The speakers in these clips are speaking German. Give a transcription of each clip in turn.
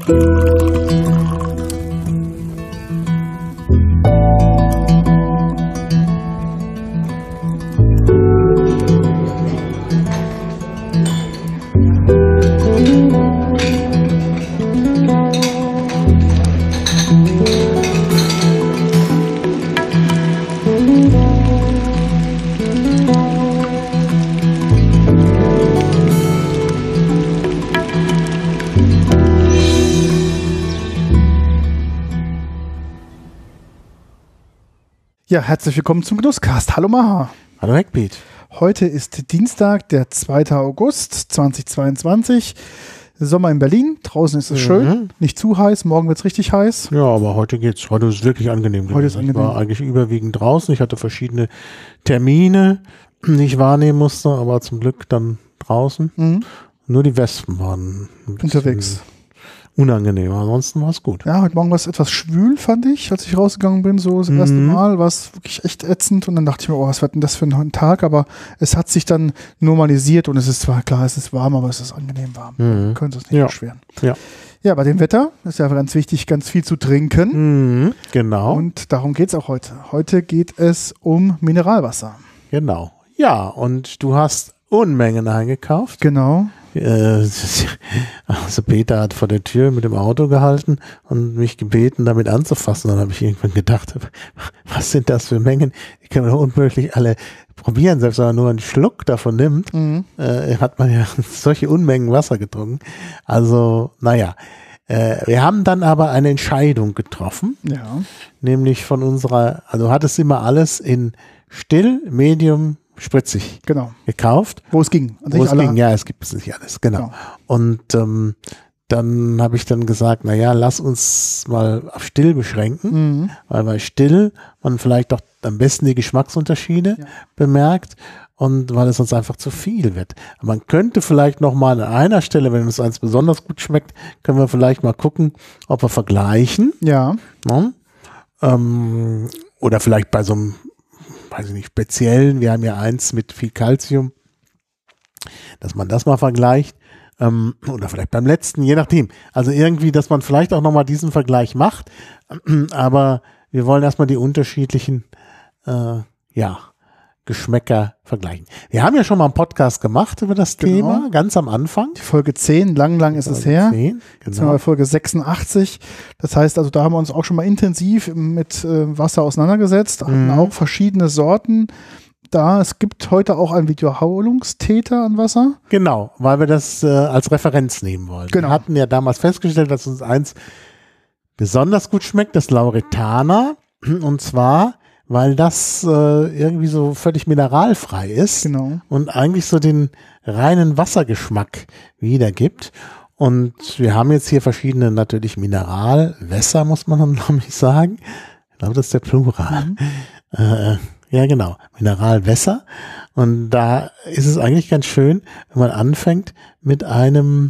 Ja, herzlich willkommen zum Genusscast. Hallo Maha. Hallo Hackbeat. Heute ist Dienstag, der 2. August 2022. Sommer in Berlin. Draußen ist es schön. Nicht zu heiß. Morgen wird es richtig heiß. Ja, aber heute geht's. Heute ist es wirklich angenehm. Heute ist angenehm. Ich war eigentlich überwiegend draußen. Ich hatte verschiedene Termine, die ich wahrnehmen musste, aber zum Glück dann draußen. Nur die Wespen waren Unterwegs. Unangenehm. Ansonsten war es gut. Ja, heute Morgen war es etwas schwül, fand ich, als ich rausgegangen bin. So das erste Mal war es wirklich echt ätzend. Und dann dachte ich mir, oh, was wird denn das für ein Tag? Aber es hat sich dann normalisiert und es ist zwar klar, es ist warm, aber es ist angenehm warm. Können Sie es nicht beschweren. Ja, bei dem Wetter ist ja ganz wichtig, ganz viel zu trinken. Genau. Und darum geht es auch heute. Heute geht es um Mineralwasser. Genau. Ja, und du hast Unmengen eingekauft. Genau. Also Peter hat vor der Tür mit dem Auto gehalten und mich gebeten, damit anzufassen. Dann habe ich irgendwann gedacht, was sind das für Mengen? Die können wir doch unmöglich alle probieren. Selbst wenn man nur einen Schluck davon nimmt, hat man ja solche Unmengen Wasser getrunken. Also, naja. Wir haben dann aber eine Entscheidung getroffen. Ja. Nämlich von unserer, also hat es immer alles in still, medium, spritzig gekauft. Wo es ging. Wo es ging, ja, es gibt es nicht alles, genau. Und dann habe ich dann gesagt, naja, lass uns mal auf still beschränken, weil bei still man vielleicht doch am besten die Geschmacksunterschiede bemerkt und weil es sonst einfach zu viel wird. Aber man könnte vielleicht noch mal an einer Stelle, wenn uns eins besonders gut schmeckt, können wir vielleicht mal gucken, ob wir vergleichen. Ja. Oder vielleicht bei so einem, weiß ich nicht, speziellen, wir haben ja eins mit viel Calcium, dass man das mal vergleicht, oder vielleicht beim letzten, je nachdem. Also irgendwie, dass man vielleicht auch nochmal diesen Vergleich macht, aber wir wollen erstmal die unterschiedlichen, Geschmäcker vergleichen. Wir haben ja schon mal einen Podcast gemacht über das Thema, ganz am Anfang. Die Folge 10, lang ist es her. 10, Jetzt sind wir bei Folge 86. Das heißt, also da haben wir uns auch schon mal intensiv mit Wasser auseinandergesetzt, hatten auch verschiedene Sorten da. Es gibt heute auch einen Wiederholungstäter an Wasser. Genau, weil wir das als Referenz nehmen wollen. Wir hatten ja damals festgestellt, dass uns eins besonders gut schmeckt, das Lauretana. Und zwar, weil das irgendwie so völlig mineralfrei ist und eigentlich so den reinen Wassergeschmack wiedergibt. Und wir haben jetzt hier verschiedene natürlich Mineralwässer, muss man dann nämlich sagen. Ich glaube, das ist der Plural. Ja, genau, Mineralwässer. Und da ist es eigentlich ganz schön, wenn man anfängt mit einem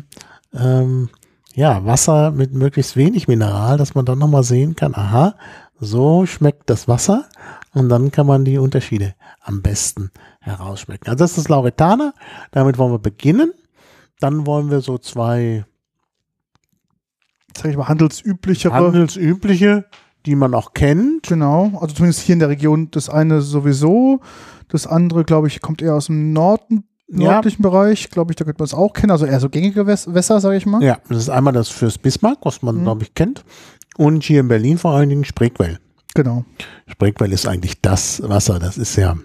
Wasser mit möglichst wenig Mineral, dass man dann nochmal sehen kann, aha, so schmeckt das Wasser und dann kann man die Unterschiede am besten herausschmecken. Also das ist das Lauretana, damit wollen wir beginnen. Dann wollen wir so zwei, sag ich mal, handelsübliche, die man auch kennt. Genau, also zumindest hier in der Region das eine sowieso, das andere, glaube ich, kommt eher aus dem nördlichen Bereich, glaube ich, da könnte man es auch kennen, also eher so gängige Wässer, sage ich mal. Ja, das ist einmal das fürs Bismarck, was man, glaube ich, kennt. Und hier in Berlin vor allen Dingen Spreequell. Genau. Spreequell ist eigentlich das Wasser, das ist ja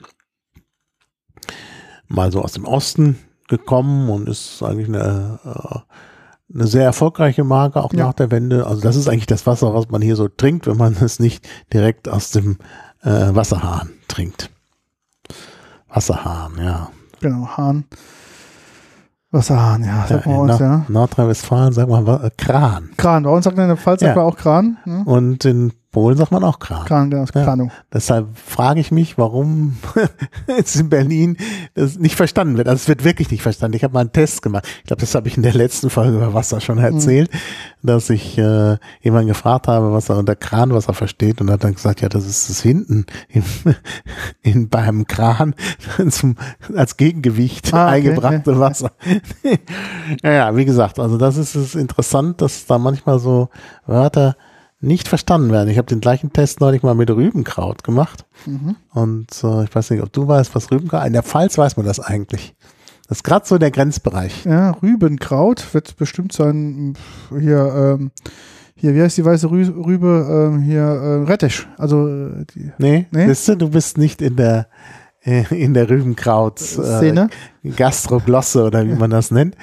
mal so aus dem Osten gekommen und ist eigentlich eine sehr erfolgreiche Marke, auch nach der Wende. Also das ist eigentlich das Wasser, was man hier so trinkt, wenn man es nicht direkt aus dem Wasserhahn trinkt. Wasserhahn, ja. Genau, Hahn. Wasserhahn, ja, sagt man bei uns, Nordrhein-Westfalen sagt man Kran. Kran, bei uns sagt man in der Pfalz sagt man auch Kran. Und in Polen sagt man auch Kran. Kran, genau, Kranung. Deshalb frage ich mich, warum jetzt in Berlin das nicht verstanden wird. Also es wird wirklich nicht verstanden. Ich habe mal einen Test gemacht. Ich glaube, das habe ich in der letzten Folge über Wasser schon erzählt, dass ich jemanden gefragt habe, was er unter Kranwasser versteht, und hat dann gesagt, ja, das ist das hinten beim Kran als Gegengewicht eingebrachte Wasser. Ja, wie gesagt, also das ist es interessant, dass da manchmal so Wörter nicht verstanden werden. Ich habe den gleichen Test neulich mal mit Rübenkraut gemacht. Und ich weiß nicht, ob du weißt, was Rübenkraut, in der Pfalz weiß man das eigentlich. Das ist gerade so der Grenzbereich. Ja, Rübenkraut wird bestimmt sein, hier, wie heißt die weiße Rübe, Rettich. Also, nee? Weißt du bist nicht in der Rübenkraut Szene? Gastroglosse oder wie man das nennt.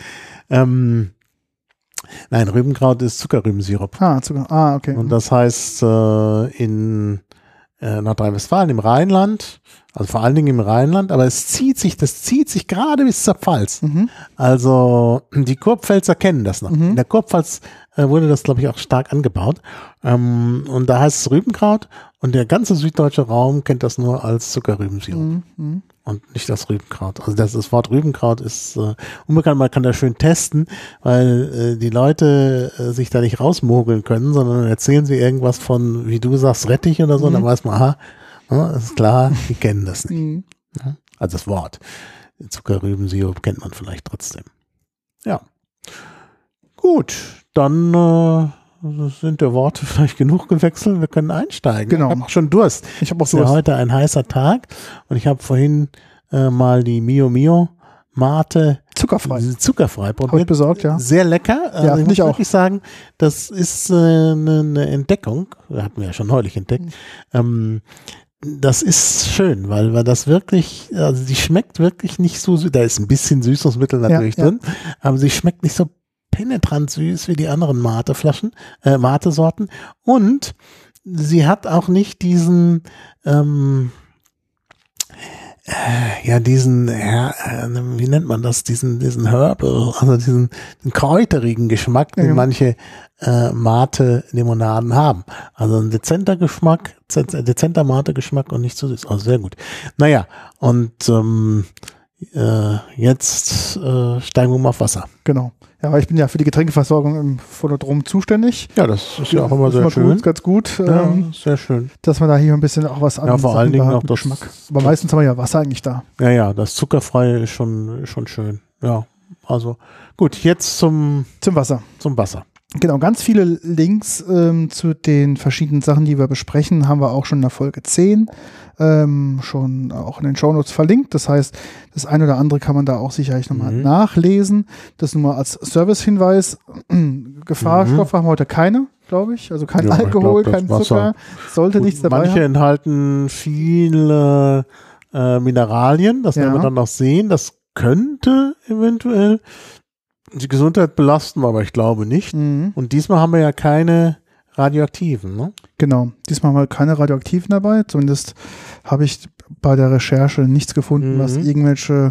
Nein, Rübenkraut ist Zuckerrübensirup. Okay. Und das heißt, in Nordrhein-Westfalen, im Rheinland, also vor allen Dingen im Rheinland, aber das zieht sich gerade bis zur Pfalz. Also die Kurpfälzer kennen das noch. In der Kurpfalz wurde das, glaube ich, auch stark angebaut. Und da heißt es Rübenkraut, und der ganze süddeutsche Raum kennt das nur als Zuckerrübensirup. Und nicht das Rübenkraut. Also das Wort Rübenkraut ist unbekannt, man kann das schön testen, weil die Leute sich da nicht rausmogeln können, sondern erzählen sie irgendwas von, wie du sagst, Rettich oder so, dann weiß man, aha, ist klar, die kennen das nicht. Also das Wort. Zuckerrübensirup kennt man vielleicht trotzdem. Ja. Gut, dann sind der Worte vielleicht genug gewechselt. Wir können einsteigen. Genau. Ich habe auch schon Durst. Ich habe auch Durst. Es ist ja heute ein heißer Tag, und ich habe vorhin mal die Mio Mio Mate zuckerfrei probiert. Habe ich besorgt, ja. Sehr lecker. Ja, also ich muss auch. wirklich sagen, das ist eine Entdeckung. Das hatten wir ja schon neulich entdeckt. Das ist schön, weil das wirklich, also die schmeckt wirklich nicht so süß. Da ist ein bisschen Süßungsmittel natürlich drin, aber sie schmeckt nicht so penetrant süß wie die anderen Mate-Flaschen, Mate-Sorten. Und sie hat auch nicht diesen, wie nennt man das, diesen Herbal, also diesen kräuterigen Geschmack, den manche Mate-Limonaden haben. Also ein dezenter Mate-Geschmack und nicht so süß. Also sehr gut. Naja, und jetzt steigen wir mal auf Wasser. Genau. Ja, weil ich bin ja für die Getränkeversorgung im Phonodrom zuständig. Ja, das ist ja auch immer sehr schön. Gut, ganz gut. Ja, sehr schön. Dass man da hier ein bisschen auch was anderes vor allen Dingen auch das Geschmack. Aber meistens haben wir ja Wasser eigentlich da. Ja, das Zuckerfreie ist schon schön. Ja, also gut, jetzt zum Wasser. Zum Wasser. Genau, ganz viele Links zu den verschiedenen Sachen, die wir besprechen, haben wir auch schon in der Folge 10 schon auch in den Shownotes verlinkt. Das heißt, das eine oder andere kann man da auch sicherlich nochmal nachlesen. Das nur mal als Servicehinweis. Gefahrstoffe haben wir heute keine, glaube ich. Also kein Alkohol, kein Zucker. Sollte nichts dabei manche haben. enthalten viele Mineralien. Das werden wir dann noch sehen. Das könnte eventuell die Gesundheit belasten, aber ich glaube nicht. Und diesmal haben wir ja keine radioaktiven, ne? Genau, diesmal haben wir keine radioaktiven dabei. Zumindest habe ich bei der Recherche nichts gefunden, was irgendwelche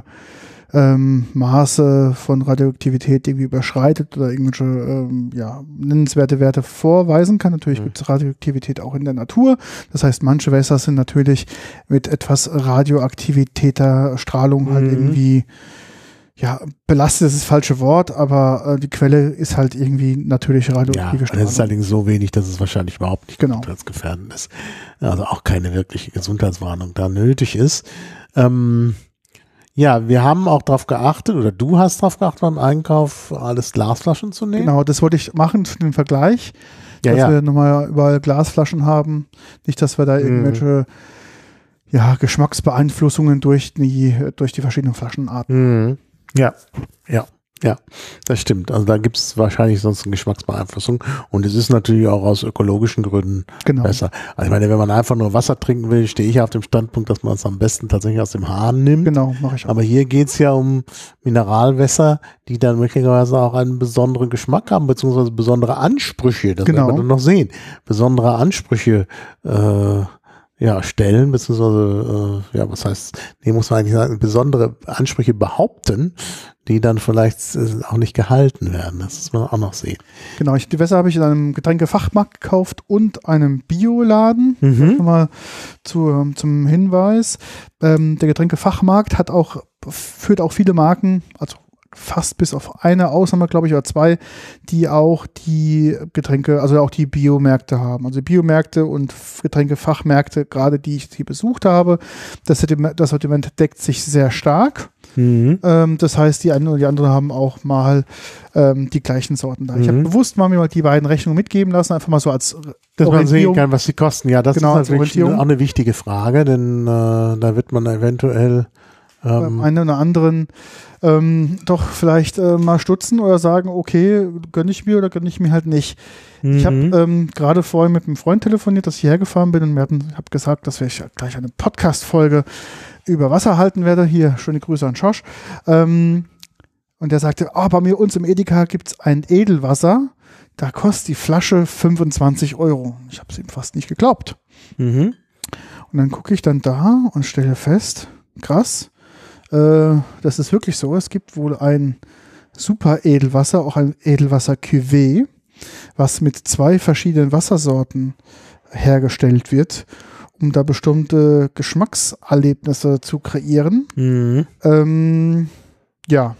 Maße von Radioaktivität irgendwie überschreitet oder irgendwelche nennenswerte Werte vorweisen kann. Natürlich gibt es Radioaktivität auch in der Natur. Das heißt, manche Wässer sind natürlich mit etwas radioaktivitäter Strahlung halt irgendwie belastet ist das falsche Wort, aber die Quelle ist halt irgendwie natürlich radioaktive Strahlung. Das ist allerdings so wenig, dass es wahrscheinlich überhaupt nicht gesundheitsgefährdend ist. Also auch keine wirkliche Gesundheitswarnung da nötig ist. Wir haben auch darauf geachtet, oder du hast darauf geachtet beim Einkauf, alles Glasflaschen zu nehmen. Genau, das wollte ich machen für den Vergleich, dass wir nochmal überall Glasflaschen haben. Nicht, dass wir da irgendwelche Geschmacksbeeinflussungen durch die verschiedenen Flaschenarten. Ja, das stimmt. Also da gibt es wahrscheinlich sonst eine Geschmacksbeeinflussung, und es ist natürlich auch aus ökologischen Gründen besser. Also ich meine, wenn man einfach nur Wasser trinken will, stehe ich auf dem Standpunkt, dass man es am besten tatsächlich aus dem Hahn nimmt. Genau, mache ich auch. Aber hier geht es ja um Mineralwässer, die dann möglicherweise auch einen besonderen Geschmack haben, beziehungsweise besondere Ansprüche, das werden wir dann noch sehen. Besondere Ansprüche stellen, beziehungsweise, was heißt, muss man eigentlich sagen, besondere Ansprüche behaupten, die dann vielleicht auch nicht gehalten werden. Das muss man auch noch sehen. Genau, die Wässer habe ich in einem Getränkefachmarkt gekauft und einem Bioladen. Mal zum Hinweis. Der Getränkefachmarkt führt auch viele Marken, also fast bis auf eine Ausnahme, glaube ich, oder zwei, die auch die Getränke, also auch die Biomärkte haben. Also Biomärkte und Getränkefachmärkte, gerade die ich hier besucht habe, das Sortiment deckt sich sehr stark. Das heißt, die einen oder die anderen haben auch mal die gleichen Sorten da. Ich habe bewusst mal die beiden Rechnungen mitgeben lassen, einfach mal so als dass man sehen kann, was sie kosten. Ja, das genau, ist natürlich auch eine wichtige Frage, denn da wird man eventuell beim einen oder anderen doch vielleicht mal stutzen oder sagen, okay, gönne ich mir oder gönne ich mir halt nicht. Ich habe gerade vorhin mit einem Freund telefoniert, dass ich hergefahren bin und habe gesagt, dass ich gleich eine Podcast-Folge über Wasser halten werde. Hier, schöne Grüße an Josh. Und der sagte, bei uns im Edeka gibt es ein Edelwasser, da kostet die Flasche 25 €. Ich habe es ihm fast nicht geglaubt. Und dann gucke ich dann da und stelle fest, krass, das ist wirklich so. Es gibt wohl ein super Edelwasser, auch ein Edelwasser Cuvée, was mit 2 verschiedenen Wassersorten hergestellt wird, um da bestimmte Geschmackserlebnisse zu kreieren. Ja.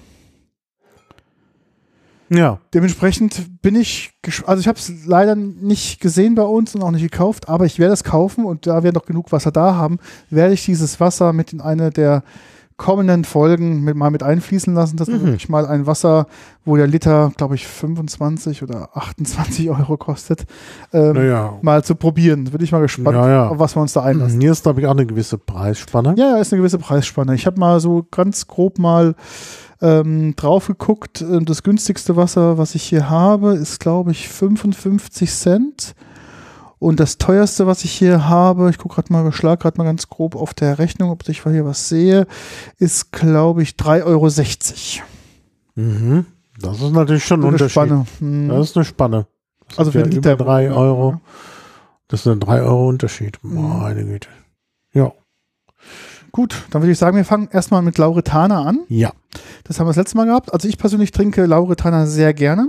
Dementsprechend bin ich, also ich habe es leider nicht gesehen bei uns und auch nicht gekauft, aber ich werde es kaufen und da wir noch genug Wasser da haben, werde ich dieses Wasser mit in eine der kommenden Folgen mal mit einfließen lassen, dass wirklich mal ein Wasser, wo der Liter, glaube ich, 25 oder 28 € kostet, mal zu probieren. Bin ich mal gespannt, auf was wir uns da einlassen. Hier ist, glaube ich, auch eine gewisse Preisspanne. Ja, ist eine gewisse Preisspanne. Ich habe mal so ganz grob mal drauf geguckt. Das günstigste Wasser, was ich hier habe, ist, glaube ich, 55 Cent. Und das teuerste, was ich hier habe, ich gucke gerade mal, schlag gerade mal ganz grob auf der Rechnung, ob ich hier was sehe, ist, glaube ich, 3,60 €. Das ist natürlich schon ein Unterschied. Spanne. Das ist eine Spanne. Das also für ja Liter 3 €. Ja. Das ist ein 3 € Unterschied. Meine Güte. Ja. Gut, dann würde ich sagen, wir fangen erstmal mit Lauretana an. Ja. Das haben wir das letzte Mal gehabt. Also ich persönlich trinke Lauretana sehr gerne.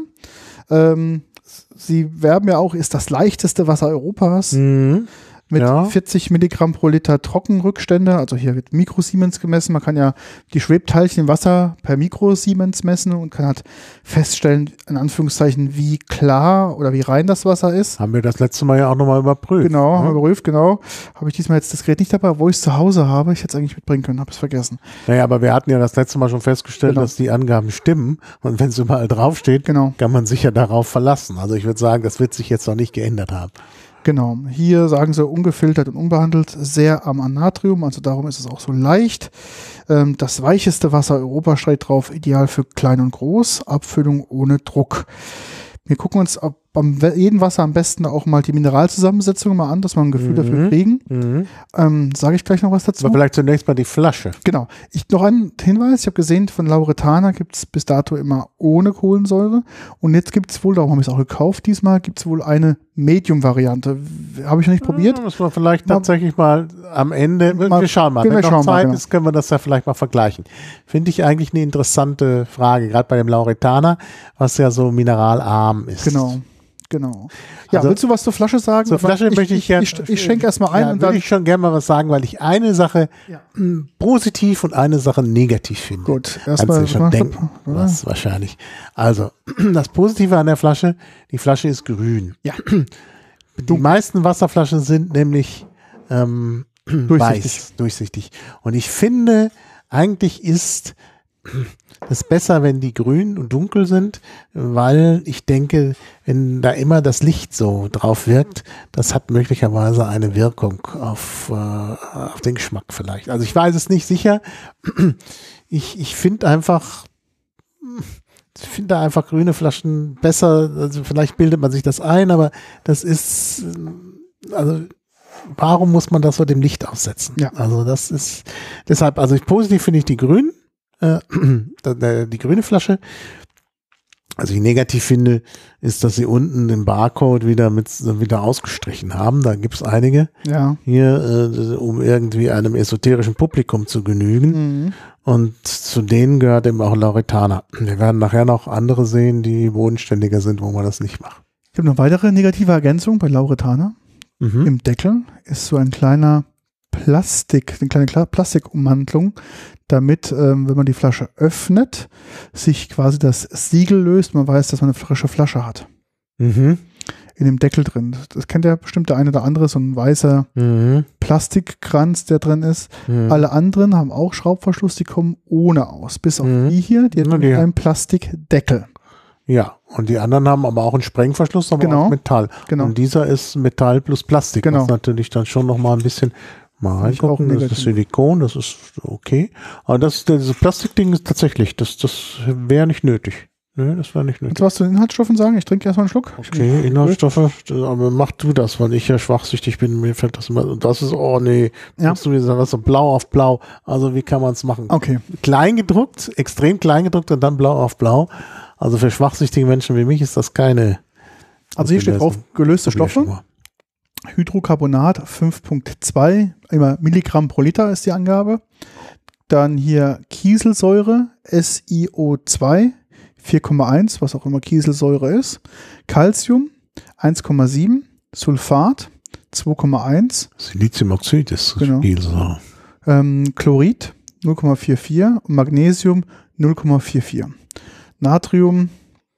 Sie werben ja auch, ist das leichteste Wasser Europas. Mit 40 Milligramm pro Liter Trockenrückstände. Also hier wird Mikrosiemens gemessen. Man kann ja die Schwebteilchen im Wasser per Mikrosiemens messen und kann halt feststellen, in Anführungszeichen, wie klar oder wie rein das Wasser ist. Haben wir das letzte Mal ja auch nochmal überprüft. Genau, haben wir überprüft, genau. Habe ich diesmal jetzt das Gerät nicht dabei, wo ich es zu Hause habe. Ich hätte es eigentlich mitbringen können, habe es vergessen. Naja, aber wir hatten ja das letzte Mal schon festgestellt, dass die Angaben stimmen. Und wenn es überall draufsteht, kann man sich ja darauf verlassen. Also ich würde sagen, das wird sich jetzt noch nicht geändert haben. Genau, hier sagen sie ungefiltert und unbehandelt, sehr arm an Natrium, also darum ist es auch so leicht. Das weicheste Wasser Europa steht drauf, ideal für klein und groß, Abfüllung ohne Druck. Wir gucken uns jedem Wasser am besten auch mal die Mineralzusammensetzung mal an, dass wir ein Gefühl dafür kriegen. Sage ich gleich noch was dazu. Aber vielleicht zunächst mal die Flasche. Genau. Noch einen Hinweis, ich habe gesehen, von Lauretana gibt es bis dato immer ohne Kohlensäure und jetzt gibt es wohl, darum habe ich es auch gekauft, diesmal gibt es wohl eine Medium-Variante. Habe ich noch nicht probiert. Müssen wir vielleicht tatsächlich mal am Ende, wir schauen mal, wenn noch Zeit ist, können wir das ja vielleicht mal vergleichen. Finde ich eigentlich eine interessante Frage, gerade bei dem Lauretana, was ja so mineralarm ist. Genau. Ja, also, willst du was zur Flasche sagen? Zur Flasche möchte ich gerne. Ich schenke erstmal ein und dann. Würde ich schon gerne mal was sagen, weil ich eine Sache positiv und eine Sache negativ finde. Gut, erstmal. Kannst du schon denken, was wahrscheinlich. Also, das Positive an der Flasche, die Flasche ist grün. Ja. Die meisten Wasserflaschen sind nämlich durchsichtig. Und ich finde, eigentlich ist es besser, wenn die grün und dunkel sind, weil ich denke, wenn da immer das Licht so drauf wirkt, das hat möglicherweise eine Wirkung auf den Geschmack vielleicht. Also ich weiß es nicht sicher. Ich finde einfach grüne Flaschen besser. Also vielleicht bildet man sich das ein, aber das ist, also warum muss man das so dem Licht aussetzen? Ja. Also das ist deshalb, also positiv finde ich die grünen. Die grüne Flasche. Was ich negativ finde, ist, dass sie unten den Barcode wieder ausgestrichen haben. Da gibt es einige hier, um irgendwie einem esoterischen Publikum zu genügen. Und zu denen gehört eben auch Lauretana. Wir werden nachher noch andere sehen, die bodenständiger sind, wo man das nicht macht. Ich habe noch weitere negative Ergänzung bei Lauretana. Im Deckel ist so eine kleine Plastikummantlung, damit, wenn man die Flasche öffnet, sich quasi das Siegel löst, man weiß, dass man eine frische Flasche hat. In dem Deckel drin. Das kennt ja bestimmt der eine oder andere, so ein weißer Plastikkranz, der drin ist. Alle anderen haben auch Schraubverschluss, die kommen ohne aus. Bis auf die hier, die hat einen Plastikdeckel. Ja, und die anderen haben aber auch einen Sprengverschluss, aber auch Metall. Und dieser ist Metall plus Plastik. Das ist natürlich dann schon nochmal ein bisschen, mal reingucken, das ist Silikon, das ist okay. Aber dieses Plastikding ist tatsächlich, das wäre nicht nötig. Nee, das wäre nicht nötig. Willst du was zu den Inhaltsstoffen sagen? Ich trinke erstmal einen Schluck. Okay, Inhaltsstoffe, aber mach du das, weil ich ja schwachsüchtig bin, mir fällt das immer, und das ist, oh nee, musst du mir sagen, das ist so blau auf blau, also wie kann man es machen? Okay. Kleingedruckt, extrem kleingedruckt und dann blau auf blau. Also für schwachsüchtige Menschen wie mich ist das keine. Also hier steht drauf, gelöste Stoffe. Hydrocarbonat 5,2 immer Milligramm pro Liter ist die Angabe. Dann hier Kieselsäure, SiO2 4,1, was auch immer Kieselsäure ist. Calcium 1,7, Sulfat 2,1. Siliziumoxid ist Kieselsäure. Chlorid 0,44 und Magnesium 0,44. Natrium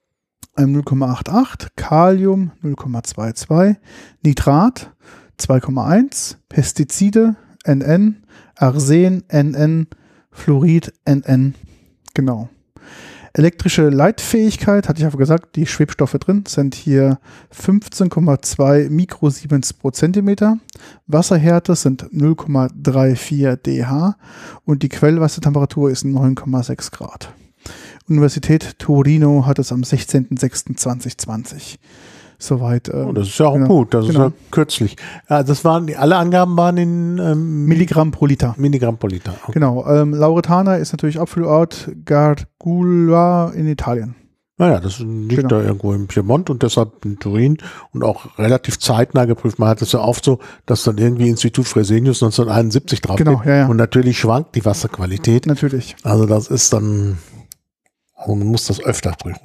0,88, Kalium 0,22, Nitrat 2,1, Pestizide NN, Arsen NN, Fluorid NN. Genau. Elektrische Leitfähigkeit, hatte ich aber gesagt, die Schwebstoffe drin sind hier 15,2 Mikrosiemens pro Zentimeter. Wasserhärte sind 0,34 dH und die Quellwassertemperatur ist 9,6 Grad. Universität Torino hat es am 16.06.2020. Soweit. Das ist ja auch gut, das ist ja kürzlich. Ja, alle Angaben waren in Milligramm pro Liter. Milligramm pro Liter. Okay. Genau. Lauretana ist natürlich Abfüllort Gargula in Italien. Naja, das liegt da irgendwo im Piemont und deshalb in Turin und auch relativ zeitnah geprüft. Man hat es ja oft so, dass dann irgendwie Institut Fresenius 1971 drauf steht. Und natürlich schwankt die Wasserqualität. Natürlich. Also das ist dann, also man muss das öfter prüfen.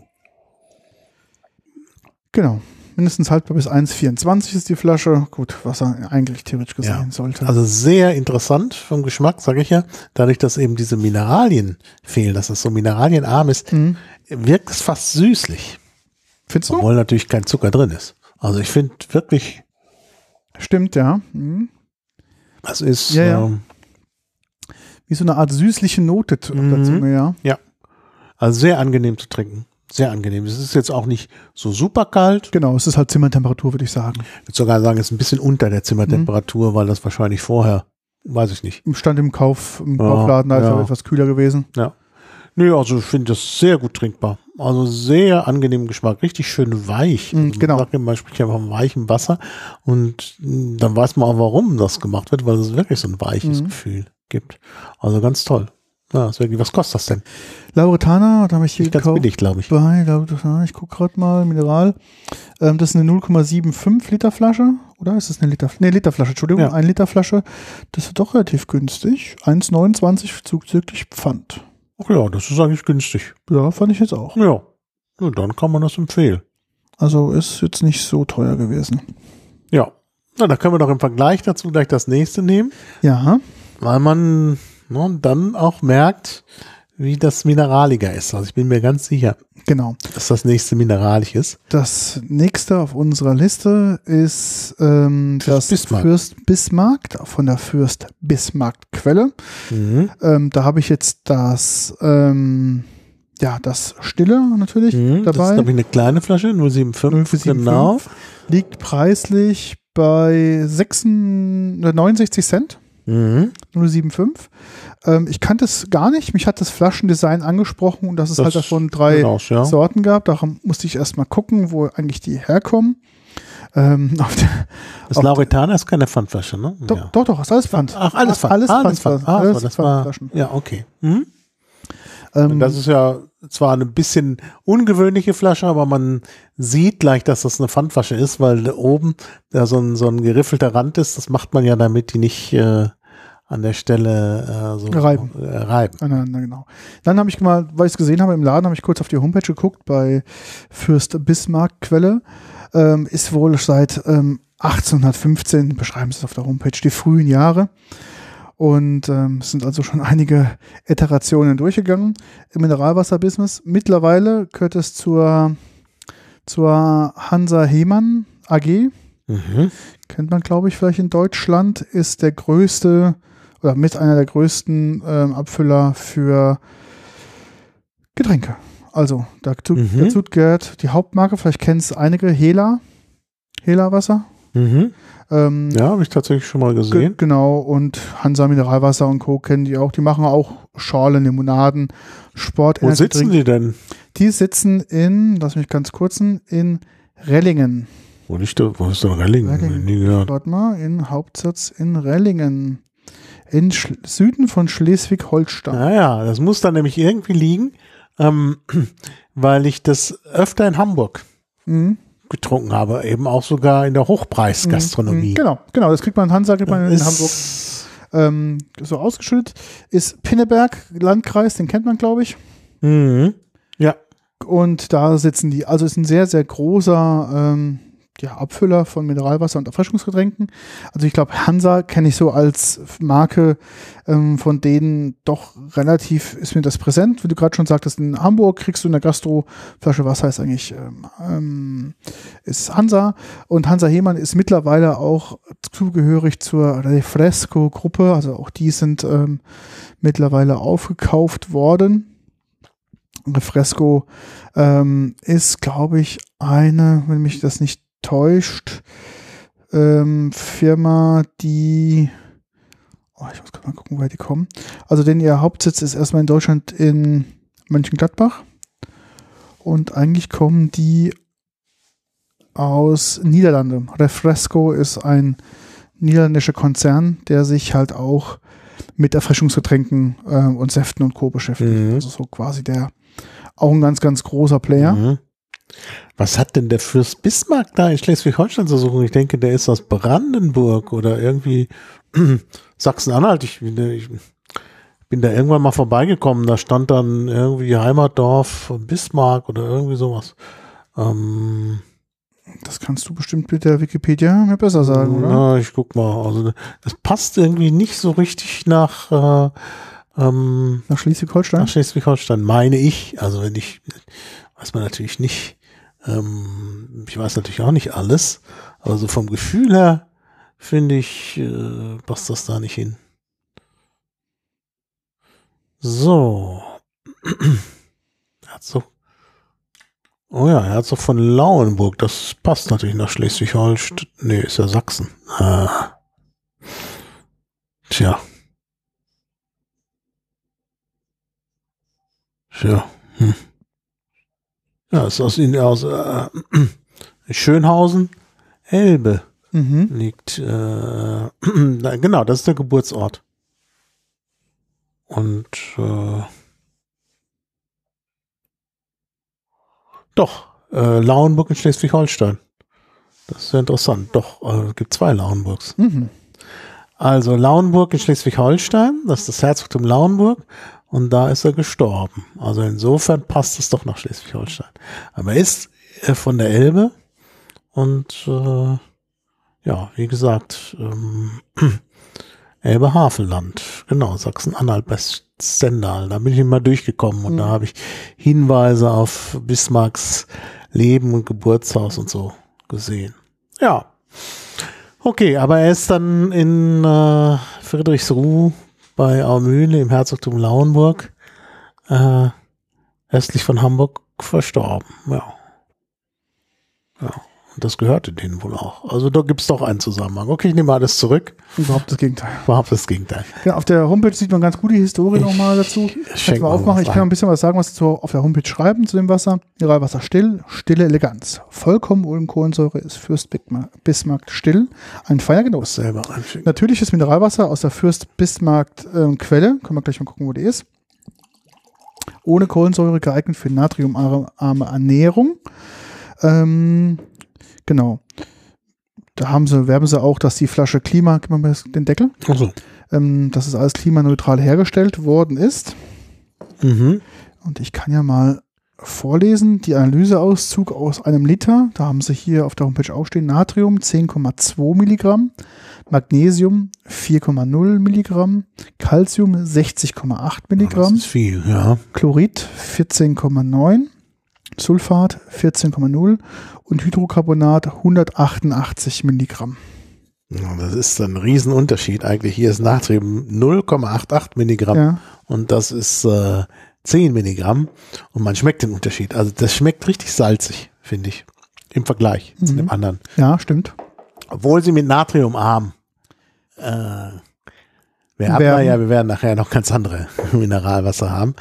Genau. Mindestens haltbar bis 1,24 ist die Flasche. Gut, was er eigentlich theoretisch gesehen sollte. Also sehr interessant vom Geschmack, sage ich ja. Dadurch, dass eben diese Mineralien fehlen, dass es so mineralienarm ist, wirkt es fast süßlich. Findest du? Obwohl natürlich kein Zucker drin ist. Also ich finde wirklich. Stimmt, ja. Das ist wie so eine Art süßliche Note auf der Zunge, ja. Ja. Also sehr angenehm zu trinken. Sehr angenehm. Es ist jetzt auch nicht so super kalt. Genau, es ist halt Zimmertemperatur, würde ich sagen. Ich würde sogar sagen, es ist ein bisschen unter der Zimmertemperatur, weil das wahrscheinlich vorher, weiß ich nicht. Stand im Kaufladen, da ist aber etwas kühler gewesen. Ja. Nö, also ich finde das sehr gut trinkbar. Also sehr angenehmen Geschmack, richtig schön weich. Also genau. Man spricht ja von weichem Wasser und dann weiß man auch, warum das gemacht wird, weil es wirklich so ein weiches Gefühl gibt. Also ganz toll. Ja, was kostet das denn? Lauretana, da habe ich hier gekauft. Ganz billig, glaube ich. Ich gucke gerade mal, Mineral. Das ist eine 0,75 Liter Flasche, oder? Ist das eine Literflasche, Entschuldigung, ja. 1 Liter Flasche. Das ist doch relativ günstig. 1,29 zuzüglich Pfand. Ach ja, das ist eigentlich günstig. Ja, fand ich jetzt auch. Ja, dann kann man das empfehlen. Also ist jetzt nicht so teuer gewesen. Ja, na, da können wir doch im Vergleich dazu gleich das nächste nehmen. Ja. Weil man dann auch merkt, wie das mineraliger ist. Also ich bin mir ganz sicher, dass das nächste mineralisch ist. Das nächste auf unserer Liste ist das Fürst Bismarck von der Fürst Bismarck Quelle. Da habe ich jetzt das Stille natürlich dabei. Das ist, glaube ich, eine kleine Flasche, 0,75. Genau. Liegt preislich bei 69 Cent. 0,75. Ich kannte es gar nicht. Mich hat das Flaschendesign angesprochen und dass es halt davon 3 Sorten gab. Darum musste ich erst mal gucken, wo eigentlich die herkommen. Das Lauretana ist keine Pfandflasche, ne? Doch, ist alles Pfand. Ach, alles Pfand. Alles Pfandflaschen. Ja, okay. Das ist ja zwar eine bisschen ungewöhnliche Flasche, aber man sieht gleich, dass das eine Pfandflasche ist, weil oben da so ein geriffelter Rand ist. Das macht man ja, damit die nicht an der Stelle so reiben. Aneinander, genau. Dann habe ich mal, weil ich es gesehen habe im Laden, habe ich kurz auf die Homepage geguckt bei Fürst Bismarck Quelle. Ist wohl seit 1815, beschreiben sie es auf der Homepage, die frühen Jahre. Und es sind also schon einige Iterationen durchgegangen im Mineralwasser-Business. Mittlerweile gehört es zur Hansa Hemann AG. Kennt man, glaube ich, vielleicht in Deutschland, ist der größte oder mit einer der größten Abfüller für Getränke. Also dazu gehört die Hauptmarke, vielleicht kennen es einige, Hela Wasser. Ja, habe ich tatsächlich schon mal gesehen. Genau, und Hansa Mineralwasser und Co. kennen die auch. Die machen auch Schorlen, Limonaden, Sport. Wo sitzen die denn? Die sitzen lass mich ganz kurz, in Rellingen. Wo ist denn Rellingen? Warte mal, Hauptsitz in Rellingen. In Süden von Schleswig-Holstein. Naja, das muss dann nämlich irgendwie liegen, weil ich das öfter in Hamburg getrunken habe, eben auch sogar in der Hochpreisgastronomie. Genau, das kriegt man in Hansa, in Hamburg so ausgeschüttet. Ist Pinneberg, Landkreis, den kennt man, glaube ich. Ja. Und da sitzen die, also ist ein sehr, sehr großer Abfüller von Mineralwasser und Erfrischungsgetränken. Also ich glaube, Hansa kenne ich so als Marke, von denen doch relativ ist mir das präsent. Wie du gerade schon sagtest, in Hamburg kriegst du in der Gastro Flasche Wasser, ist eigentlich ist Hansa. Und Hansa Hemann ist mittlerweile auch zugehörig zur Refresco-Gruppe. Also auch die sind mittlerweile aufgekauft worden. Refresco ist, glaube ich, wenn mich das nicht täuscht, Firma, die ich muss gerade mal gucken, woher die kommen. Also ihr Hauptsitz ist erstmal in Deutschland in Mönchengladbach und eigentlich kommen die aus Niederlande. Refresco ist ein niederländischer Konzern, der sich halt auch mit Erfrischungsgetränken und Säften und Co. beschäftigt. Also so quasi auch ein ganz, ganz großer Player. Was hat denn der Fürst Bismarck da in Schleswig-Holstein zu suchen? Ich denke, der ist aus Brandenburg oder irgendwie Sachsen-Anhalt. Ich bin da irgendwann mal vorbeigekommen. Da stand dann irgendwie Heimatdorf Bismarck oder irgendwie sowas. Das kannst du bestimmt mit der Wikipedia mir besser sagen, oder? Na, ich guck mal. Also das passt irgendwie nicht so richtig nach Schleswig-Holstein? Nach Schleswig-Holstein, meine ich. Also weiß man natürlich nicht. Ich weiß natürlich auch nicht alles. Aber so vom Gefühl her, finde ich, passt das da nicht hin. So. Herzog von Lauenburg. Das passt natürlich nach Schleswig-Holstein. Nee, ist ja Sachsen. Tja. Ja, ist aus Schönhausen, Elbe liegt. Genau, das ist der Geburtsort. Und Lauenburg in Schleswig-Holstein. Das ist ja interessant. Doch, gibt 2 Lauenburgs. Also Lauenburg in Schleswig-Holstein, das ist das Herzogtum Lauenburg. Und da ist er gestorben. Also insofern passt es doch nach Schleswig-Holstein. Aber er ist von der Elbe und wie gesagt, Elbe-Havelland, genau, Sachsen-Anhalt bei Stendal. Da bin ich mal durchgekommen und da habe ich Hinweise auf Bismarcks Leben und Geburtshaus und so gesehen. Ja, okay, aber er ist dann in Friedrichsruh bei Aumühle im Herzogtum Lauenburg, östlich von Hamburg, verstorben. Ja. Und das gehörte denen wohl auch. Also da gibt es doch einen Zusammenhang. Okay, ich nehme alles zurück. Überhaupt das Gegenteil. Ja, auf der Homepage sieht man ganz gut die Historie nochmal dazu. Ich kann ein bisschen was sagen, was sie auf der Homepage schreiben zu dem Wasser. Mineralwasser still, stille Eleganz. Vollkommen ohne Kohlensäure ist Fürst Bismarck still. Ein feiner Genuss. Natürliches Mineralwasser aus der Fürst Bismarck Quelle. Können wir gleich mal gucken, wo die ist. Ohne Kohlensäure, geeignet für natriumarme Ernährung. Genau. Da werben sie auch, dass die Flasche gib mal den Deckel. Ach so. Dass es alles klimaneutral hergestellt worden ist. Mhm. Und ich kann ja mal vorlesen, die Analyseauszug aus einem Liter. Da haben sie hier auf der Homepage auch stehen, Natrium 10,2 Milligramm, Magnesium 4,0 Milligramm, Calcium 60,8 Milligramm. Das ist viel, ja. Chlorid 14,9, Sulfat 14,0 und Hydrocarbonat 188 Milligramm. Ja, das ist ein Riesenunterschied eigentlich. Hier ist Natrium 0,88 Milligramm Ja. und das ist 10 Milligramm und man schmeckt den Unterschied. Also das schmeckt richtig salzig, finde ich, im Vergleich zu dem anderen. Ja, stimmt. Obwohl sie mit Natriumarm wir werden nachher noch ganz andere Mineralwässer haben.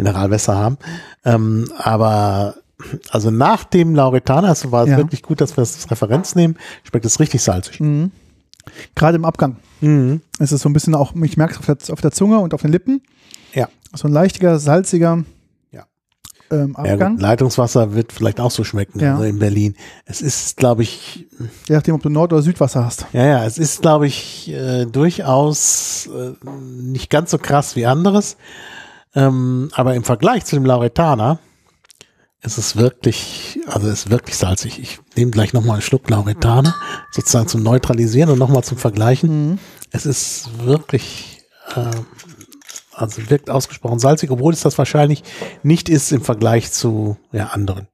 Aber also nach dem Lauretaner war es wirklich gut, dass wir das als Referenz nehmen. Schmeckt es richtig salzig. Mhm. Gerade im Abgang. Es ist so ein bisschen auch, ich merke es auf der Zunge und auf den Lippen. Ja. So ein leichtiger, salziger Abgang. Ja, Leitungswasser wird vielleicht auch so schmecken, also in Berlin. Es ist, glaube ich, je nachdem, ob du Nord- oder Südwasser hast. Ja, es ist, glaube ich, durchaus nicht ganz so krass wie anderes. Aber im Vergleich zu dem Lauretaner ist es wirklich salzig. Ich nehme gleich nochmal einen Schluck Lauretaner, sozusagen zum Neutralisieren und nochmal zum Vergleichen. Es ist wirklich, wirkt ausgesprochen salzig, obwohl es das wahrscheinlich nicht ist im Vergleich zu anderen.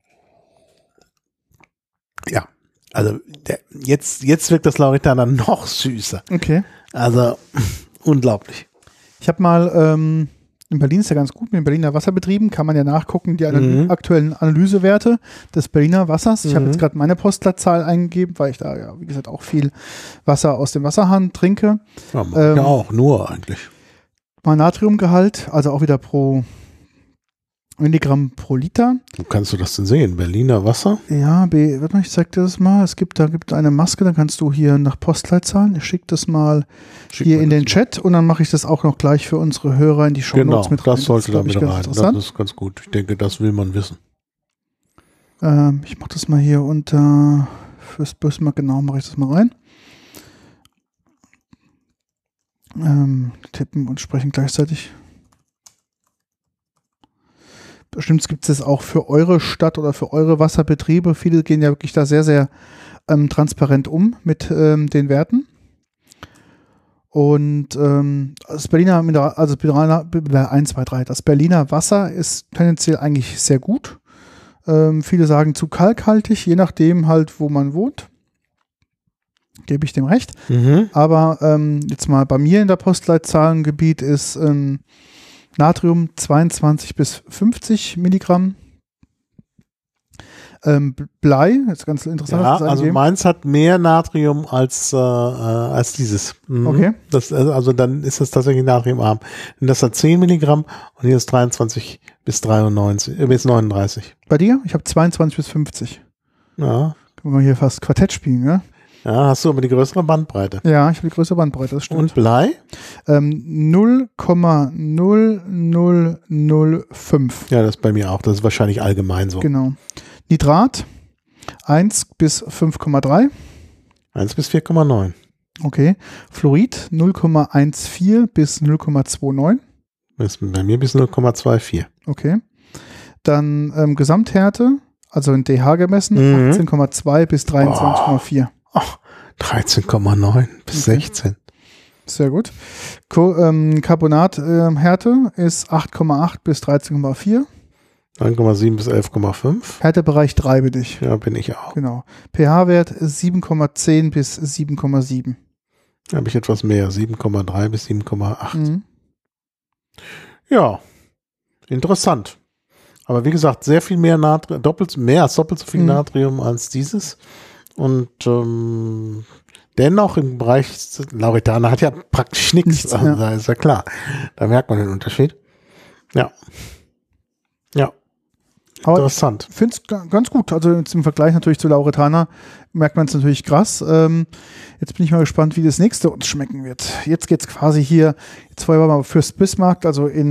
Ja, also jetzt wirkt das Lauretaner noch süßer. Okay. Also unglaublich. Ich habe mal, in Berlin ist ja ganz gut, mit den Berliner Wasserbetrieben kann man ja nachgucken, die aktuellen Analysewerte des Berliner Wassers. Ich habe jetzt gerade meine Postleitzahl eingegeben, weil ich da ja, wie gesagt, auch viel Wasser aus dem Wasserhahn trinke. Ja, ja auch, nur eigentlich. Mein Natriumgehalt, also auch wieder pro Milligramm pro Liter. Wo kannst du das denn sehen? Berliner Wasser? Ja, warte mal, ich zeig dir das mal. Da gibt eine Maske, dann kannst du hier nach Postleitzahlen, ich schicke das mal hier in den Chat und dann mache ich das auch noch gleich für unsere Hörer in die Shownotes mit rein. Das sollte da mit rein. Das ist ganz gut. Ich denke, das will man wissen. Ich mache das mal hier unter fürs Bösmark, genau, mache ich das mal rein. Tippen und sprechen gleichzeitig. Bestimmt gibt es das auch für eure Stadt oder für eure Wasserbetriebe. Viele gehen ja wirklich da sehr, sehr transparent um mit den Werten. Und das Berliner das Berliner Wasser ist tendenziell eigentlich sehr gut. Viele sagen zu kalkhaltig, je nachdem halt, wo man wohnt. Gebe ich dem recht. Aber jetzt mal bei mir in der Postleitzahlengebiet ist Natrium 22 bis 50 Milligramm. Blei, ist ganz interessant. Ja, also meins hat mehr Natrium als dieses. Okay. Also dann ist das tatsächlich natriumarm. Und das hat 10 Milligramm und hier ist 23 bis 39. Bei dir? Ich habe 22 bis 50. Ja. Können wir hier fast Quartett spielen, ne? Ja, hast du aber die größere Bandbreite. Ja, ich habe die größere Bandbreite, das stimmt. Und Blei? 0,0005. Ja, das ist bei mir auch. Das ist wahrscheinlich allgemein so. Genau. Nitrat 1 bis 5,3. 1 bis 4,9. Okay. Fluorid 0,14 bis 0,29. Das ist bei mir bis 0,24. Okay. Dann Gesamthärte, also in dH gemessen, 18,2 bis 23,4. 13,9 bis 16. Sehr gut. Carbonathärte ist 8,8 bis 13,4. 9,7 bis 11,5. Härtebereich 3 bin ich. Ja, bin ich auch. Genau. pH-Wert 7,10 bis 7,7. Da habe ich etwas mehr. 7,3 bis 7,8. Ja, interessant. Aber wie gesagt, sehr viel mehr Natrium, doppelt so viel Natrium als dieses. Und dennoch im Bereich Lauretaner hat ja praktisch nichts. Also, da ist ja klar. Da merkt man den Unterschied. Ja. Ja. Aber interessant. Ich finde es ganz gut. Also jetzt im Vergleich natürlich zu Lauretaner merkt man es natürlich krass. Jetzt bin ich mal gespannt, wie das nächste uns schmecken wird. Jetzt geht es quasi hier, jetzt vorher war mal fürs Bismarck, also in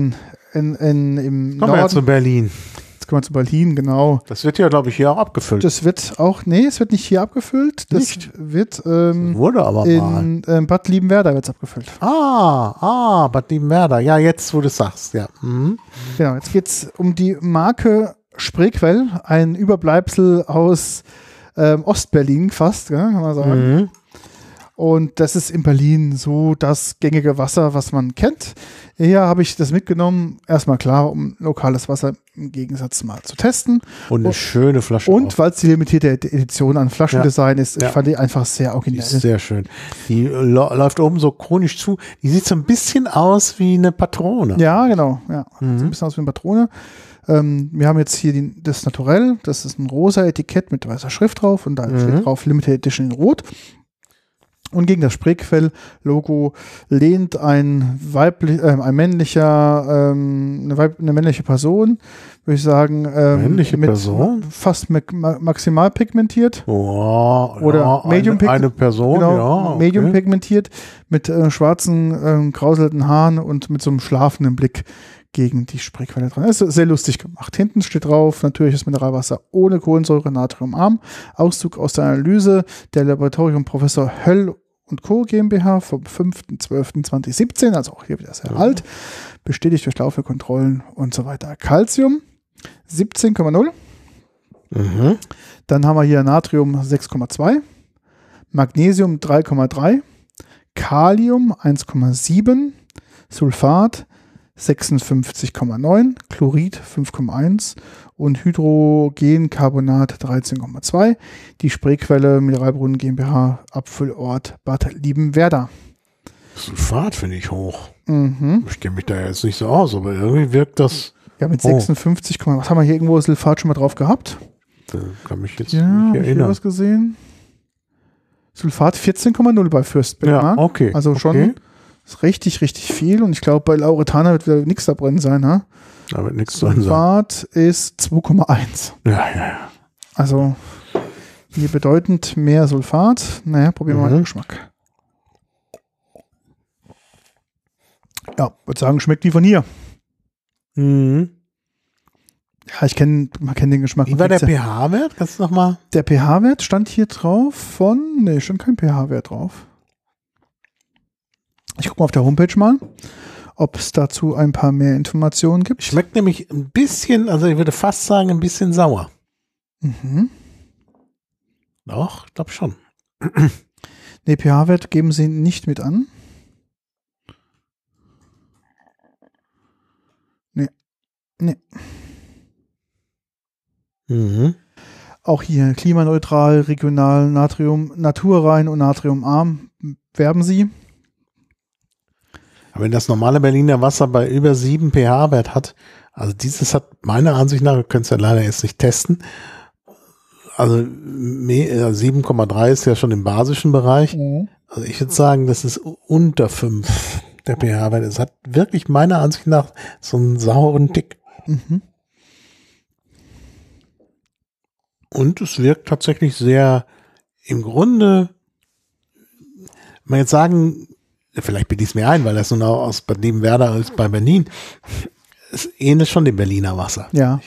im Kommen wir jetzt zu Berlin. Jetzt kommen wir zu Berlin, genau. Das wird ja, glaube ich, hier auch abgefüllt. Das wird auch, nee, es wird nicht hier abgefüllt. Das nicht? wird Das wurde aber in Bad Liebenwerda wird es abgefüllt. Bad Liebenwerda. Ja, jetzt, wo du es sagst, ja. Mhm. Genau, jetzt geht es um die Marke Spreequell, ein Überbleibsel aus Ostberlin fast, ja, kann man sagen. Mhm. Und das ist in Berlin so das gängige Wasser, was man kennt. Hier habe ich das mitgenommen, erstmal klar, um lokales Wasser im Gegensatz mal zu testen. Und eine schöne Flasche. Und weil es die limitierte Edition an Flaschendesign ist, ich fand die einfach sehr originell. Die ist sehr schön. Die läuft oben so chronisch zu. Die sieht so ein bisschen aus wie eine Patrone. Ja, genau. Ja. So ein bisschen aus wie eine Patrone. Wir haben jetzt hier das Naturell. Das ist ein rosa Etikett mit weißer Schrift drauf und da steht drauf Limited Edition in Rot. Und gegen das Spreequell-Logo lehnt eine männliche Person, würde ich sagen, männliche Person? Fast maximal pigmentiert. Oh, oder ja, medium eine Person, genau, ja. Okay. Medium pigmentiert, mit schwarzen, krauselten Haaren und mit so einem schlafenden Blick gegen die Spreequelle dran. Das ist sehr lustig gemacht. Hinten steht drauf, natürliches Mineralwasser ohne Kohlensäure, natriumarm. Auszug aus der Analyse der Laboratorium Professor Höll und Co. GmbH vom 5.12.2017, also auch hier wieder sehr alt. Bestätigt durch laufende Kontrollen und so weiter. Calcium 17,0. Dann haben wir hier Natrium 6,2. Magnesium 3,3. Kalium 1,7. Sulfat 56,9, Chlorid 5,1 und Hydrogencarbonat 13,2. Die Spreequelle Mineralbrunnen GmbH, Abfüllort Bad Liebenwerda. Sulfat finde ich hoch. Ich kenne mich da jetzt nicht so aus, aber irgendwie wirkt das. Ja, mit 56, was haben wir hier irgendwo Sulfat schon mal drauf gehabt? Da kann mich jetzt nicht erinnern. Hier was gesehen. Sulfat 14,0 bei Fürstbergmark. Ja, okay. Also schon. Ist richtig, richtig viel und ich glaube, bei Lauretana wird wieder nichts da drin sein, ne? Da wird nichts drin sein. Sulfat ist 2,1. Ja. Also hier bedeutend mehr Sulfat. Naja, probieren wir mal den Geschmack. Ja, würde sagen, schmeckt wie von hier. Ja, man kennt den Geschmack. Wie war der pH-Wert? Kannst du nochmal? Der pH-Wert stand hier drauf stand kein pH-Wert drauf. Ich gucke mal auf der Homepage mal, ob es dazu ein paar mehr Informationen gibt. Schmeckt nämlich ein bisschen, also ich würde fast sagen, ein bisschen sauer. Doch, ich glaube schon. Nee, pH-Wert geben sie nicht mit an. Nee. Auch hier klimaneutral, regional, Natrium, naturrein und natriumarm werben sie. Aber wenn das normale Berliner Wasser bei über 7 pH-Wert hat, also dieses hat meiner Ansicht nach, wir können es ja leider jetzt nicht testen, also 7,3 ist ja schon im basischen Bereich. Also ich würde sagen, das ist unter 5 der pH-Wert. Es hat wirklich meiner Ansicht nach so einen sauren Tick. Und es wirkt tatsächlich sehr, im Grunde, man jetzt sagen, vielleicht bilde ich es mir ein, weil das nun auch aus Bad Liebenwerda ist bei Berlin. Es ähnelt schon dem Berliner Wasser. Ja.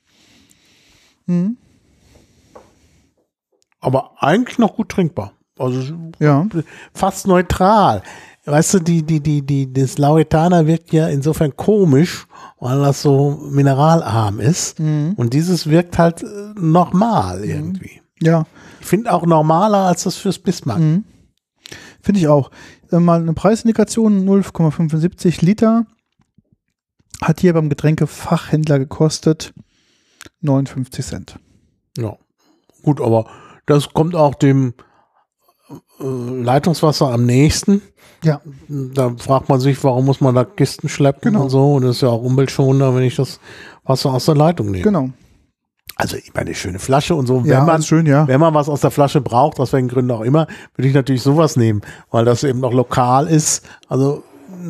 Aber eigentlich noch gut trinkbar. Also ja. Fast neutral. Weißt du, das Lauretana wirkt ja insofern komisch, weil das so mineralarm ist. Und dieses wirkt halt normal irgendwie. Ja. Ich finde auch normaler als das fürs Bismarck. Finde ich auch. Mal eine Preisindikation, 0,75 Liter. Hat hier beim Getränkefachhändler gekostet 59 Cent. Ja, gut, aber das kommt auch dem Leitungswasser am nächsten. Ja. Da fragt man sich, warum muss man da Kisten schleppen und so. Und das ist ja auch umweltschonender, wenn ich das Wasser aus der Leitung nehme. Genau. Also ich meine, schöne Flasche und so. Ja, Wenn man was aus der Flasche braucht, aus welchen Gründen auch immer, würde ich natürlich sowas nehmen, weil das eben noch lokal ist. Also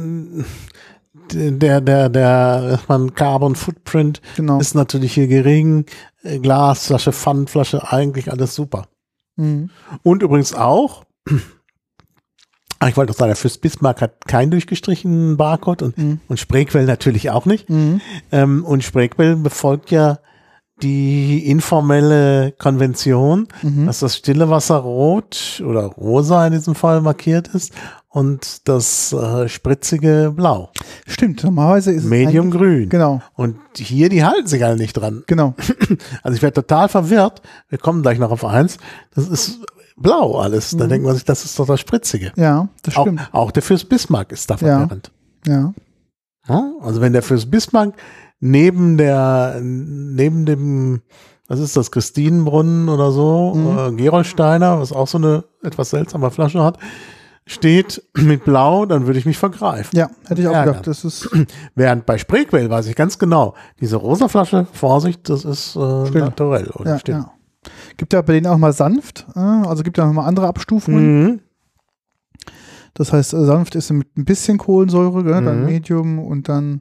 der Carbon Footprint ist natürlich hier gering. Glasflasche, Pfandflasche, eigentlich alles super. Und übrigens auch Ich wollte auch sagen, der Fürst Bismarck hat keinen durchgestrichenen Barcode und Spreequell natürlich auch nicht. Und Spreequell befolgt ja die informelle Konvention, dass das stille Wasser rot oder rosa in diesem Fall markiert ist und das spritzige blau. Stimmt, normalerweise ist es Medium grün. Genau. Und hier, die halten sich alle nicht dran. Genau. Also ich werde total verwirrt. Wir kommen gleich noch auf eins. Das ist blau alles. Da denkt man sich, das ist doch das Spritzige. Ja, das stimmt. Auch der Fürst Bismarck ist da verwirrend. Ja. Also wenn der Fürst Bismarck neben dem, was ist das, Christinenbrunnen oder so, Gerolsteiner, was auch so eine etwas seltsame Flasche hat, steht mit Blau, dann würde ich mich vergreifen. Ja, hätte ich auch gedacht. Das ist Während bei Spreequell weiß ich ganz genau, diese rosa Flasche, Vorsicht, das ist naturell oder still. Ja. Gibt ja bei denen auch mal sanft, also gibt ja noch mal andere Abstufungen. Das heißt, sanft ist mit ein bisschen Kohlensäure, dann Medium und dann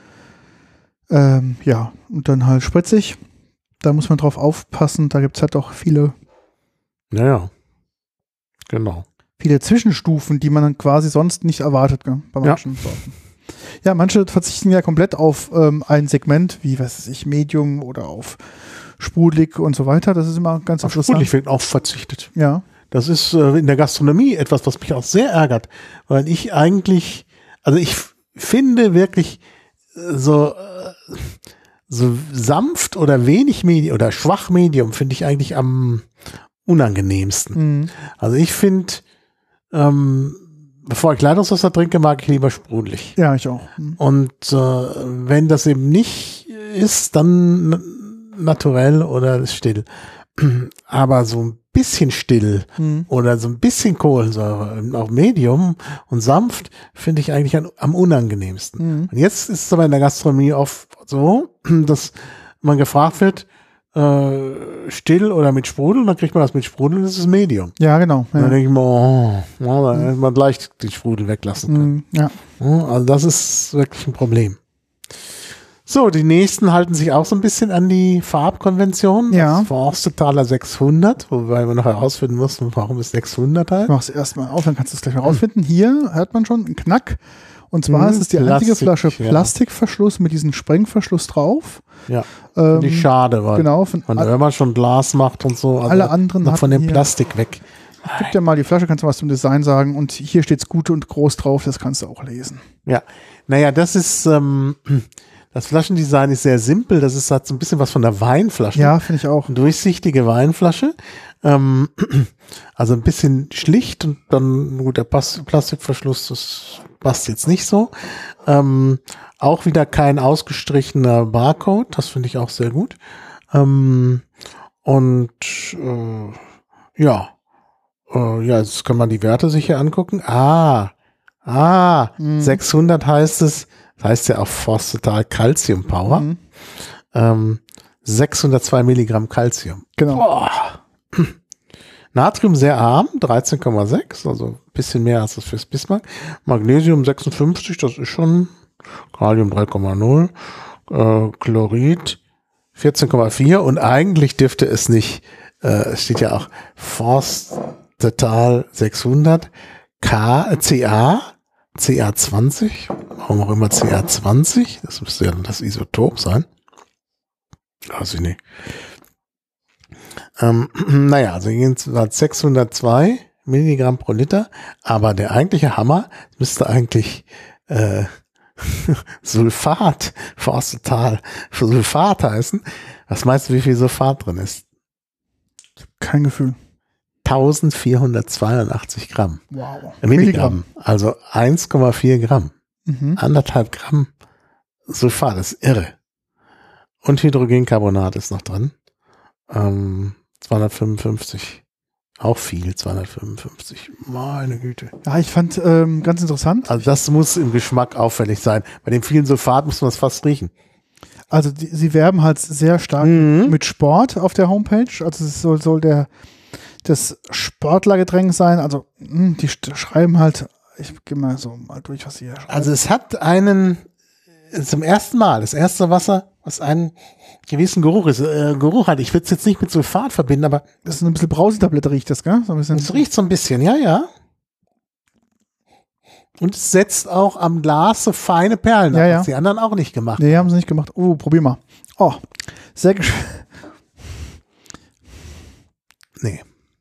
und dann halt spritzig. Da muss man drauf aufpassen, da gibt es halt auch viele genau. Viele Zwischenstufen, die man dann quasi sonst nicht erwartet, bei manchen Sorten. Ja, manche verzichten ja komplett auf ein Segment, wie, weiß ich, Medium oder auf sprudelig und so weiter. Das ist immer ganz interessant. Sprudelig wird auch verzichtet. Ja. Das ist in der Gastronomie etwas, was mich auch sehr ärgert, weil ich eigentlich, also ich finde wirklich so sanft oder wenig Medium oder schwach Medium finde ich eigentlich am unangenehmsten. Also ich finde, bevor ich Leitungswasser trinke, mag ich lieber sprudelig. Ja, ich auch. Und wenn das eben nicht ist, dann naturell oder still. Aber so ein bisschen still oder so ein bisschen Kohlensäure, auch Medium und sanft, finde ich eigentlich am unangenehmsten. Und jetzt ist es aber in der Gastronomie oft so, dass man gefragt wird, still oder mit Sprudel, dann kriegt man das mit Sprudel, das ist Medium. Ja, genau. Ja. Dann denke ich mir, dann hätte man gleich den Sprudel weglassen können. Ja. Also das ist wirklich ein Problem. So, die nächsten halten sich auch so ein bisschen an die Farbkonvention. Ja. Das Forstetaler 600, wobei wir noch herausfinden mussten, warum es 600 heißt. Ich mach's erstmal auf, dann kannst du es gleich mal rausfinden. Hier hört man schon einen Knack. Und zwar ist es die einzige Flasche Plastikverschluss mit diesem Sprengverschluss drauf. Ja, finde ich schade, weil wenn man schon Glas macht und so, also alle anderen noch von dem Plastik weg. Gib dir mal die Flasche, kannst du was zum Design sagen. Und hier steht's gut und groß drauf, das kannst du auch lesen. Ja, naja, das ist... das Flaschendesign ist sehr simpel. Das hat so ein bisschen was von der Weinflasche. Ja, finde ich auch. Eine durchsichtige Weinflasche. Also ein bisschen schlicht und dann, gut, der Plastikverschluss, das passt jetzt nicht so. Auch wieder kein ausgestrichener Barcode. Das finde ich auch sehr gut. Jetzt kann man die Werte sich hier angucken. 600 heißt es. Das heißt ja auch Forstetal Calcium Power. 602 Milligramm Calcium. Genau. Boah. Natrium sehr arm, 13,6, also ein bisschen mehr als das fürs Bismarck. Magnesium 56, das ist schon. Kalium 3,0. Chlorid 14,4 und eigentlich dürfte es nicht, es steht ja auch Forstetal 600 CA20, warum auch immer CA20, das müsste ja das Isotop sein. Weiß ich nicht. Also hier sind es 602 Milligramm pro Liter, aber der eigentliche Hammer müsste eigentlich Sulfat, Forstetal Sulfat heißen. Was meinst du, wie viel Sulfat drin ist? Kein Gefühl. 1482 Gramm. Wow. Milligramm. Also 1,4 Gramm. 1,5 Gramm Sulfat, das ist irre. Und Hydrogencarbonat ist noch drin. 255. Auch viel, 255. Meine Güte. Ja, ich fand ganz interessant. Also das muss im Geschmack auffällig sein. Bei dem vielen Sulfat muss man es fast riechen. Also sie werben halt sehr stark mit Sport auf der Homepage. Also es soll das Sportlergetränk sein. Also die schreiben halt, ich gehe mal so mal durch, was sie hier schreiben. Also es hat zum ersten Mal, das erste Wasser, was einen gewissen Geruch hat. Ich würde es jetzt nicht mit Sulfat verbinden, aber das ist ein bisschen Brausetablette, riecht das, gell? So ein bisschen. Es riecht so ein bisschen, ja. Und es setzt auch am Glas so feine Perlen ab, was die anderen auch nicht gemacht haben. Nee, haben sie nicht gemacht. Oh, probier mal. Oh, sehr geschmack. Nee.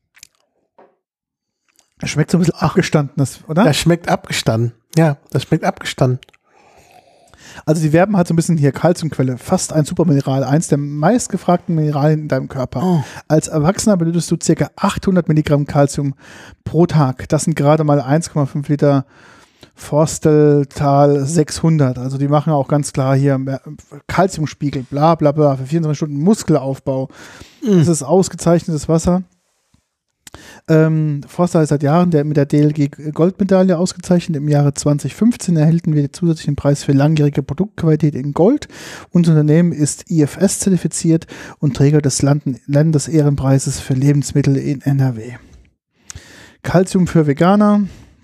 Das schmeckt so ein bisschen abgestanden, oder? Das schmeckt abgestanden. Ja, das schmeckt abgestanden. Also die werben halt so ein bisschen hier Kalziumquelle, fast ein Supermineral, eins der meistgefragten Mineralien in deinem Körper. Oh. Als Erwachsener benötigst du ca. 800 Milligramm Kalzium pro Tag. Das sind gerade mal 1,5 Liter Forsteltal 600. Also die machen auch ganz klar hier Kalziumspiegel, bla bla bla, für 24 Stunden Muskelaufbau. Das ist ausgezeichnetes Wasser. Forster ist seit Jahren mit der DLG Goldmedaille ausgezeichnet. Im Jahre 2015 erhielten wir den zusätzlichen Preis für langjährige Produktqualität in Gold. Unser Unternehmen ist IFS zertifiziert und Träger des Landesehrenpreises für Lebensmittel in NRW. Calcium für Veganer,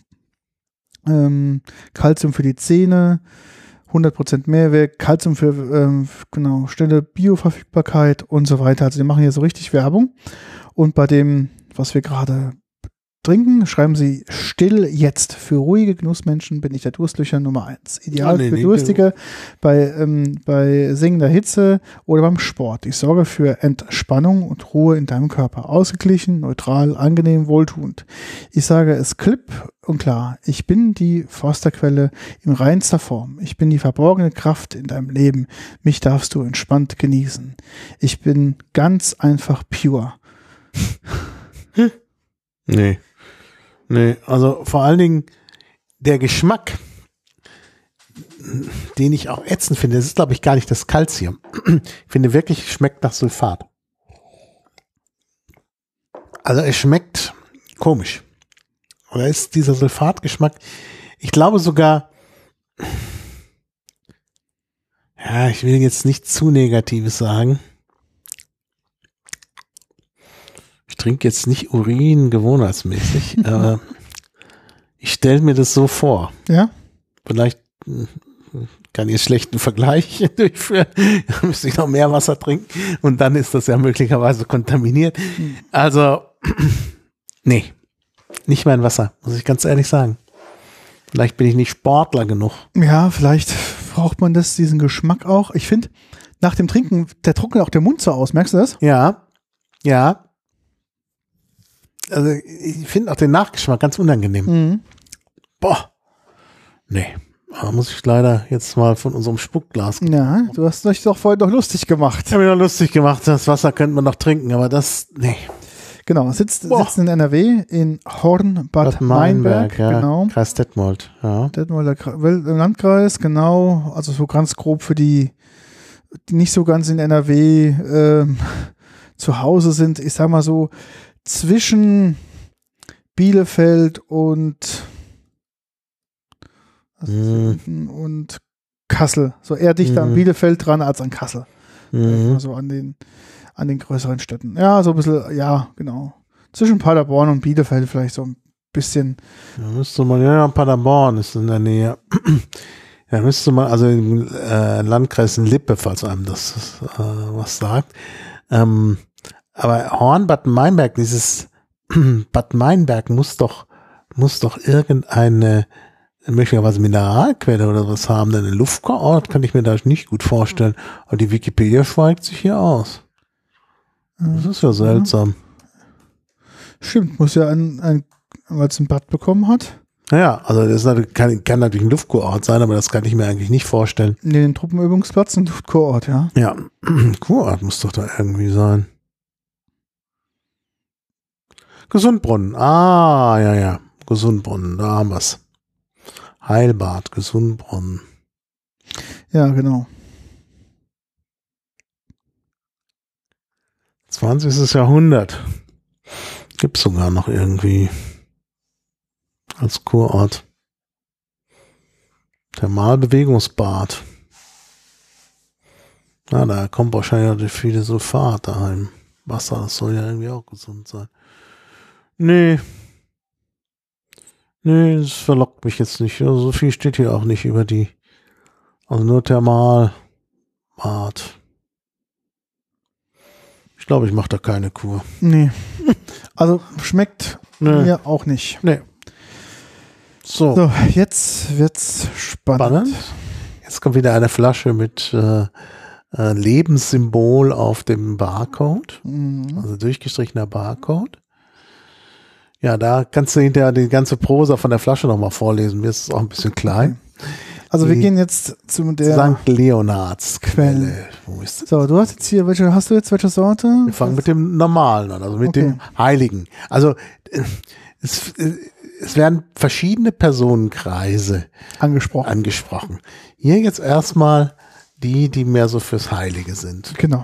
Calcium für die Zähne, 100% Mehrwert, Calcium für schnelle Bioverfügbarkeit und so weiter. Also die machen hier so richtig Werbung. Und bei dem, was wir gerade trinken, schreiben sie still jetzt. Für ruhige Genussmenschen bin ich der Durstlöcher Nummer 1. Ideal für Durstige bei singender Hitze oder beim Sport. Ich sorge für Entspannung und Ruhe in deinem Körper. Ausgeglichen, neutral, angenehm, wohltuend. Ich sage es klipp und klar. Ich bin die Forsterquelle in reinster Form. Ich bin die verborgene Kraft in deinem Leben. Mich darfst du entspannt genießen. Ich bin ganz einfach pure. Nee, also vor allen Dingen der Geschmack, den ich auch ätzend finde, das ist, glaube ich, gar nicht das Calcium. Ich finde wirklich, es schmeckt nach Sulfat. Also es schmeckt komisch. Oder ist dieser Sulfatgeschmack, ich glaube sogar, ja, ich will jetzt nicht zu Negatives sagen. Ich trinke jetzt nicht Urin gewohnheitsmäßig, aber ich stelle mir das so vor. Ja. Vielleicht kann ich einen schlechten Vergleich durchführen. Da müsste ich noch mehr Wasser trinken und dann ist das ja möglicherweise kontaminiert. Also, nee, nicht mein Wasser, muss ich ganz ehrlich sagen. Vielleicht bin ich nicht Sportler genug. Ja, vielleicht braucht man diesen Geschmack auch. Ich finde, nach dem Trinken, der trocknet auch der Mund so aus. Merkst du das? Ja. Also ich finde auch den Nachgeschmack ganz unangenehm. Mhm. Boah. Nee. Da muss ich leider jetzt mal von unserem Spuckglas. Ja, du hast dich doch vorhin noch lustig gemacht. Ich habe mich noch lustig gemacht. Das Wasser könnte man noch trinken, aber das, nee. Genau, sitzen in NRW in Horn-Bad Meinberg. Ja, genau. Kreis Detmold. Ja. Detmolder Landkreis, genau. Also so ganz grob für die nicht so ganz in NRW zu Hause sind. Ich sag mal so, zwischen Bielefeld und Kassel. So eher dichter an Bielefeld dran als an Kassel. So an den größeren Städten. Ja, so ein bisschen, ja, genau. Zwischen Paderborn und Bielefeld vielleicht so ein bisschen. Da müsste man, ja, Paderborn ist in der Nähe. Da müsste man, also im Landkreis Lippe, falls einem das was sagt. Aber Horn-Bad Meinberg, dieses Bad Meinberg muss doch irgendeine möglicherweise Mineralquelle oder was haben, denn ein Luftkurort kann ich mir da nicht gut vorstellen. Aber die Wikipedia schweigt sich hier aus. Das ist ja seltsam. Stimmt, muss ja weil es ein Bad bekommen hat. Naja, also das kann natürlich ein Luftkurort sein, aber das kann ich mir eigentlich nicht vorstellen. Nee, den Truppenübungsplatz, ein Luftkurort, ja. Ja, Kurort muss doch da irgendwie sein. Gesundbrunnen. Ja. Gesundbrunnen, da haben wir's. Heilbad, Gesundbrunnen. Ja, genau. 20. Jahrhundert. Gibt's sogar noch irgendwie als Kurort. Thermalbewegungsbad. Na, da kommt wahrscheinlich viele Sulfat daheim. Wasser, das soll ja irgendwie auch gesund sein. Nee, das verlockt mich jetzt nicht. Also so viel steht hier auch nicht über die. Also nur Thermalbad. Ich glaube, ich mache da keine Kur. Nee. Also schmeckt mir auch nicht. Nee. So, jetzt wird's spannend. Jetzt kommt wieder eine Flasche mit Lebenssymbol auf dem Barcode, also durchgestrichener Barcode. Ja, da kannst du hinterher die ganze Prosa von der Flasche nochmal vorlesen. Mir ist es auch ein bisschen klein. Also wir gehen jetzt zu der St. Leonhards Quelle. Wo ist das? So, du hast jetzt hier, hast du jetzt welche Sorte? Wir fangen mit dem normalen an, also mit dem Heiligen. Also es werden verschiedene Personenkreise angesprochen. Hier jetzt erstmal die mehr so fürs Heilige sind. Genau.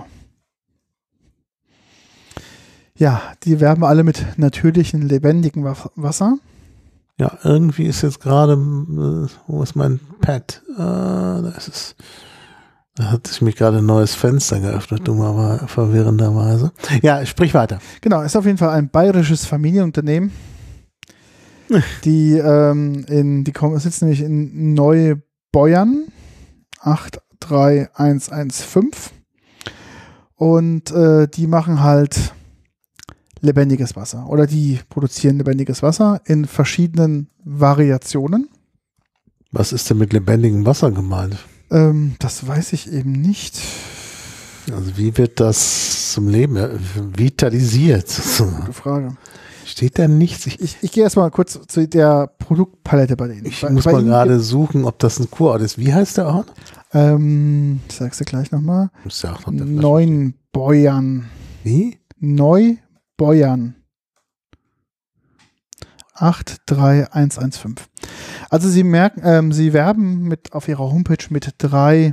Ja, die werben alle mit natürlichem, lebendigem Wasser. Ja, irgendwie ist jetzt gerade, wo ist mein Pad? Da ist es. Da hat sich mich gerade ein neues Fenster geöffnet, verwirrenderweise. Ja, sprich weiter. Genau, ist auf jeden Fall ein bayerisches Familienunternehmen. Die sitzen nämlich in Neubeuern 83115 und die machen halt lebendiges Wasser oder die produzieren lebendiges Wasser in verschiedenen Variationen. Was ist denn mit lebendigem Wasser gemeint? Das weiß ich eben nicht. Also wie wird das zum Leben vitalisiert? Gute Frage. Steht da nichts? Ich gehe erstmal kurz zu der Produktpalette bei denen. Ich muss mal gerade suchen, ob das ein Kurort ist. Wie heißt der Ort? Ich sag's dir gleich nochmal. Neubeuern. Wie? Neubeuern. 83115. Also sie werben auf ihrer Homepage mit drei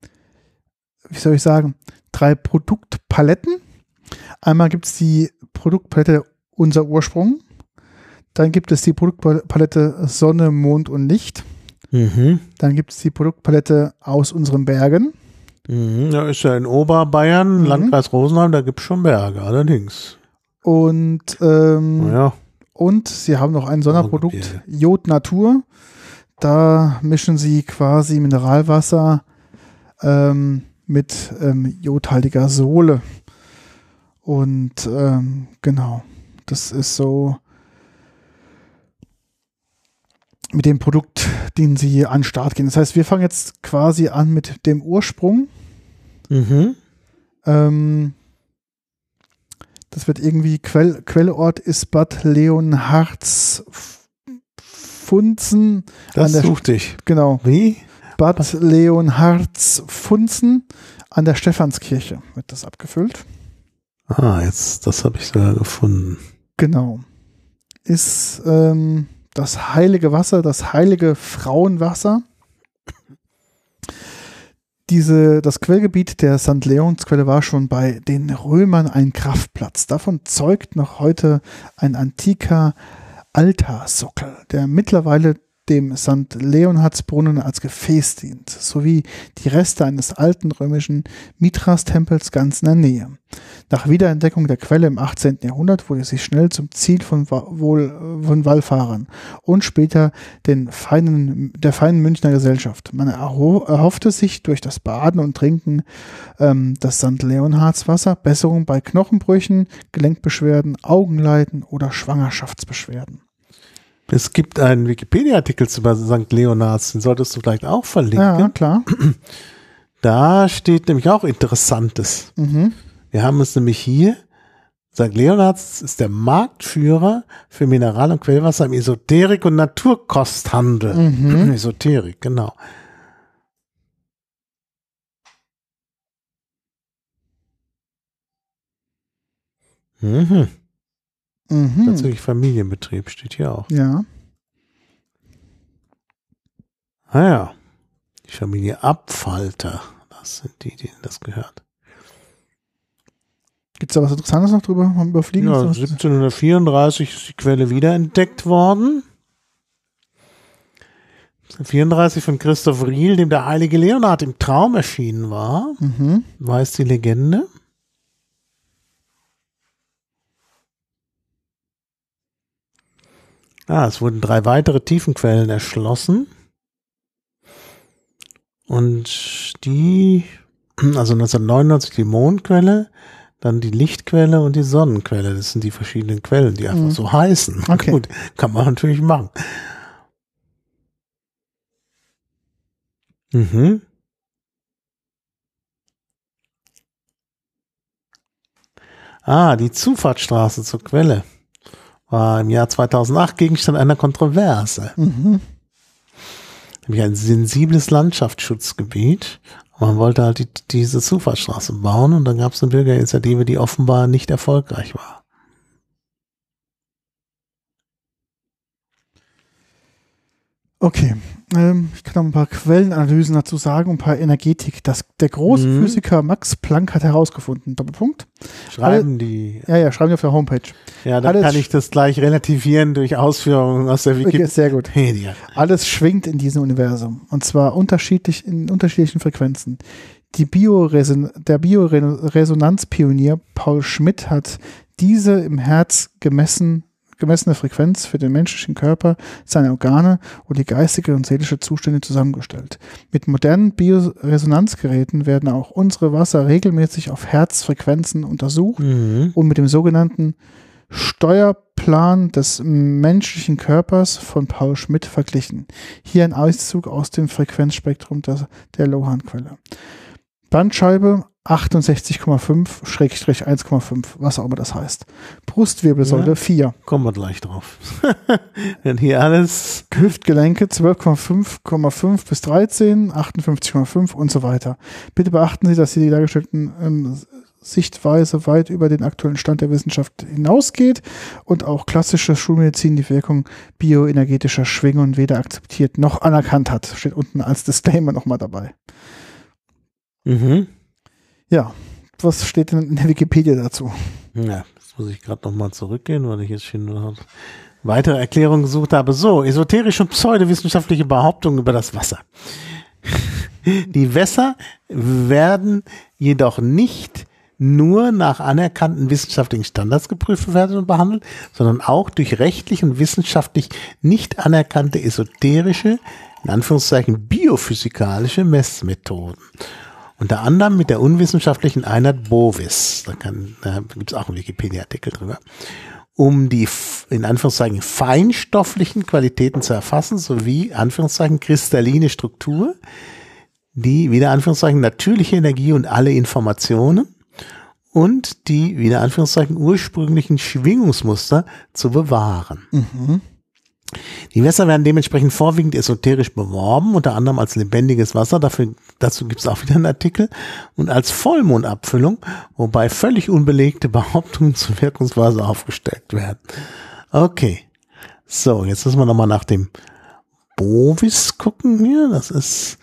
Produktpaletten. Einmal gibt es die Produktpalette Unser Ursprung. Dann gibt es die Produktpalette Sonne, Mond und Licht. Dann gibt es die Produktpalette Aus unseren Bergen. Da ist ja in Oberbayern, Landkreis Rosenheim, da gibt es schon Berge, allerdings. Und sie haben noch ein Sonderprodukt, Jod Natur. Da mischen sie quasi Mineralwasser mit jodhaltiger Sohle. Und genau, das ist so mit dem Produkt, den sie an den Start gehen. Das heißt, wir fangen jetzt quasi an mit dem Ursprung. Das wird irgendwie, Quelleort ist Bad Leonhards Funzen. Das suchte ich. Genau. Wie? Bad Leonhards Funzen an der Stephanskirche wird das abgefüllt. Das habe ich sogar gefunden. Genau. Ist das heilige Wasser, das heilige Frauenwasser. Das Quellgebiet der St. Leonsquelle war schon bei den Römern ein Kraftplatz. Davon zeugt noch heute ein antiker Altarsockel, der mittlerweile dem St. Leonhardsbrunnen als Gefäß dient, sowie die Reste eines alten römischen Mithras-Tempels ganz in der Nähe. Nach Wiederentdeckung der Quelle im 18. Jahrhundert wurde sie schnell zum Ziel von Wallfahrern und später der feinen Münchner Gesellschaft. Man erhoffte sich durch das Baden und Trinken des St. Leonhards Wasser Besserung bei Knochenbrüchen, Gelenkbeschwerden, Augenleiden oder Schwangerschaftsbeschwerden. Es gibt einen Wikipedia-Artikel zu St. Leonhards, den solltest du vielleicht auch verlinken. Ja, klar. Da steht nämlich auch Interessantes. Wir haben es nämlich hier. St. Leonhards ist der Marktführer für Mineral- und Quellwasser im Esoterik- und Naturkosthandel. Esoterik, genau. Tatsächlich Familienbetrieb steht hier auch. Ja. Ja. Die Familie Abfalter. Das sind die, denen das gehört. Gibt es da was Interessantes noch drüber? Haben überfliegen? Ja, 1734 ist die Quelle wiederentdeckt worden. 1734 von Christoph Riel, dem der heilige Leonhard im Traum erschienen war. Weiß die Legende. Es wurden 3 weitere Tiefenquellen erschlossen. Und die, also 1999 die Mondquelle, dann die Lichtquelle und die Sonnenquelle. Das sind die verschiedenen Quellen, die einfach so heißen. Okay. Gut, kann man natürlich machen. Mhm. Die Zufahrtsstraße zur Quelle war im Jahr 2008 Gegenstand einer Kontroverse. Nämlich ein sensibles Landschaftsschutzgebiet. Man wollte halt diese Zufahrtsstraße bauen und dann gab es eine Bürgerinitiative, die offenbar nicht erfolgreich war. Okay, ich kann noch ein paar Quellenanalysen dazu sagen, ein paar Energetik. Der große Physiker Max Planck hat herausgefunden, Doppelpunkt. Schreiben die auf der Homepage. Ja, dann kann ich das gleich relativieren durch Ausführungen aus der Wikipedia. Sehr gut. Alles schwingt in diesem Universum und zwar in unterschiedlichen Frequenzen. Der Bioresonanzpionier Paul Schmidt hat diese im Herz gemessene Frequenz für den menschlichen Körper, seine Organe und die geistige und seelische Zustände zusammengestellt. Mit modernen Bioresonanzgeräten werden auch unsere Wasser regelmäßig auf Herzfrequenzen untersucht und mit dem sogenannten Steuerplan des menschlichen Körpers von Paul Schmidt verglichen. Hier ein Auszug aus dem Frequenzspektrum der Lohan-Quelle. Bandscheibe 68,5/1,5, was auch immer das heißt. Brustwirbelsäule 4. Kommen wir gleich drauf. Wenn hier alles... Hüftgelenke 12,5 bis 13, 58,5 und so weiter. Bitte beachten Sie, dass hier die dargestellten Sichtweise weit über den aktuellen Stand der Wissenschaft hinausgeht und auch klassische Schulmedizin die Wirkung bioenergetischer Schwingungen weder akzeptiert noch anerkannt hat. Steht unten als Disclaimer nochmal dabei. Ja, was steht denn in der Wikipedia dazu? Ja, jetzt muss ich gerade nochmal zurückgehen, weil ich jetzt schon noch weitere Erklärungen gesucht habe. So, esoterische und pseudowissenschaftliche Behauptungen über das Wasser. Die Wässer werden jedoch nicht nur nach anerkannten wissenschaftlichen Standards geprüft werden und behandelt, sondern auch durch rechtlich und wissenschaftlich nicht anerkannte esoterische, in Anführungszeichen biophysikalische Messmethoden. Unter anderem mit der unwissenschaftlichen Einheit Bovis, da gibt es auch einen Wikipedia-Artikel drüber, um die in Anführungszeichen feinstofflichen Qualitäten zu erfassen, sowie Anführungszeichen kristalline Struktur, die wieder Anführungszeichen natürliche Energie und alle Informationen und die wieder Anführungszeichen ursprünglichen Schwingungsmuster zu bewahren. Die Wässer werden dementsprechend vorwiegend esoterisch beworben, unter anderem als lebendiges Wasser, dazu gibt es auch wieder einen Artikel, und als Vollmondabfüllung, wobei völlig unbelegte Behauptungen zur Wirkungsweise aufgestellt werden. Okay, so, jetzt müssen wir nochmal nach dem Bovis gucken hier, das ist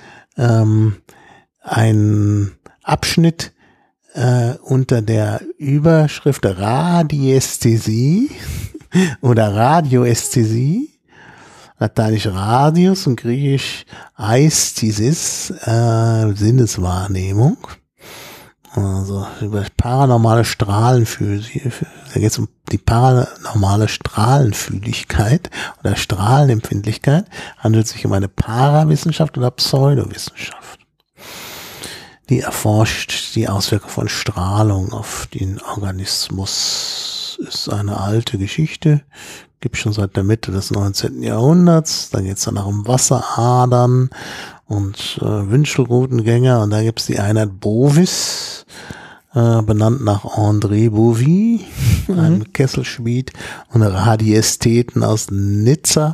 ein Abschnitt unter der Überschrift Radiästhesie oder Radioästhesie, lateinisch Radius und griechisch Aesthesis, Sinneswahrnehmung. Also über paranormale Strahlenphysik, da geht es um die paranormale Strahlenfühligkeit oder Strahlenempfindlichkeit, handelt sich um eine Parawissenschaft oder Pseudowissenschaft. Die erforscht die Auswirkungen von Strahlung auf den Organismus. Ist eine alte Geschichte, gibt schon seit der Mitte des 19. Jahrhunderts. Dann geht es danach um Wasseradern und Wünschelroutengänger, und da gibt es die Einheit Bovis, benannt nach André Bovy, einem Kesselschmied und Radiästheten aus Nizza.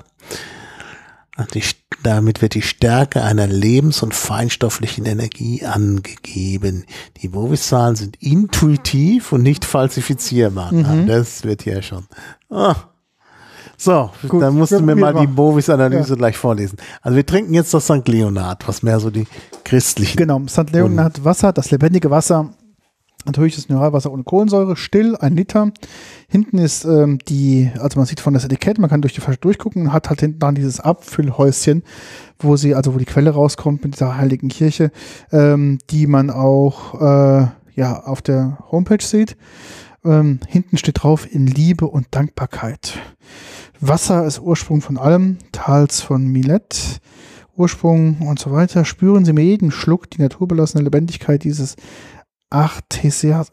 Damit wird die Stärke einer lebens- und feinstofflichen Energie angegeben. Die Bovis-Zahlen sind intuitiv und nicht falsifizierbar. Das wird hier schon. So, gut, dann musst du mir mal die Bovis-Analyse gleich vorlesen. Also wir trinken jetzt das St. Leonhard, was mehr so die christlichen... Genau, St. Leonhard Wasser, das lebendige Wasser, natürliches Mineralwasser ohne Kohlensäure, still, 1 Liter. Hinten ist also man sieht von das Etikett, man kann durch die Flasche durchgucken, hat halt hinten dran dieses Abfüllhäuschen, wo die Quelle rauskommt mit dieser heiligen Kirche, die man auch auf der Homepage sieht. Hinten steht drauf: in Liebe und Dankbarkeit. Wasser ist Ursprung von allem, Tals von Milet, Ursprung und so weiter. Spüren Sie mit jedem Schluck die naturbelassene Lebendigkeit dieses artesisches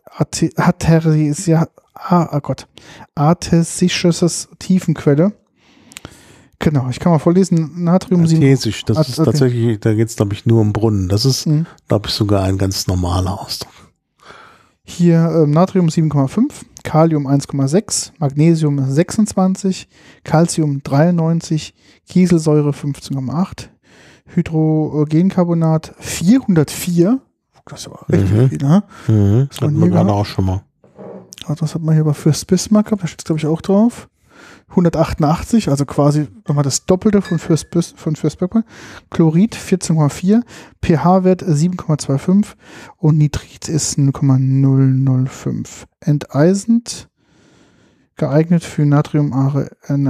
Tiefenquelle. Genau, ich kann mal vorlesen. Natrium 7. Artesisch, das ist tatsächlich, da geht es, glaube ich, nur um Brunnen. Das ist, glaube ich, sogar ein ganz normaler Ausdruck. Hier Natrium 7,5, Kalium 1,6, Magnesium 26, Calcium 93, Kieselsäure 15,8, Hydrogencarbonat 404. Das ist aber richtig viel, ne? Das hatten wir gerade auch schon mal. Das hat man hier bei Fürst Bismarck gehabt, da steht es, glaube ich, auch drauf. 188, also quasi nochmal das Doppelte von Fürst Bismarck. Chlorid 14,4, pH-Wert 7,25 und Nitrit ist 0,005. Enteisend, geeignet für natriumarme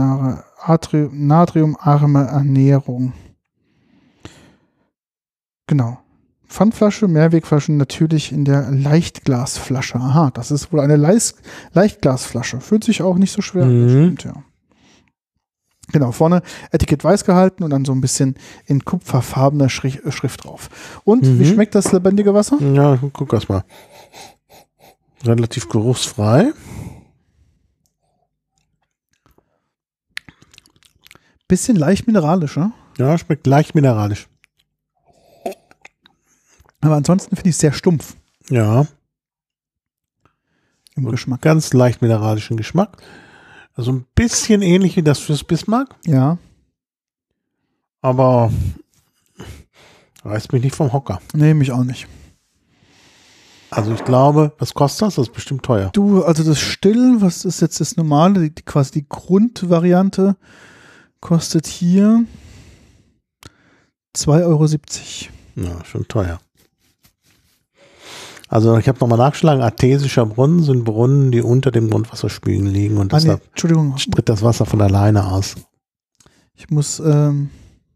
Ernährung. Genau. Pfandflasche, Mehrwegflaschen natürlich in der Leichtglasflasche. Aha, das ist wohl eine Leichtglasflasche. Fühlt sich auch nicht so schwer an. Stimmt, ja. Genau, vorne Etikett weiß gehalten und dann so ein bisschen in kupferfarbener Schrift drauf. Und wie schmeckt das lebendige Wasser? Ja, guck erst mal. Relativ geruchsfrei. Bisschen leicht mineralisch, ne? Ja, schmeckt leicht mineralisch. Aber ansonsten finde ich es sehr stumpf. Ja. Im Geschmack. Ganz leicht mineralischen Geschmack. Also ein bisschen ähnlich wie das Fürst Bismarck. Ja. Aber reißt mich nicht vom Hocker. Nee, mich auch nicht. Also ich glaube, was kostet das? Das ist bestimmt teuer. Du, also das Still, was ist jetzt das normale, quasi die Grundvariante, kostet hier 2,70 Euro. Ja, schon teuer. Also ich habe nochmal nachgeschlagen, artesischer Brunnen sind Brunnen, die unter dem Grundwasserspiegel liegen und deshalb tritt das Wasser von alleine aus. Ich muss, warte,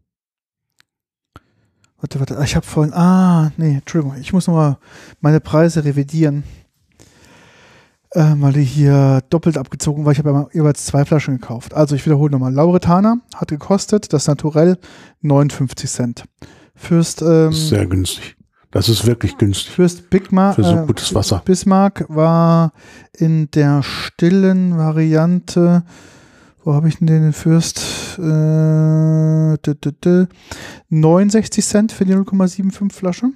ich habe vorhin, Entschuldigung, ich muss nochmal meine Preise revidieren, weil die hier doppelt abgezogen war. Ich habe ja jeweils 2 Flaschen gekauft. Also ich wiederhole nochmal, Lauretana hat gekostet, das Naturell 59 Cent. Fürst, das ist sehr günstig. Das ist wirklich günstig. Fürst Bismarck, für so gutes Wasser. Bismarck war in der stillen Variante, wo habe ich denn den Fürst? 69 Cent für die 0,75 Flasche.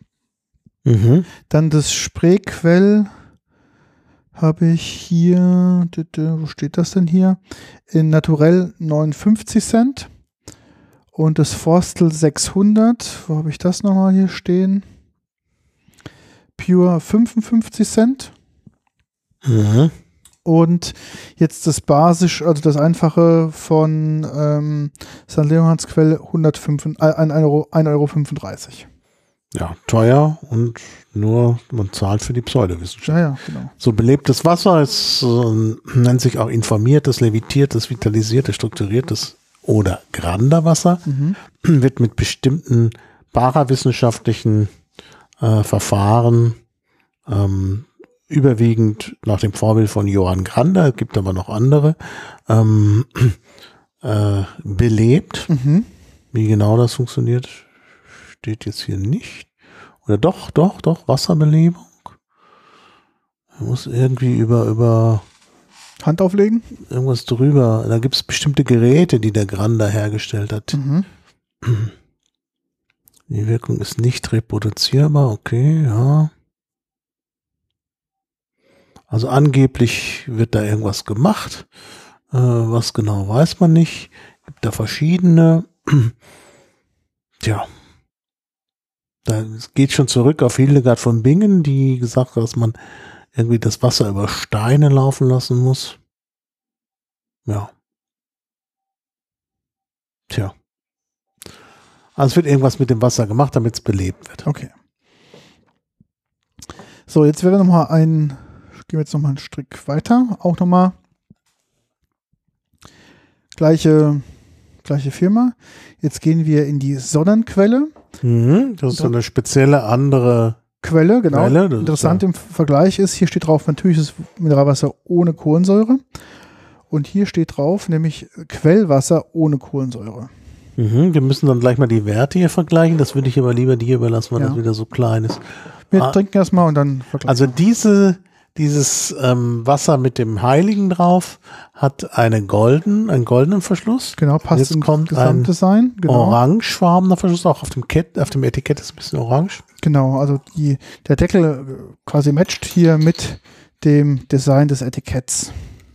Dann das Spreequell habe ich hier, wo steht das denn hier? In Naturell 59 Cent. Und das Forstel 600, wo habe ich das nochmal hier stehen? Pure 55 Cent. Und jetzt das Basisch, also das Einfache von St. Leonhards Quell 1,35 €. Ja, teuer und nur man zahlt für die Pseudowissenschaft. Ja, genau. So belebtes Wasser ist, nennt sich auch informiertes, levitiertes, vitalisiertes, strukturiertes oder Granderwasser, wird mit bestimmten parawissenschaftlichen Verfahren überwiegend nach dem Vorbild von Johann Grander, es gibt aber noch andere, belebt. Wie genau das funktioniert, steht jetzt hier nicht. Oder doch, Wasserbelebung. Man muss irgendwie über Hand auflegen? Irgendwas drüber. Da gibt es bestimmte Geräte, die der Grander hergestellt hat. Die Wirkung ist nicht reproduzierbar. Okay, ja. Also angeblich wird da irgendwas gemacht. Was genau, weiß man nicht. Gibt da verschiedene. Tja. Es geht schon zurück auf Hildegard von Bingen, die gesagt hat, dass man irgendwie das Wasser über Steine laufen lassen muss. Ja. Tja. Also es wird irgendwas mit dem Wasser gemacht, damit es belebt wird. Okay. So, jetzt werden wir nochmal gehen wir jetzt nochmal einen Strick weiter. Auch nochmal gleiche Firma. Jetzt gehen wir in die Sonnenquelle. Das ist so eine spezielle andere Quelle, genau. Interessant im Vergleich ist, hier steht drauf natürliches Mineralwasser ohne Kohlensäure. Und hier steht drauf, nämlich Quellwasser ohne Kohlensäure. Wir müssen dann gleich mal die Werte hier vergleichen. Das würde ich aber lieber dir überlassen, weil das wieder so klein ist. Wir trinken erstmal und dann vergleichen. Also Dieses Wasser mit dem Heiligen drauf hat einen goldenen Verschluss. Genau, passt jetzt ins kommt Gesamtdesign. Genau. Orangefarbener Verschluss, auch auf dem Etikett ist ein bisschen orange. Genau, also der Deckel quasi matcht hier mit dem Design des Etiketts.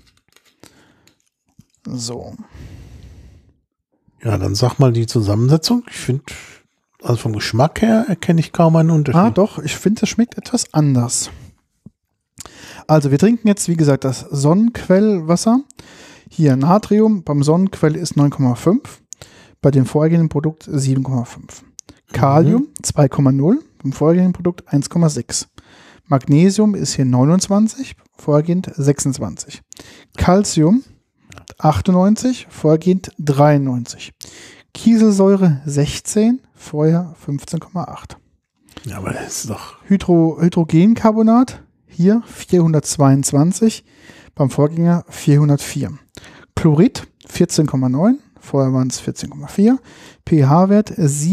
So. Ja, dann sag mal die Zusammensetzung. Ich finde, also vom Geschmack her erkenne ich kaum einen Unterschied. Ah, doch, ich finde, das schmeckt etwas anders. Also wir trinken jetzt, wie gesagt, das Sonnenquellwasser. Hier Natrium beim Sonnenquell ist 9,5, bei dem vorhergehenden Produkt 7,5. Kalium 2,0, beim vorhergehenden Produkt 1,6. Magnesium ist hier 29, vorhergehend 26. Calcium 98, vorhergehend 93. Kieselsäure 16, vorher 15,8. Ja, aber das ist doch... Hydrogencarbonat hier 422, beim Vorgänger 404. Chlorid 14,9, vorher waren es 14,4. pH-Wert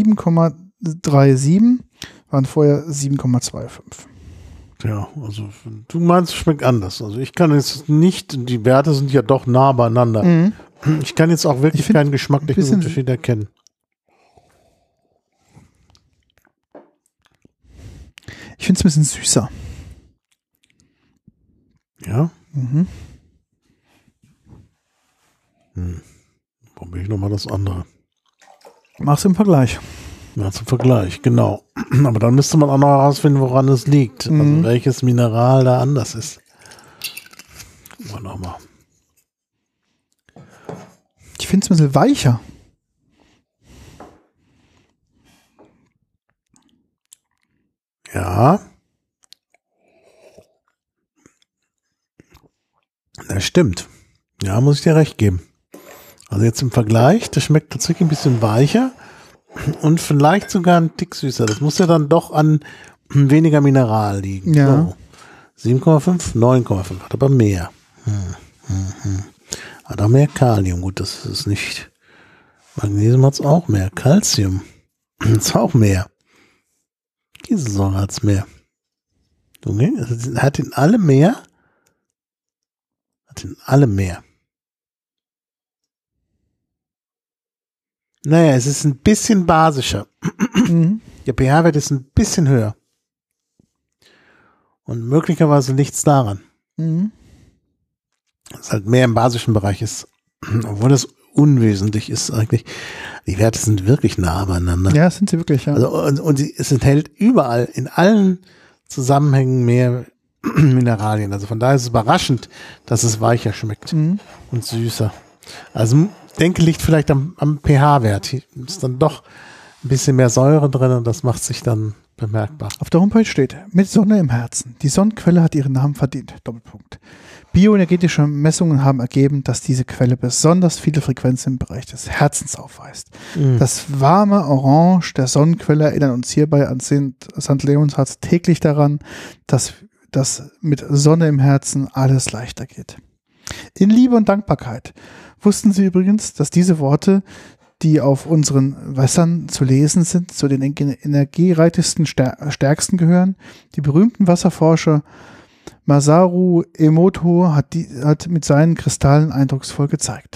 7,37, waren vorher 7,25. Ja, also du meinst, es schmeckt anders. Also ich kann jetzt nicht, die Werte sind ja doch nah beieinander. Mhm. Ich kann jetzt auch wirklich keinen geschmacklichen Unterschied erkennen. Ich finde es ein bisschen süßer. Ja? Mhm. Probiere ich nochmal das andere. Mach's im Vergleich. Ja, zum Vergleich, genau. Aber dann müsste man auch noch herausfinden, woran es liegt. Also welches Mineral da anders ist. Gucken wir nochmal. Ich finde es ein bisschen weicher. Ja. Das stimmt. Ja, muss ich dir recht geben. Also jetzt im Vergleich, das schmeckt tatsächlich ein bisschen weicher und vielleicht sogar ein Tick süßer. Das muss ja dann doch an weniger Mineral liegen. Ja. So. 7,5, 9,5, hat aber mehr. Hat auch mehr Kalium. Gut, das ist nicht. Magnesium hat es auch mehr. Calcium hat es auch mehr. Kieselsäure hat es mehr. Okay? Also, hat in alle mehr. Hat in alle mehr. Naja, es ist ein bisschen basischer. Der pH-Wert ist ein bisschen höher. Und möglicherweise liegt es daran. Dass es halt mehr im basischen Bereich ist. Obwohl das unwesentlich ist eigentlich. Die Werte sind wirklich nah beieinander. Ja, sind sie wirklich, ja. Also, und es enthält überall, in allen Zusammenhängen mehr Mineralien. Also von daher ist es überraschend, dass es weicher schmeckt und süßer. Also denke, liegt vielleicht am pH-Wert. Hier ist dann doch ein bisschen mehr Säure drin und das macht sich dann bemerkbar. Auf der Homepage steht, mit Sonne im Herzen. Die Sonnenquelle hat ihren Namen verdient. Doppelpunkt. Bioenergetische Messungen haben ergeben, dass diese Quelle besonders viele Frequenzen im Bereich des Herzens aufweist. Das warme Orange der Sonnenquelle erinnert uns hierbei an St. Leonhards täglich daran, dass mit Sonne im Herzen alles leichter geht. In Liebe und Dankbarkeit. Wussten Sie übrigens, dass diese Worte, die auf unseren Wässern zu lesen sind, zu den energiereichsten, stärksten gehören? Die berühmten Wasserforscher Masaru Emoto hat mit seinen Kristallen eindrucksvoll gezeigt.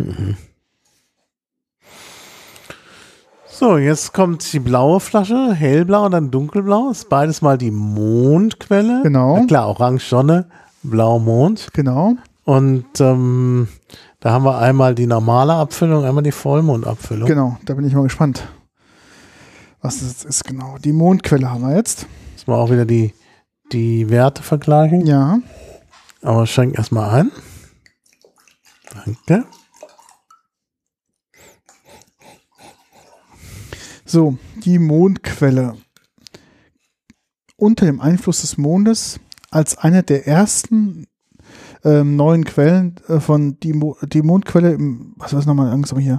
So, jetzt kommt die blaue Flasche, hellblau und dann dunkelblau. Ist beides mal die Mondquelle. Genau. Ja, klar, Orange Sonne, Blau Mond. Genau. Und da haben wir einmal die normale Abfüllung, einmal die Vollmondabfüllung. Genau, da bin ich mal gespannt, was das ist genau. Die Mondquelle haben wir jetzt. Müssen wir auch wieder die Werte vergleichen. Ja. Aber schenk erstmal ein. Danke. So, die Mondquelle. Unter dem Einfluss des Mondes als eine der ersten neuen Quellen von die Mondquelle, was war es nochmal langsam hier?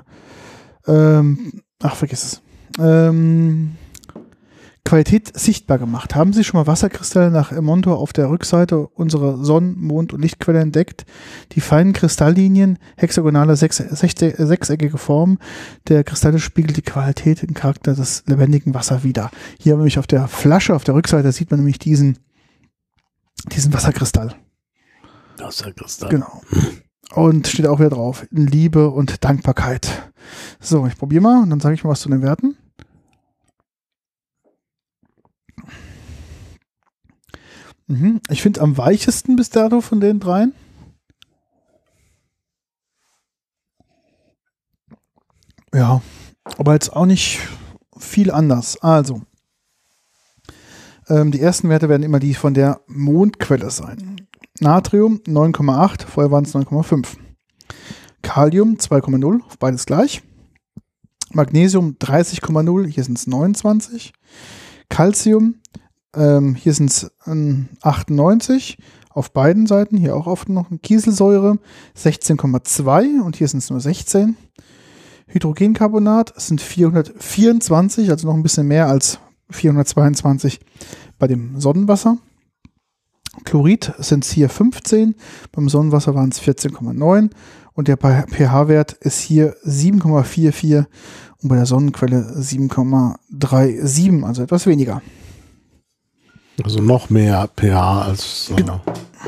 Vergiss es. Qualität sichtbar gemacht. Haben Sie schon mal Wasserkristalle nach Emonto auf der Rückseite unserer Sonnen-, Mond- und Lichtquelle entdeckt? Die feinen Kristalllinien, hexagonale, sechseckige Form der Kristalle spiegelt die Qualität und Charakter des lebendigen Wassers wider. Hier nämlich auf der Flasche, auf der Rückseite, sieht man nämlich diesen Diesen Wasserkristall. Wasserkristall. Genau. Und steht auch wieder drauf. Liebe und Dankbarkeit. So, ich probiere mal und dann sage ich mal was zu den Werten. Ich finde am weichesten bis dato von den dreien. Ja, aber jetzt auch nicht viel anders. Also, die ersten Werte werden immer die von der Mondquelle sein. Natrium 9,8, vorher waren es 9,5. Kalium 2,0, beides gleich. Magnesium 30,0, hier sind es 29. Calcium, hier sind es 98 auf beiden Seiten, hier auch oft noch Kieselsäure 16,2 und hier sind es nur 16. Hydrogencarbonat sind 424, also noch ein bisschen mehr als 422 bei dem Sonnenwasser. Chlorid sind es hier 15, beim Sonnenwasser waren es 14,9 und der pH-Wert ist hier 7,44 und bei der Sonnenquelle 7,37, also etwas weniger. Also noch mehr pH als... Genau.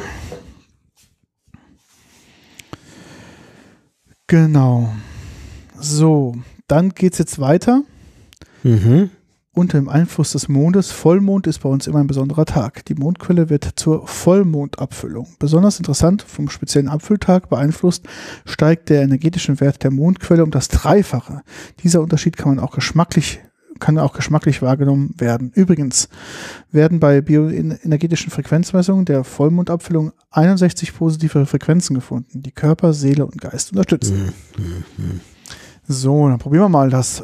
Genau. So, dann geht es jetzt weiter. Unter dem Einfluss des Mondes. Vollmond ist bei uns immer ein besonderer Tag. Die Mondquelle wird zur Vollmondabfüllung. Besonders interessant, vom speziellen Abfülltag beeinflusst, steigt der energetische Wert der Mondquelle um das Dreifache. Dieser Unterschied kann auch geschmacklich wahrgenommen werden. Übrigens werden bei bioenergetischen Frequenzmessungen der Vollmondabfüllung 61 positive Frequenzen gefunden, die Körper, Seele und Geist unterstützen. So, dann probieren wir mal das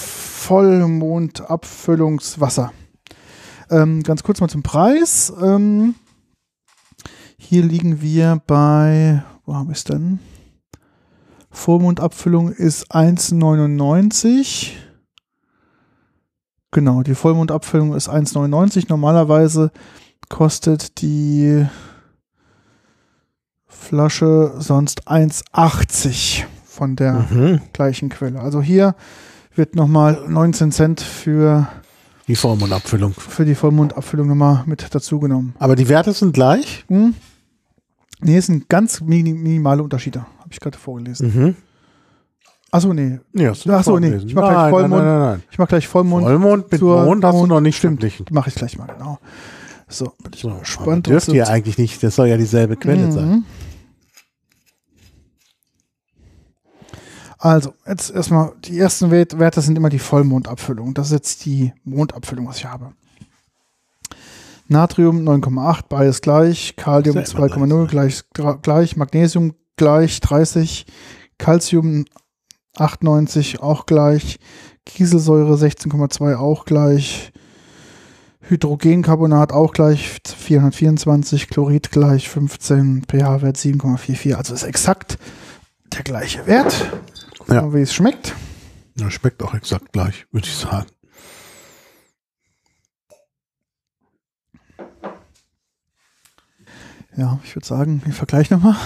Vollmondabfüllungswasser. Ganz kurz mal zum Preis. Hier liegen wir bei, wo haben wir es denn? Vollmondabfüllung ist 1,99. Genau, die Vollmondabfüllung ist 1,99. Normalerweise kostet die Flasche sonst 1,80 von der gleichen Quelle. Also hier wird nochmal 19 Cent für die Vollmondabfüllung. Für die Vollmondabfüllung nochmal mit dazu genommen. Aber die Werte sind gleich? Nee, es sind ganz minimale Unterschiede. Habe ich gerade vorgelesen. Achso, nee. Ja, Achso, nee. Ich mache gleich Vollmond. Nein. Ich mache gleich Vollmond. Vollmond mit Mond hast du noch nicht verglichen. Mache ich gleich mal, genau. So, bin ich mal gespannt. Dürft ihr eigentlich nicht. Das soll ja dieselbe Quelle sein. Also, jetzt erstmal, die ersten Werte sind immer die Vollmondabfüllung. Das ist jetzt die Mondabfüllung, was ich habe. Natrium 9,8, beides gleich. Kalium 2,0 gleich. Magnesium gleich 30. Calcium 98 auch gleich. Kieselsäure 16,2 auch gleich. Hydrogencarbonat auch gleich 424. Chlorid gleich 15. pH-Wert 7,44. Also ist exakt der gleiche Wert. Ja. Wie es schmeckt. Ja, schmeckt auch exakt gleich, würde ich sagen. Ja, ich würde sagen, wir vergleichen nochmal.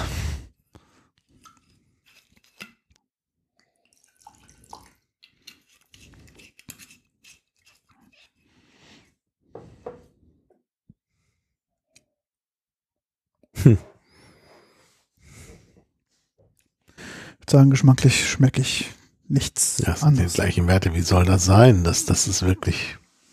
Ich würde sagen, geschmacklich schmecke ich nichts das anderes. sind die gleichen Werte, wie soll das sein? Das ist wirklich...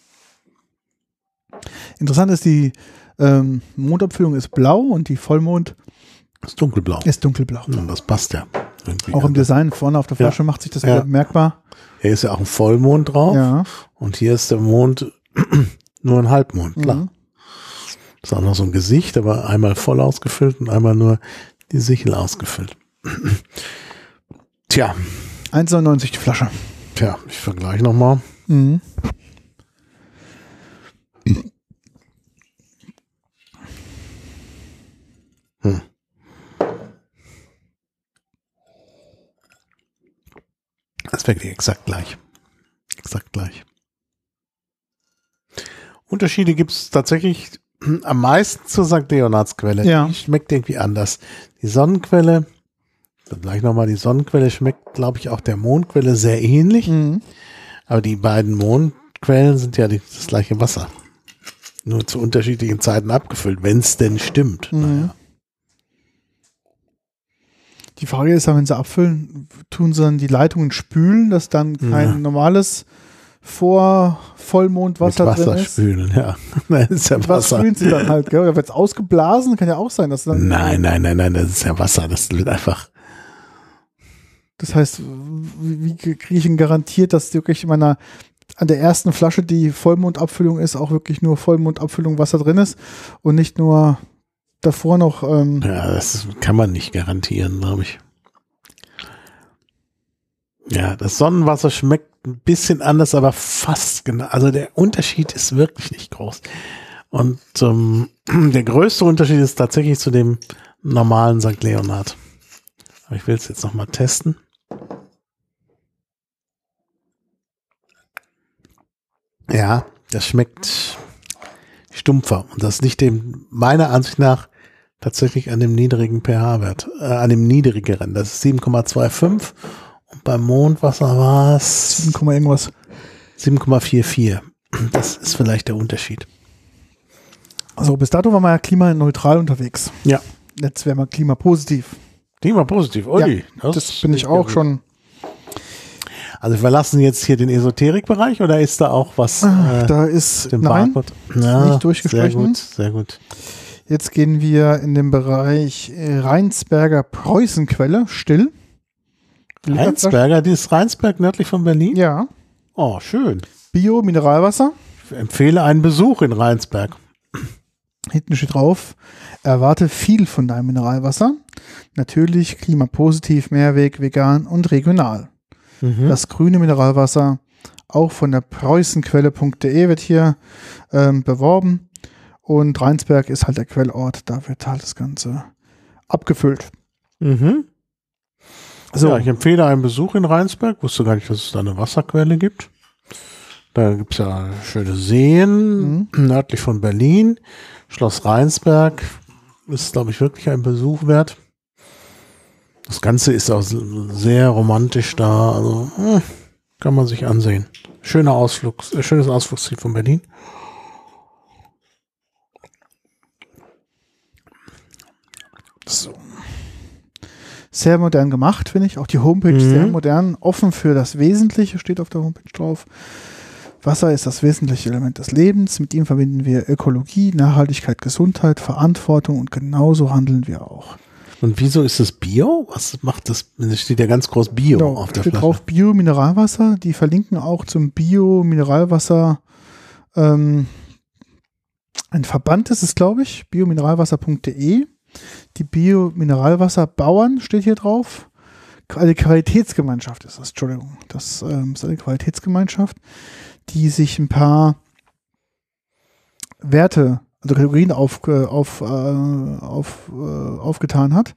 Interessant ist, die Mondabfüllung ist blau und die Vollmond ist dunkelblau. Und das passt ja. Irgendwie auch im Design vorne auf der Flasche macht sich das wieder bemerkbar. Hier ist ja auch ein Vollmond drauf. Ja. Und hier ist der Mond nur ein Halbmond, klar. Das ist auch noch so ein Gesicht, aber einmal voll ausgefüllt und einmal nur die Sichel ausgefüllt. Tja. 1,99 die Flasche. Tja, ich vergleiche nochmal. Das ist wirklich exakt gleich. Exakt gleich. Unterschiede gibt es tatsächlich am meisten zur St. Leonhardsquelle. Ja. Die schmeckt irgendwie anders. Die Sonnenquelle, gleich nochmal, die Sonnenquelle schmeckt, glaube ich, auch der Mondquelle sehr ähnlich. Aber die beiden Mondquellen sind ja das gleiche Wasser. nur zu unterschiedlichen Zeiten abgefüllt, wenn es denn stimmt. Naja. Die Frage ist ja, wenn sie abfüllen, tun sie dann die Leitungen spülen, dass dann kein normales Vollmondwasser mit Wasser drin ist. Spülen, ja. Das ist ja Was Wasser. spülen sie dann halt, gell? Oder wird es ausgeblasen? Kann ja auch sein, dass dann. Nein, das ist ja Wasser. Das wird einfach. Das heißt, wie kriege ich denn garantiert, dass wirklich an der ersten Flasche, die Vollmondabfüllung ist, auch wirklich nur Vollmondabfüllung Wasser drin ist und nicht nur davor noch. Ja, das kann man nicht garantieren, glaube ich. Ja, das Sonnenwasser schmeckt ein bisschen anders, aber fast genau. Also der Unterschied ist wirklich nicht groß. Und der größte Unterschied ist tatsächlich zu dem normalen St. Leonhard. Aber ich will es jetzt nochmal testen. Ja, das schmeckt stumpfer. Und das liegt meiner Ansicht nach tatsächlich an dem niedrigen pH-Wert, an dem niedrigeren. Das ist 7,25 und beim Mondwasser war es 7, irgendwas. 7,44. Das ist vielleicht der Unterschied. Also bis dato waren wir ja klimaneutral unterwegs. Ja. Jetzt wären wir klimapositiv. Klimapositiv, Uli. Ja, das bin ich auch schon. Also wir verlassen jetzt hier den Esoterikbereich oder ist da auch was? Da ist Barcode? Nicht durchgestrichen. Sehr gut. Jetzt gehen wir in den Bereich Rheinsberger Preußenquelle, still. Rheinsberger, die ist Rheinsberg nördlich von Berlin? Ja. Oh, schön. Bio-Mineralwasser. Ich empfehle einen Besuch in Rheinsberg. Hinten steht drauf, erwarte viel von deinem Mineralwasser. Natürlich, klimapositiv, Mehrweg, vegan und regional. Das grüne Mineralwasser, auch von der preußenquelle.de wird hier beworben. Und Rheinsberg ist halt der Quellort, da wird halt das Ganze abgefüllt. So. Ja, ich empfehle einen Besuch in Rheinsberg. Wusste gar nicht, dass es da eine Wasserquelle gibt. Da gibt es ja schöne Seen, nördlich von Berlin. Schloss Rheinsberg ist, glaube ich, wirklich ein Besuch wert. Das Ganze ist auch sehr romantisch da. Also kann man sich ansehen. Schönes Ausflugsziel von Berlin. So. Sehr modern gemacht, finde ich. Auch die Homepage sehr modern. Offen für das Wesentliche steht auf der Homepage drauf. Wasser ist das wesentliche Element des Lebens. Mit ihm verbinden wir Ökologie, Nachhaltigkeit, Gesundheit, Verantwortung und genauso handeln wir auch. Und wieso ist es Bio? Was macht das? Es steht ja ganz groß Bio auf der Flasche. Steht drauf Bio-Mineralwasser. Die verlinken auch zum Bio-Mineralwasser. Ein Verband ist es, glaube ich. Biomineralwasser.de. Die Bio-Mineralwasserbauern steht hier drauf. Eine Qualitätsgemeinschaft ist das, Entschuldigung. Das ist eine Qualitätsgemeinschaft, die sich ein paar Werte, also Kategorien aufgetan hat.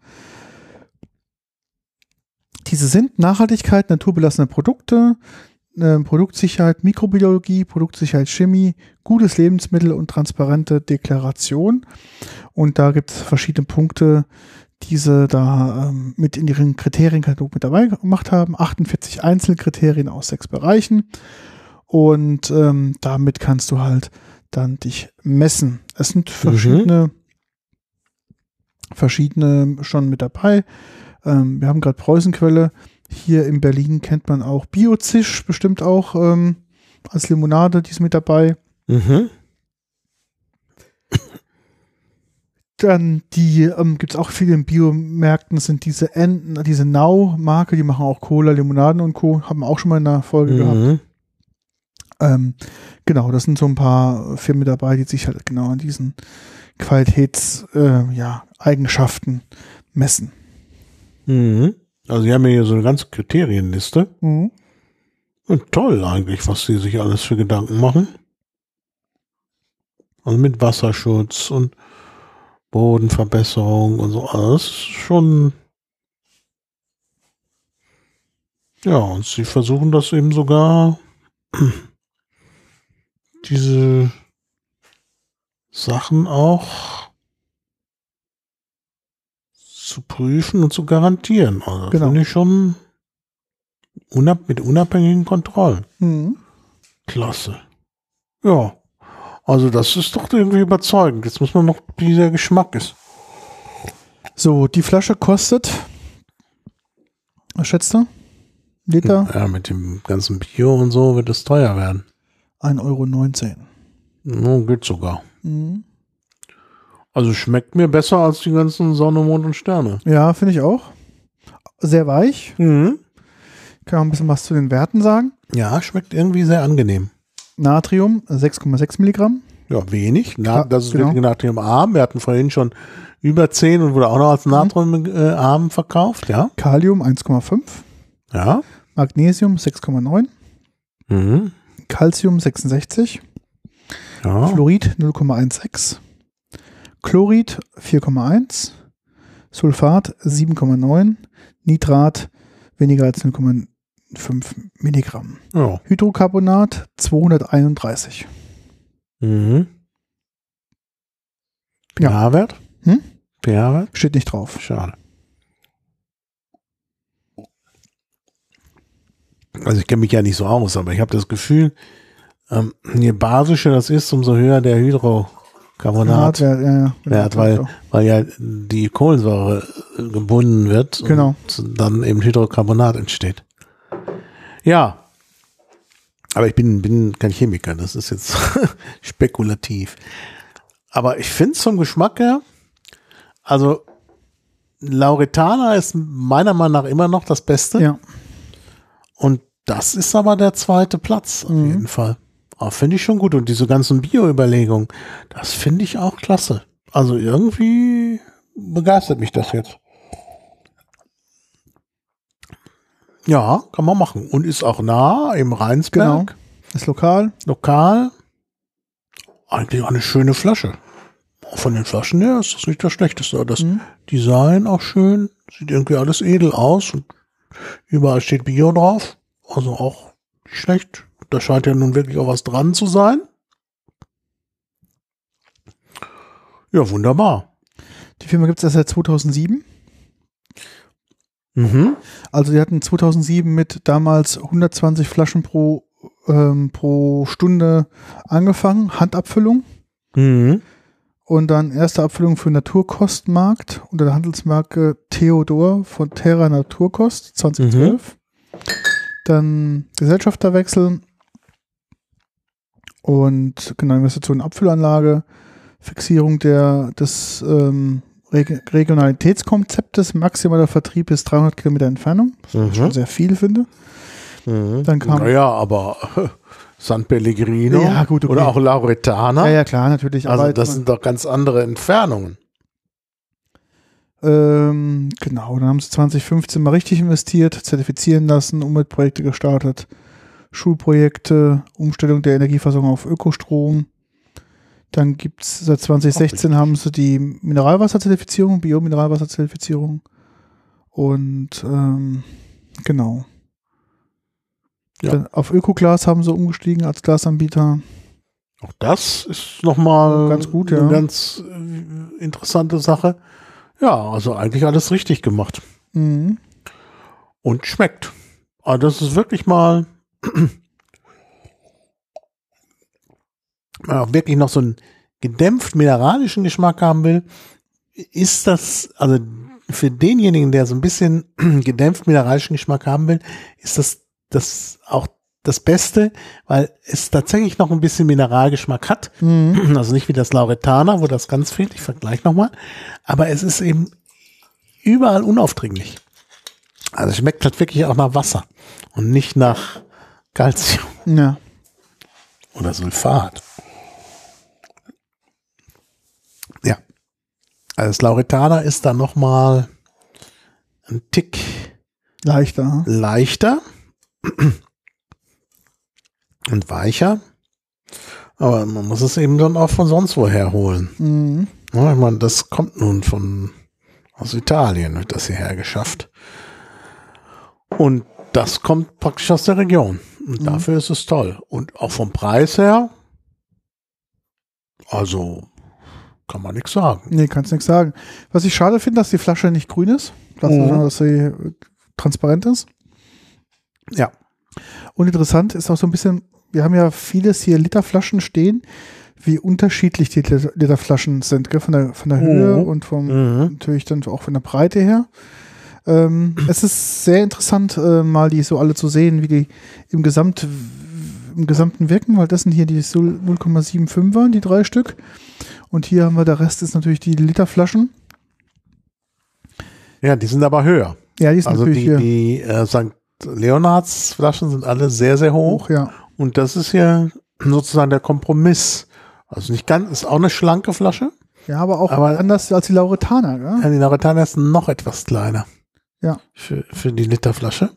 Diese sind Nachhaltigkeit, naturbelassene Produkte, Produktsicherheit, Mikrobiologie, Produktsicherheit, Chemie, gutes Lebensmittel und transparente Deklaration. Und da gibt es verschiedene Punkte, die sie da mit in ihren Kriterienkatalog mit dabei gemacht haben. 48 Einzelkriterien aus 6 Bereichen. Und damit kannst du halt dann dich messen. Es sind verschiedene schon mit dabei. Wir haben gerade Preußenquelle. Hier in Berlin kennt man auch Biozisch, bestimmt auch als Limonade, die ist mit dabei. Dann die gibt es auch viele in Biomärkten, sind diese Nau-Marke, die machen auch Cola, Limonaden und Co. Haben wir auch schon mal in der Folge gehabt. Genau, das sind so ein paar Firmen dabei, die sich halt genau an diesen Qualitätseigenschaften messen. Also die haben ja hier so eine ganze Kriterienliste. Und toll eigentlich, was die sich alles für Gedanken machen. Also mit Wasserschutz und Bodenverbesserung und so alles. Schon. Ja, und sie versuchen das eben sogar diese Sachen auch zu prüfen und zu garantieren. Also genau. Finde ich schon mit unabhängigen Kontrollen. Klasse. Ja. Also das ist doch irgendwie überzeugend. Jetzt muss man noch, wie der Geschmack ist. So, die Flasche kostet, was schätzt du? Liter? Ja, mit dem ganzen Bio und so wird es teuer werden. 1,19 €. No, geht sogar. Mhm. Also schmeckt mir besser als die ganzen Sonne, Mond und Sterne. Ja, finde ich auch. Sehr weich. Mhm. Kann man ein bisschen was zu den Werten sagen. Ja, schmeckt irgendwie sehr angenehm. Natrium 6,6 Milligramm. Ja, wenig. Das ist genau. wirklich natriumarm. Wir hatten vorhin schon über 10 und wurde auch noch als natriumarm verkauft, ja. Kalium 1,5. Ja. Magnesium 6,9. Mhm. Calcium 66. Ja. Fluorid 0,16. Chlorid 4,1. Sulfat 7,9. Nitrat weniger als 0,5 Milligramm. Ja. Hydrocarbonat 231. Mhm. Ja. pH-Wert? Hm? pH-Wert? Steht nicht drauf. Schade. Also ich kenne mich ja nicht so aus, aber ich habe das Gefühl, je basischer das ist, umso höher der Hydrocarbonat Wert, weil ja die Kohlensäure gebunden wird genau. Und dann eben Hydrocarbonat entsteht. Ja, aber ich bin kein Chemiker, das ist jetzt spekulativ. Aber ich finde es vom Geschmack her, also Lauretana ist meiner Meinung nach immer noch das Beste. Ja. Und das ist aber der zweite Platz auf jeden Fall. Finde ich schon gut. Und diese ganzen Bio-Überlegungen, das finde ich auch klasse. Also irgendwie begeistert mich das jetzt. Ja, kann man machen. Und ist auch nah im Rheinsberg. Genau. Ist lokal. Lokal. Eigentlich auch eine schöne Flasche. Auch von den Flaschen her ist das nicht das Schlechteste. Das Design auch schön. Sieht irgendwie alles edel aus. Und überall steht Bio drauf. Also auch nicht schlecht. Da scheint ja nun wirklich auch was dran zu sein. Ja, wunderbar. Die Firma gibt es erst seit 2007. Mhm. Also die hatten 2007 mit damals 120 Flaschen pro Stunde angefangen. Handabfüllung. Mhm. Und dann erste Abfüllung für Naturkostmarkt unter der Handelsmarke Theodor von Terra Naturkost 2012. Dann Gesellschafterwechsel und genau Investition in Abfüllanlage, Fixierung des Regionalitätskonzeptes, maximaler Vertrieb bis 300 Kilometer Entfernung, was ich schon sehr viel finde. Dann kam aber San Pellegrino ja, gut, okay. Oder auch Lauretana. Ja, klar, natürlich. Also das sind doch ganz andere Entfernungen. Genau, dann haben sie 2015 mal richtig investiert, zertifizieren lassen, Umweltprojekte gestartet, Schulprojekte, Umstellung der Energieversorgung auf Ökostrom. Dann gibt es seit 2016 haben sie die Mineralwasserzertifizierung, Bio-Mineralwasserzertifizierung und genau. Ja. Dann auf Ökoglas haben sie umgestiegen als Glasanbieter. Auch das ist nochmal ganz gut, eine ja. ganz interessante Sache. Ja, also eigentlich alles richtig gemacht. Mhm. Und schmeckt. Also das ist wirklich mal man auch wirklich noch so einen gedämpft mineralischen Geschmack haben will, ist das, also für denjenigen, der so ein bisschen gedämpft mineralischen Geschmack haben will, ist das auch das Beste, weil es tatsächlich noch ein bisschen Mineralgeschmack hat. Also nicht wie das Lauretana, wo das ganz fehlt. Ich vergleiche nochmal. Aber es ist eben überall unaufdringlich. Also es schmeckt halt wirklich auch nach Wasser und nicht nach Calcium. Ja. Oder Sulfat. Ja. Also das Lauretana ist dann nochmal ein Tick Leichter. Und weicher. Aber man muss es eben dann auch von sonst woher holen. Ja, ich meine, das kommt nun aus Italien, wird das hierher geschafft. Und das kommt praktisch aus der Region. Und dafür ist es toll. Und auch vom Preis her, also kann man nichts sagen. Nee, kannst nichts sagen. Was ich schade finde, dass die Flasche nicht grün ist. Dass sie transparent ist. Ja. Und interessant ist auch so ein bisschen, wir haben ja vieles hier Literflaschen stehen. wie unterschiedlich die Literflaschen sind, gell? Von der Höhe und natürlich dann auch von der Breite her. Es ist sehr interessant, mal die so alle zu sehen, wie die im Gesamten wirken, weil das sind hier die 0,75er, die 3 Stück. Und hier haben wir, der Rest ist natürlich die Literflaschen. Ja, die sind aber höher. Ja, die sind also natürlich die St. Leonhards Flaschen sind alle sehr, sehr hoch. ja. Und das ist ja sozusagen der Kompromiss. Also nicht ganz, ist auch eine schlanke Flasche. Ja, aber auch anders als die Lauretaner, gell? Ja, die Lauretaner ist noch etwas kleiner. Ja. Für die Literflasche.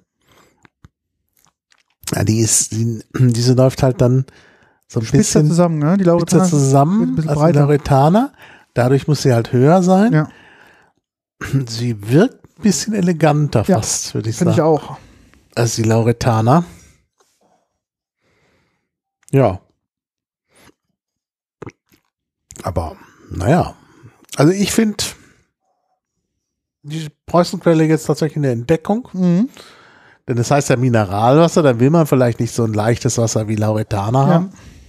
Ja, diese läuft halt dann so ein Spitzer bisschen zusammen, ne? Die Lauretaner zusammen als die Lauretaner. Dadurch muss sie halt höher sein. Ja. Sie wirkt ein bisschen eleganter fast, würde ich sagen. Finde ich auch. Als die Lauretaner. Ja. Aber, naja. Also ich finde die Preußenquelle jetzt tatsächlich eine Entdeckung. Mhm. Denn das heißt ja Mineralwasser, dann will man vielleicht nicht so ein leichtes Wasser wie Lauretaner haben.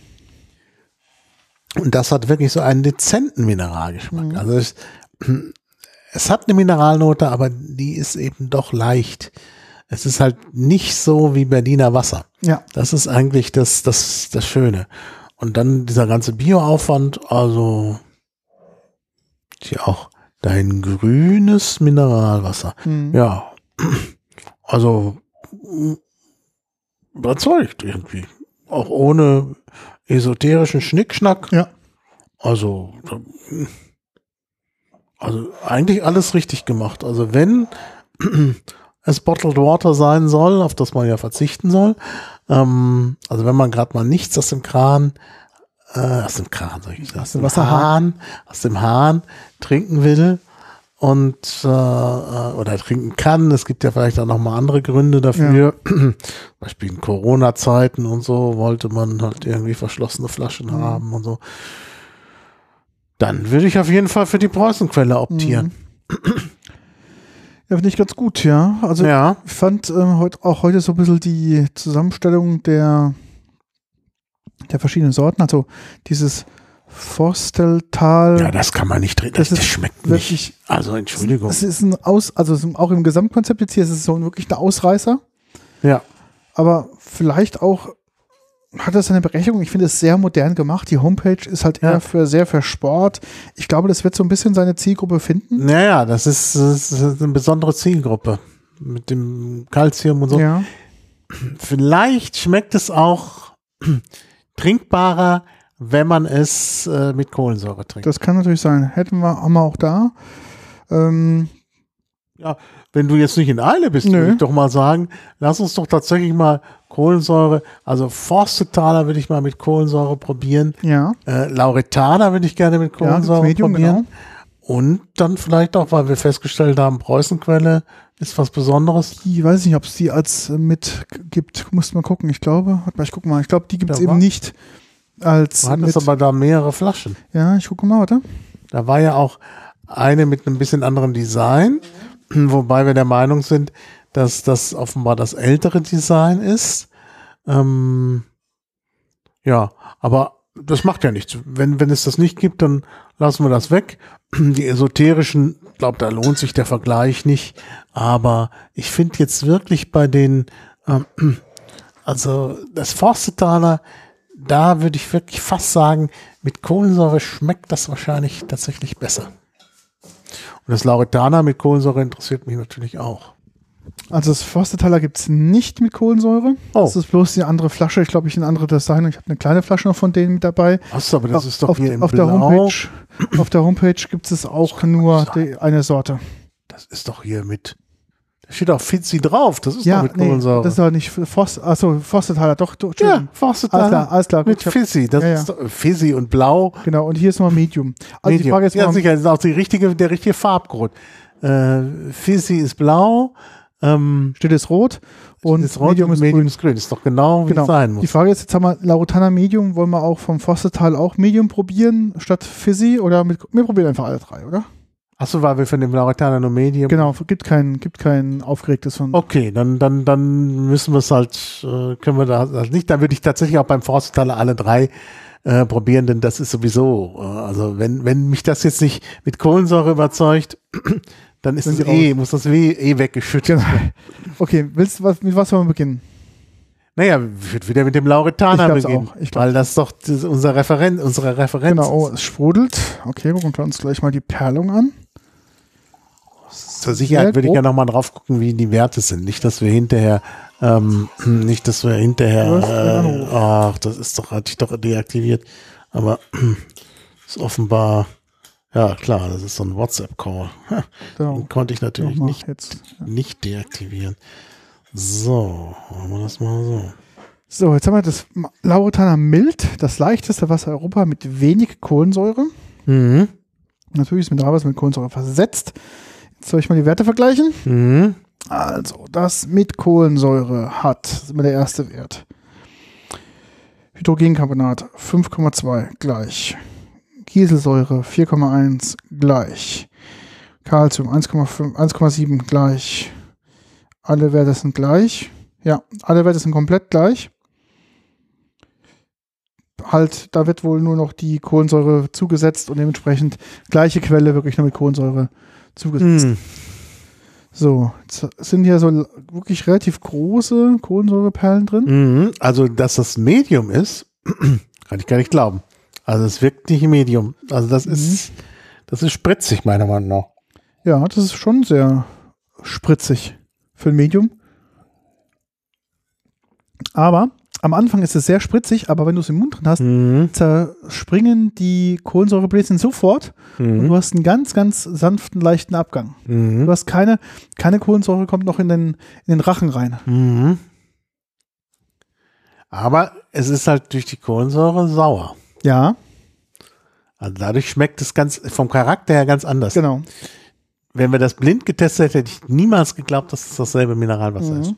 Und das hat wirklich so einen dezenten Mineralgeschmack. Mhm. Also es hat eine Mineralnote, aber die ist eben doch leicht. Es ist halt nicht so wie Berliner Wasser. Ja. Das ist eigentlich das Schöne. Und dann dieser ganze Bioaufwand, also hier auch dein grünes Mineralwasser. Mhm. Ja, also überzeugt irgendwie. Auch ohne esoterischen Schnickschnack. Ja. Also eigentlich alles richtig gemacht. Also wenn es Bottled Water sein soll, auf das man ja verzichten soll, also wenn man gerade mal nichts aus dem Hahn trinken will und oder trinken kann, es gibt ja vielleicht auch noch mal andere Gründe dafür, zum Beispiel in Corona-Zeiten und so wollte man halt irgendwie verschlossene Flaschen haben und so, dann würde ich auf jeden Fall für die Preußenquelle optieren. Ja, finde ich ganz gut, ja. Also ich fand heute so ein bisschen die Zusammenstellung der verschiedenen Sorten, also dieses Forsteltal. Ja, das kann man nicht trinken, das schmeckt nicht. Also Entschuldigung. Es ist auch im Gesamtkonzept jetzt hier ist es so wirklich ein Ausreißer. Ja. Aber vielleicht auch hat das eine Berechtigung. Ich finde es sehr modern gemacht. Die Homepage ist halt eher sehr für Sport. Ich glaube, das wird so ein bisschen seine Zielgruppe finden. Naja, das ist eine besondere Zielgruppe mit dem Calcium und so. Ja. Vielleicht schmeckt es auch trinkbarer, wenn man es mit Kohlensäure trinkt. Das kann natürlich sein. haben wir auch da. Ja, wenn du jetzt nicht in Eile bist, würde ich doch mal sagen, lass uns doch tatsächlich mal Kohlensäure, also Forstetaler würde ich mal mit Kohlensäure probieren. Ja. Lauretaner würde ich gerne mit Kohlensäure Medium, probieren. genau. Und dann vielleicht auch, weil wir festgestellt haben, Preußenquelle ist was Besonderes. Ich weiß nicht, ob es die als mit gibt. Musst mal gucken. Ich glaube, ich gucke mal. Ich glaube, die gibt es eben nicht als du hattest aber da mehrere Flaschen. Ja, ich gucke mal, warte. Da war ja auch eine mit einem bisschen anderen Design, wobei wir der Meinung sind, dass das offenbar das ältere Design ist. Ja, aber das macht ja nichts. Wenn es das nicht gibt, dann lassen wir das weg. Die esoterischen, ich glaube, da lohnt sich der Vergleich nicht. Aber ich finde jetzt wirklich bei den, also das Forstetaler, da würde ich wirklich fast sagen, mit Kohlensäure schmeckt das wahrscheinlich tatsächlich besser. Und das Lauretaner mit Kohlensäure interessiert mich natürlich auch. Also das Forstetaler gibt es nicht mit Kohlensäure. Oh. Das ist bloß die andere Flasche. Ich glaube, ein anderes Design. Ich habe eine kleine Flasche noch von denen mit dabei. Achso, aber das ist doch hier im Blau. Auf der Homepage gibt es auch nur eine Sorte. Das ist doch hier mit... Da steht auch Fizzy drauf. Das ist doch mit Kohlensäure. Das ist doch nicht Forstetaler. Doch, ja, Forstetaler. Alles klar. Mit Fizzy. Das ist doch Fizzy und Blau. Genau, und hier ist nochmal Medium. Also Medium. Die Frage ist ja, sicher. Das ist auch der richtige Farbgrund. Fizzy ist blau. Steht es rot und Medium ist grün. Ist doch genau, wie es sein muss. Die Frage ist, jetzt haben wir Lauretaner Medium, wollen wir auch vom Forstetal auch Medium probieren statt Fizzy oder wir probieren einfach alle drei, oder? Achso, weil wir von dem Lauretaner nur Medium. Genau, gibt kein aufgeregtes von. Okay, dann müssen wir es halt, können wir da nicht. Dann würde ich tatsächlich auch beim Forstetaler alle drei probieren, denn das ist sowieso, also wenn mich das jetzt nicht mit Kohlensäure überzeugt, dann ist muss das weggeschüttet werden. Okay, mit was wollen wir beginnen? Naja, ich würde wieder mit dem Lauretaner beginnen, weil das doch unsere Referenz genau, oh, es sprudelt. Okay, gucken wir uns gleich mal die Perlung an. Zur Sicherheit würde ich ja nochmal drauf gucken, wie die Werte sind. Nicht, dass wir hinterher ach, hatte ich doch deaktiviert. Aber ist offenbar, ja klar, das ist so ein WhatsApp-Call. Den konnte ich natürlich nicht deaktivieren. So, machen wir das mal so. So, jetzt haben wir das Lauretaner Mild, das leichteste Wasser Europa mit wenig Kohlensäure. Mhm. Natürlich ist Mineralwasser mit Kohlensäure versetzt. Jetzt soll ich mal die Werte vergleichen. Mhm. Also, das mit Kohlensäure hat, das ist immer der erste Wert. Hydrogencarbonat 5,2 gleich. Kieselsäure 4,1 gleich. Calcium 1,7 gleich. Alle Werte sind gleich. Ja, alle Werte sind komplett gleich. Halt, da wird wohl nur noch die Kohlensäure zugesetzt und dementsprechend gleiche Quelle wirklich nur mit Kohlensäure zugesetzt. Mhm. So, jetzt sind hier so wirklich relativ große Kohlensäureperlen drin. Mhm. Also, dass das Medium ist, kann ich gar nicht glauben. Also, es wirkt nicht Medium. Also, das ist spritzig, meiner Meinung nach. Ja, das ist schon sehr spritzig für ein Medium. Aber am Anfang ist es sehr spritzig, aber wenn du es im Mund drin hast, zerspringen die Kohlensäurebläschen sofort und du hast einen ganz, ganz sanften, leichten Abgang. Du hast keine Kohlensäure, kommt noch in den Rachen rein. Mhm. Aber es ist halt durch die Kohlensäure sauer. Ja. Also dadurch schmeckt es vom Charakter her ganz anders. Genau. Wenn wir das blind getestet hätten, hätte ich niemals geglaubt, dass es dasselbe Mineralwasser ist.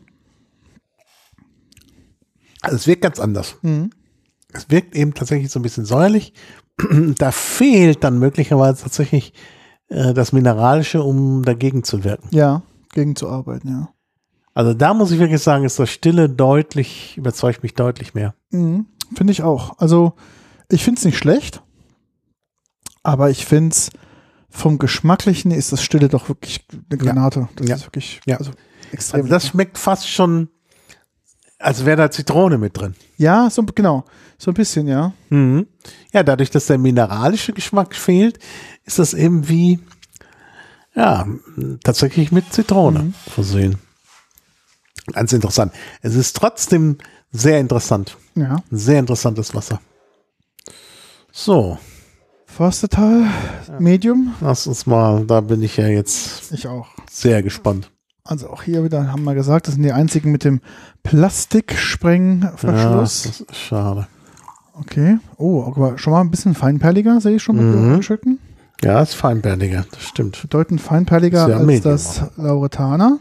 Also es wirkt ganz anders. Es wirkt eben tatsächlich so ein bisschen säuerlich. Da fehlt dann möglicherweise tatsächlich das Mineralische, um dagegen zu wirken. Ja, gegen zu arbeiten, ja. Also da muss ich wirklich sagen, ist das Stille überzeugt mich deutlich mehr. Finde ich auch. Also ich finde es nicht schlecht, aber ich finde es vom Geschmacklichen ist das Stille doch wirklich eine Granate. Das ist wirklich extrem. Also das schmeckt fast schon, als wäre da Zitrone mit drin. Ja, genau. So ein bisschen, ja. Mhm. Ja, dadurch, dass der mineralische Geschmack fehlt, ist das eben wie, ja, tatsächlich mit Zitrone versehen. Ganz interessant. Es ist trotzdem sehr interessant. Ja. Sehr interessantes Wasser. So. Forstetal, Medium. Lass uns mal, da bin ich ja jetzt ich auch sehr gespannt. Also auch hier wieder haben wir gesagt, das sind die einzigen mit dem Plastiksprengverschluss. Ja, das ist schade. Okay. Oh, aber schon mal ein bisschen feinperliger, sehe ich schon mit den Stücken. Ja, ist feinperliger, das stimmt. Bedeutend feinperliger als Medium, das Lauretaner.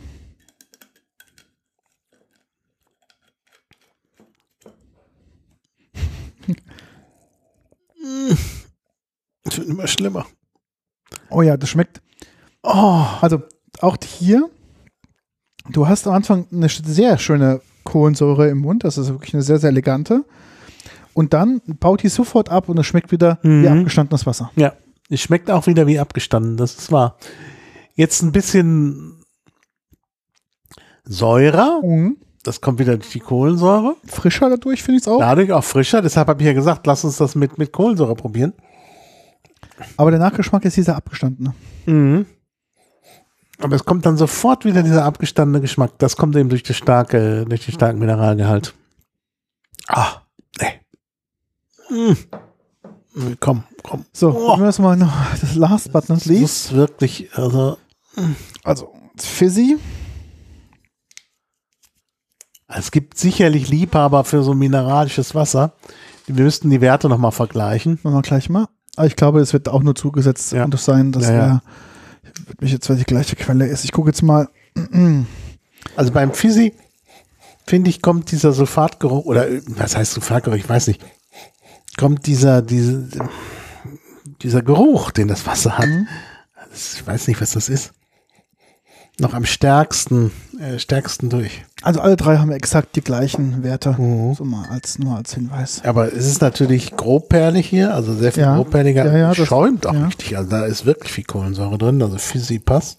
Es wird immer schlimmer. Oh ja, das schmeckt. Oh, also auch hier, du hast am Anfang eine sehr schöne Kohlensäure im Mund, das ist wirklich eine sehr, sehr elegante. Und dann baut die sofort ab und es schmeckt wieder wie abgestandenes Wasser. Ja, es schmeckt auch wieder wie abgestanden, das ist wahr. Jetzt ein bisschen Säure, das kommt wieder durch die Kohlensäure. Frischer dadurch, finde ich es auch. Dadurch auch frischer, deshalb habe ich ja gesagt, lass uns das mit Kohlensäure probieren. Aber der Nachgeschmack ist dieser abgestandene. Aber es kommt dann sofort wieder dieser abgestandene Geschmack. Das kommt eben durch den starken Mineralgehalt. Ah, nee. Komm. So, probieren wir das mal noch. Das Last but not least. Das ist wirklich, also Fizzy. Es gibt sicherlich Liebhaber für so mineralisches Wasser. Wir müssten die Werte nochmal vergleichen. Machen wir gleich mal. Aber ich glaube, es wird auch nur zugesetzt und das sein, dass wird mich jetzt, weil die gleiche Quelle ist. Ich gucke jetzt mal. Also beim Fizzy, finde ich, kommt dieser Sulfatgeruch, oder was heißt Sulfatgeruch, ich weiß nicht, kommt dieser Geruch, den das Wasser hat. Ich weiß nicht, was das ist. noch am stärksten durch. Also alle drei haben exakt die gleichen Werte, so mal nur als Hinweis. Aber es ist natürlich grobperlig hier, also sehr viel grobperliger. Ja, schäumt auch richtig. Also da ist wirklich viel Kohlensäure drin, also Fizzy passt.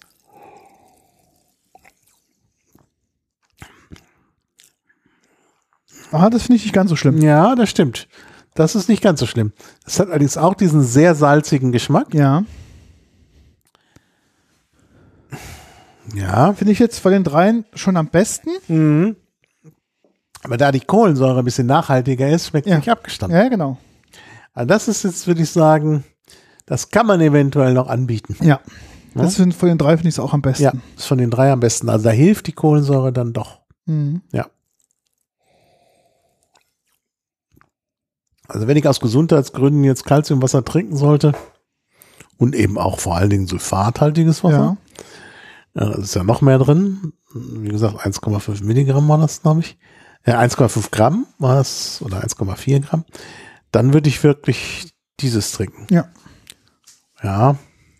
Ah, das finde ich nicht ganz so schlimm. Ja, das stimmt. Das ist nicht ganz so schlimm. Es hat allerdings auch diesen sehr salzigen Geschmack. Ja. Ja. Finde ich jetzt von den dreien schon am besten. Mhm. Aber da die Kohlensäure ein bisschen nachhaltiger ist, schmeckt es nicht abgestanden. Ja, genau. Also das ist jetzt, würde ich sagen, das kann man eventuell noch anbieten. Ja. Das sind von den drei finde ich es auch am besten. Ja, ist von den drei am besten. Also da hilft die Kohlensäure dann doch. Mhm. Ja. Also wenn ich aus Gesundheitsgründen jetzt Calciumwasser trinken sollte und eben auch vor allen Dingen sulfathaltiges Wasser, da ist ja noch mehr drin. Wie gesagt, 1,5 Milligramm war das, glaube ich. 1,5 Gramm war das oder 1,4 Gramm. Dann würde ich wirklich dieses trinken. Ja. Ja.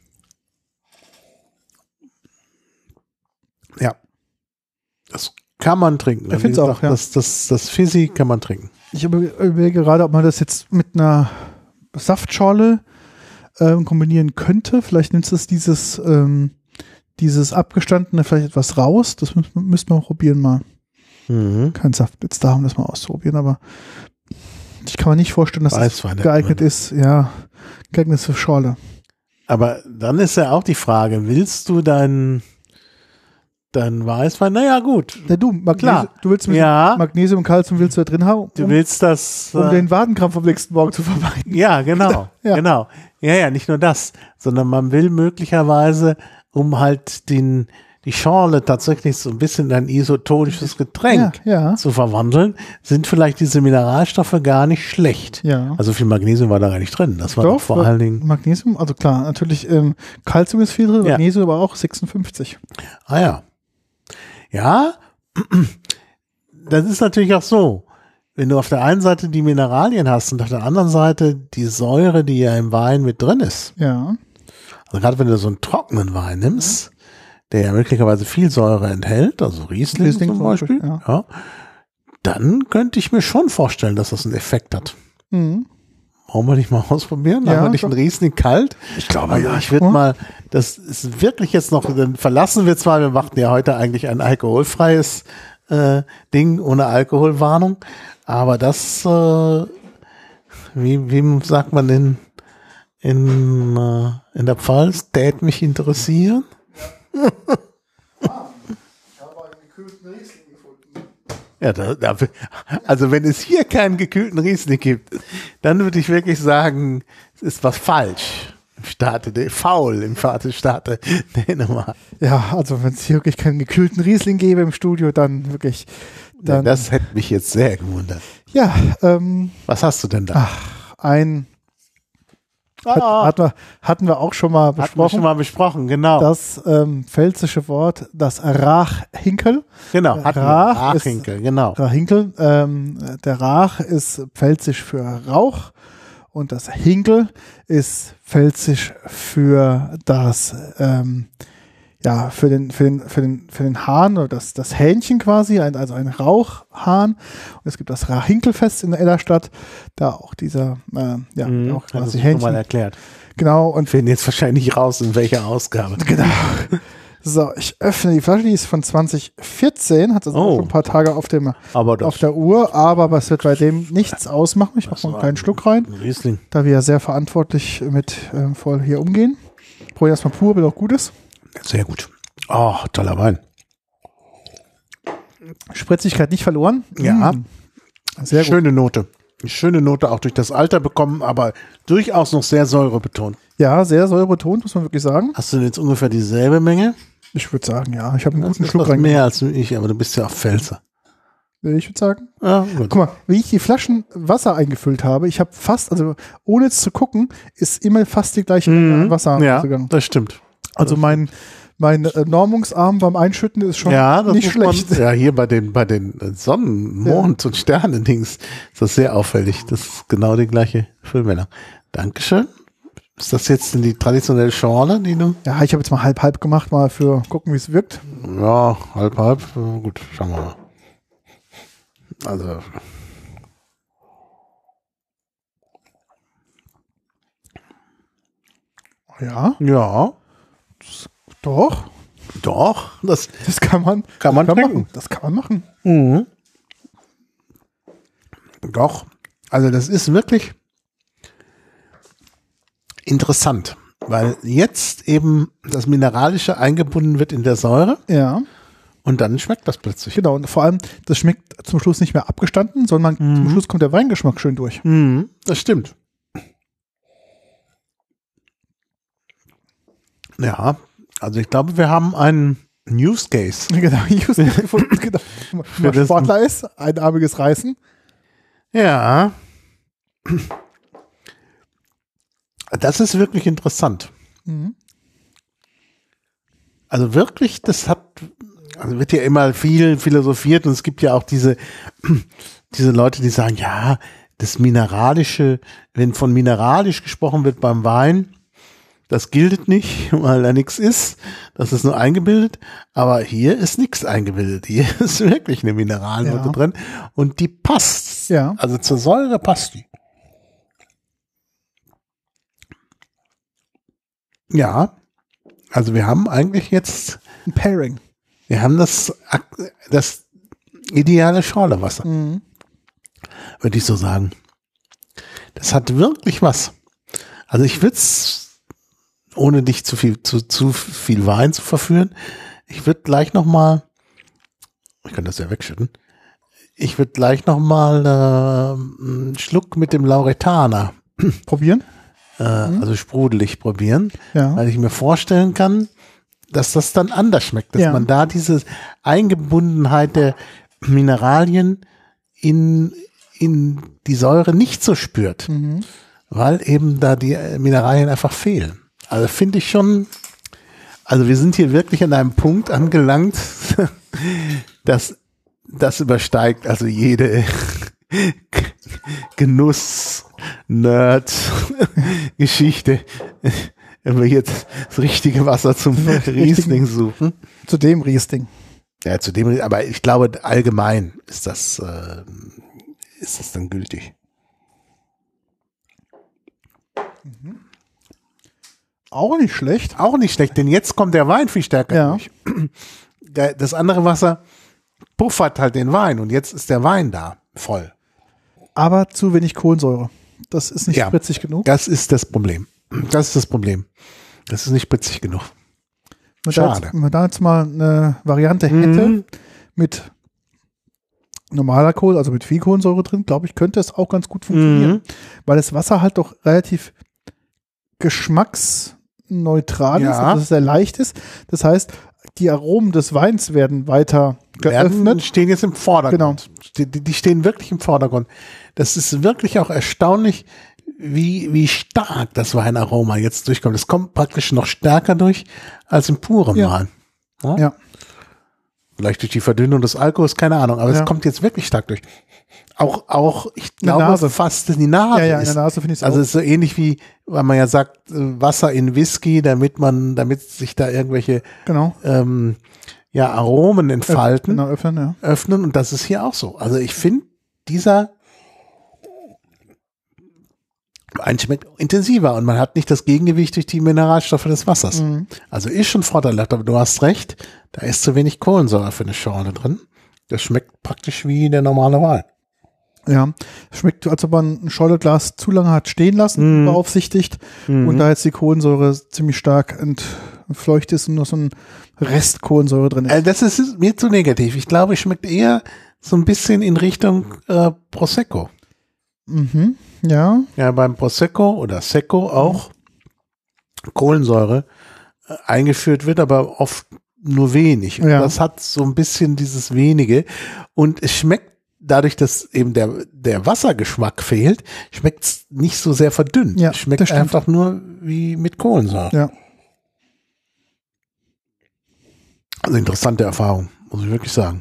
Ja. Das kann man trinken. Ich finde es auch, ja. Das Fizzy kann man trinken. Ich überlege gerade, ob man das jetzt mit einer Saftschorle kombinieren könnte. Vielleicht nimmt es dieses abgestandene vielleicht etwas raus. Das müssten wir probieren mal. Kein Saft jetzt da, um das mal auszuprobieren, aber ich kann mir nicht vorstellen, dass es geeignet ist, geeignet für Schorle. Aber dann ist ja auch die Frage, willst du dein Weißwein? Naja, gut. Ja, du willst mit Magnesium und Calcium willst du da drin haben? Du willst das... um den Wadenkrampf am nächsten Morgen zu vermeiden. Ja, genau. Genau. Ja, nicht nur das, sondern man will möglicherweise, um halt die Schorle tatsächlich so ein bisschen in ein isotonisches Getränk zu verwandeln, sind vielleicht diese Mineralstoffe gar nicht schlecht. Ja. Also viel Magnesium war da gar nicht drin. Das war doch vor allen Dingen... Magnesium, also klar, natürlich Calcium ist viel drin, Magnesium aber auch 56. Ah ja. Ja, das ist natürlich auch so. Wenn du auf der einen Seite die Mineralien hast und auf der anderen Seite die Säure, die ja im Wein mit drin ist. Ja. Also gerade wenn du so einen trockenen Wein nimmst, der ja möglicherweise viel Säure enthält, also Riesling zum Beispiel, dann könnte ich mir schon vorstellen, dass das einen Effekt hat. Mhm. Wollen wir nicht mal ausprobieren? Haben wir nicht einen Riesling kalt? Ich glaube, also ich würde mal, das ist wirklich jetzt noch, dann verlassen wir zwar, wir machten ja heute eigentlich ein alkoholfreies Ding ohne Alkoholwarnung, aber das, wie sagt man in der Pfalz, tät mich interessieren? Ja. Ich habe einen gekühlten Riesling gefunden. Ja, also wenn es hier keinen gekühlten Riesling gibt, dann würde ich wirklich sagen, es ist was falsch. Im Vaterstaate Dänemark. Ja, also wenn es hier wirklich keinen gekühlten Riesling gäbe im Studio, dann wirklich. Ja, das hätte mich jetzt sehr gewundert. Ja. Was hast du denn da? Hatten wir auch schon mal besprochen. Genau. Das pfälzische Wort, das Rachhinkel. Genau, Rachhinkel, genau. Rachhinkel. Der Rach ist pfälzisch für Rauch und das Hinkel ist pfälzisch für das für den Hahn oder das Hähnchen quasi, also ein Rauchhahn. Und es gibt das Rachhinkelfest in der Ellerstadt, da auch dieser, auch quasi Hähnchen. Mal erklärt. Genau. Und finden jetzt wahrscheinlich raus, in welcher Ausgabe. Genau. So, ich öffne die Flasche, die ist von 2014, hat also schon ein paar Tage auf der Uhr, aber was wird bei dem nichts ausmachen. Ich mache mal einen kleinen Schluck rein, Riesling. Da wir ja sehr verantwortlich mit voll hier umgehen. Probier erstmal pur, wenn auch gut ist. Sehr gut. Oh, toller Wein. Spritzigkeit nicht verloren. Ja. Sehr gut. Schöne Note. Eine schöne Note auch durch das Alter bekommen, aber durchaus noch sehr säurebetont. Ja, sehr säurebetont, muss man wirklich sagen. Hast du jetzt ungefähr dieselbe Menge? Ich würde sagen, ja. Ich habe einen guten Schluck rein. Mehr als ich, aber du bist ja auch Pfälzer. Ich würde sagen. Ja, gut. Guck mal, wie ich die Flaschen Wasser eingefüllt habe, ich habe fast, also ohne jetzt zu gucken, ist immer fast die gleiche Menge Wasser gegangen. Ja, das stimmt. Also mein Normungsarm beim Einschütten ist schon nicht schlecht. Hier bei den Sonnen-, Mond- und Sternendings ist das sehr auffällig. Das ist genau die gleiche Füllmenge. Dankeschön. Ist das jetzt die traditionelle Schorle, die du? Ja, ich habe jetzt mal halb gemacht, mal für gucken, wie es wirkt. Ja, halb. Gut, schauen wir mal. Also. Ja. Ja. Doch. Das kann man trinken. Das kann man machen. Mhm. Doch. Also das ist wirklich interessant, weil jetzt eben das Mineralische eingebunden wird in der Säure. Ja. Und dann schmeckt das plötzlich. Genau, und vor allem, das schmeckt zum Schluss nicht mehr abgestanden, sondern zum Schluss kommt der Weingeschmack schön durch. Mhm, das stimmt. Ja, also ich glaube, wir haben einen Use Case. Genau, Use Case gefunden. Genau. Wenn man Sportler ist, einarmiges Reißen. Ja. Das ist wirklich interessant. Mhm. Also wirklich, also wird ja immer viel philosophiert und es gibt ja auch diese Leute, die sagen, ja, das Mineralische, wenn von mineralisch gesprochen wird beim Wein, das gilt nicht, weil da nichts ist, das ist nur eingebildet, aber hier ist nichts eingebildet, hier ist wirklich eine Mineralnote drin und die passt. Ja. Also zur Säure passt die. Ja, also wir haben eigentlich jetzt ein Pairing. Wir haben das ideale Schorlewasser, würde ich so sagen. Das hat wirklich was. Also ich würde es, ohne dich zu viel Wein zu verführen, ich würde gleich nochmal, ich kann das ja wegschütten, ich würde gleich nochmal einen Schluck mit dem Lauretaner probieren. Also sprudelig probieren, ja. Weil ich mir vorstellen kann, dass das dann anders schmeckt, dass man da diese Eingebundenheit der Mineralien in die Säure nicht so spürt, weil eben da die Mineralien einfach fehlen. Also finde ich schon, also wir sind hier wirklich an einem Punkt angelangt, dass das übersteigt also jede Genuss-Nerd-Geschichte. Wenn wir jetzt das richtige Wasser zum Riesling suchen. Zu dem Riesling. Ja, zu dem, aber ich glaube, allgemein ist das dann gültig. Auch nicht schlecht. Auch nicht schlecht, denn jetzt kommt der Wein viel stärker durch. Das andere Wasser puffert halt den Wein und jetzt ist der Wein da voll. Aber zu wenig Kohlensäure. Das ist nicht spritzig genug. Das ist das Problem. Das ist nicht spritzig genug. Schade. Wenn man da jetzt mal eine Variante hätte mit normaler Kohl, also mit viel Kohlensäure drin, glaube ich, könnte es auch ganz gut funktionieren. Weil das Wasser halt doch relativ geschmacksneutral ist, also dass es sehr leicht ist. Das heißt, die Aromen des Weins werden weiter geöffnet. Stehen jetzt im Vordergrund. Genau. Die stehen wirklich im Vordergrund. Das ist wirklich auch erstaunlich, wie stark das Weinaroma jetzt durchkommt. Es kommt praktisch noch stärker durch als im puren Wein. Ja. Vielleicht durch die Verdünnung des Alkohols, keine Ahnung, aber es kommt jetzt wirklich stark durch. Auch ich glaube, fast in die Nase. Ja, in der Nase finde ich es also es ist so ähnlich wie, weil man ja sagt, Wasser in Whisky, damit sich da irgendwelche Aromen entfalten. Öffnen und das ist hier auch so. Also ich finde, dieser Wein schmeckt intensiver und man hat nicht das Gegengewicht durch die Mineralstoffe des Wassers. Also ist schon vorteilhaft, aber du hast recht, da ist zu wenig Kohlensäure für eine Schorle drin. Das schmeckt praktisch wie der normale Wein. Ja, schmeckt, als ob man ein Schorleglas zu lange hat stehen lassen, beaufsichtigt und da jetzt die Kohlensäure ziemlich stark entfleucht ist und nur so ein Rest Kohlensäure drin ist. Das ist mir zu negativ. Ich glaube, es schmeckt eher so ein bisschen in Richtung Prosecco. Ja. Ja, beim Prosecco oder Secco auch Kohlensäure eingeführt wird, aber oft nur wenig. Und das hat so ein bisschen dieses wenige und es schmeckt dadurch, dass eben der Wassergeschmack fehlt, schmeckt es nicht so sehr verdünnt. Ja, es schmeckt einfach nur wie mit Kohlensäure. Ja. Also interessante Erfahrung, muss ich wirklich sagen.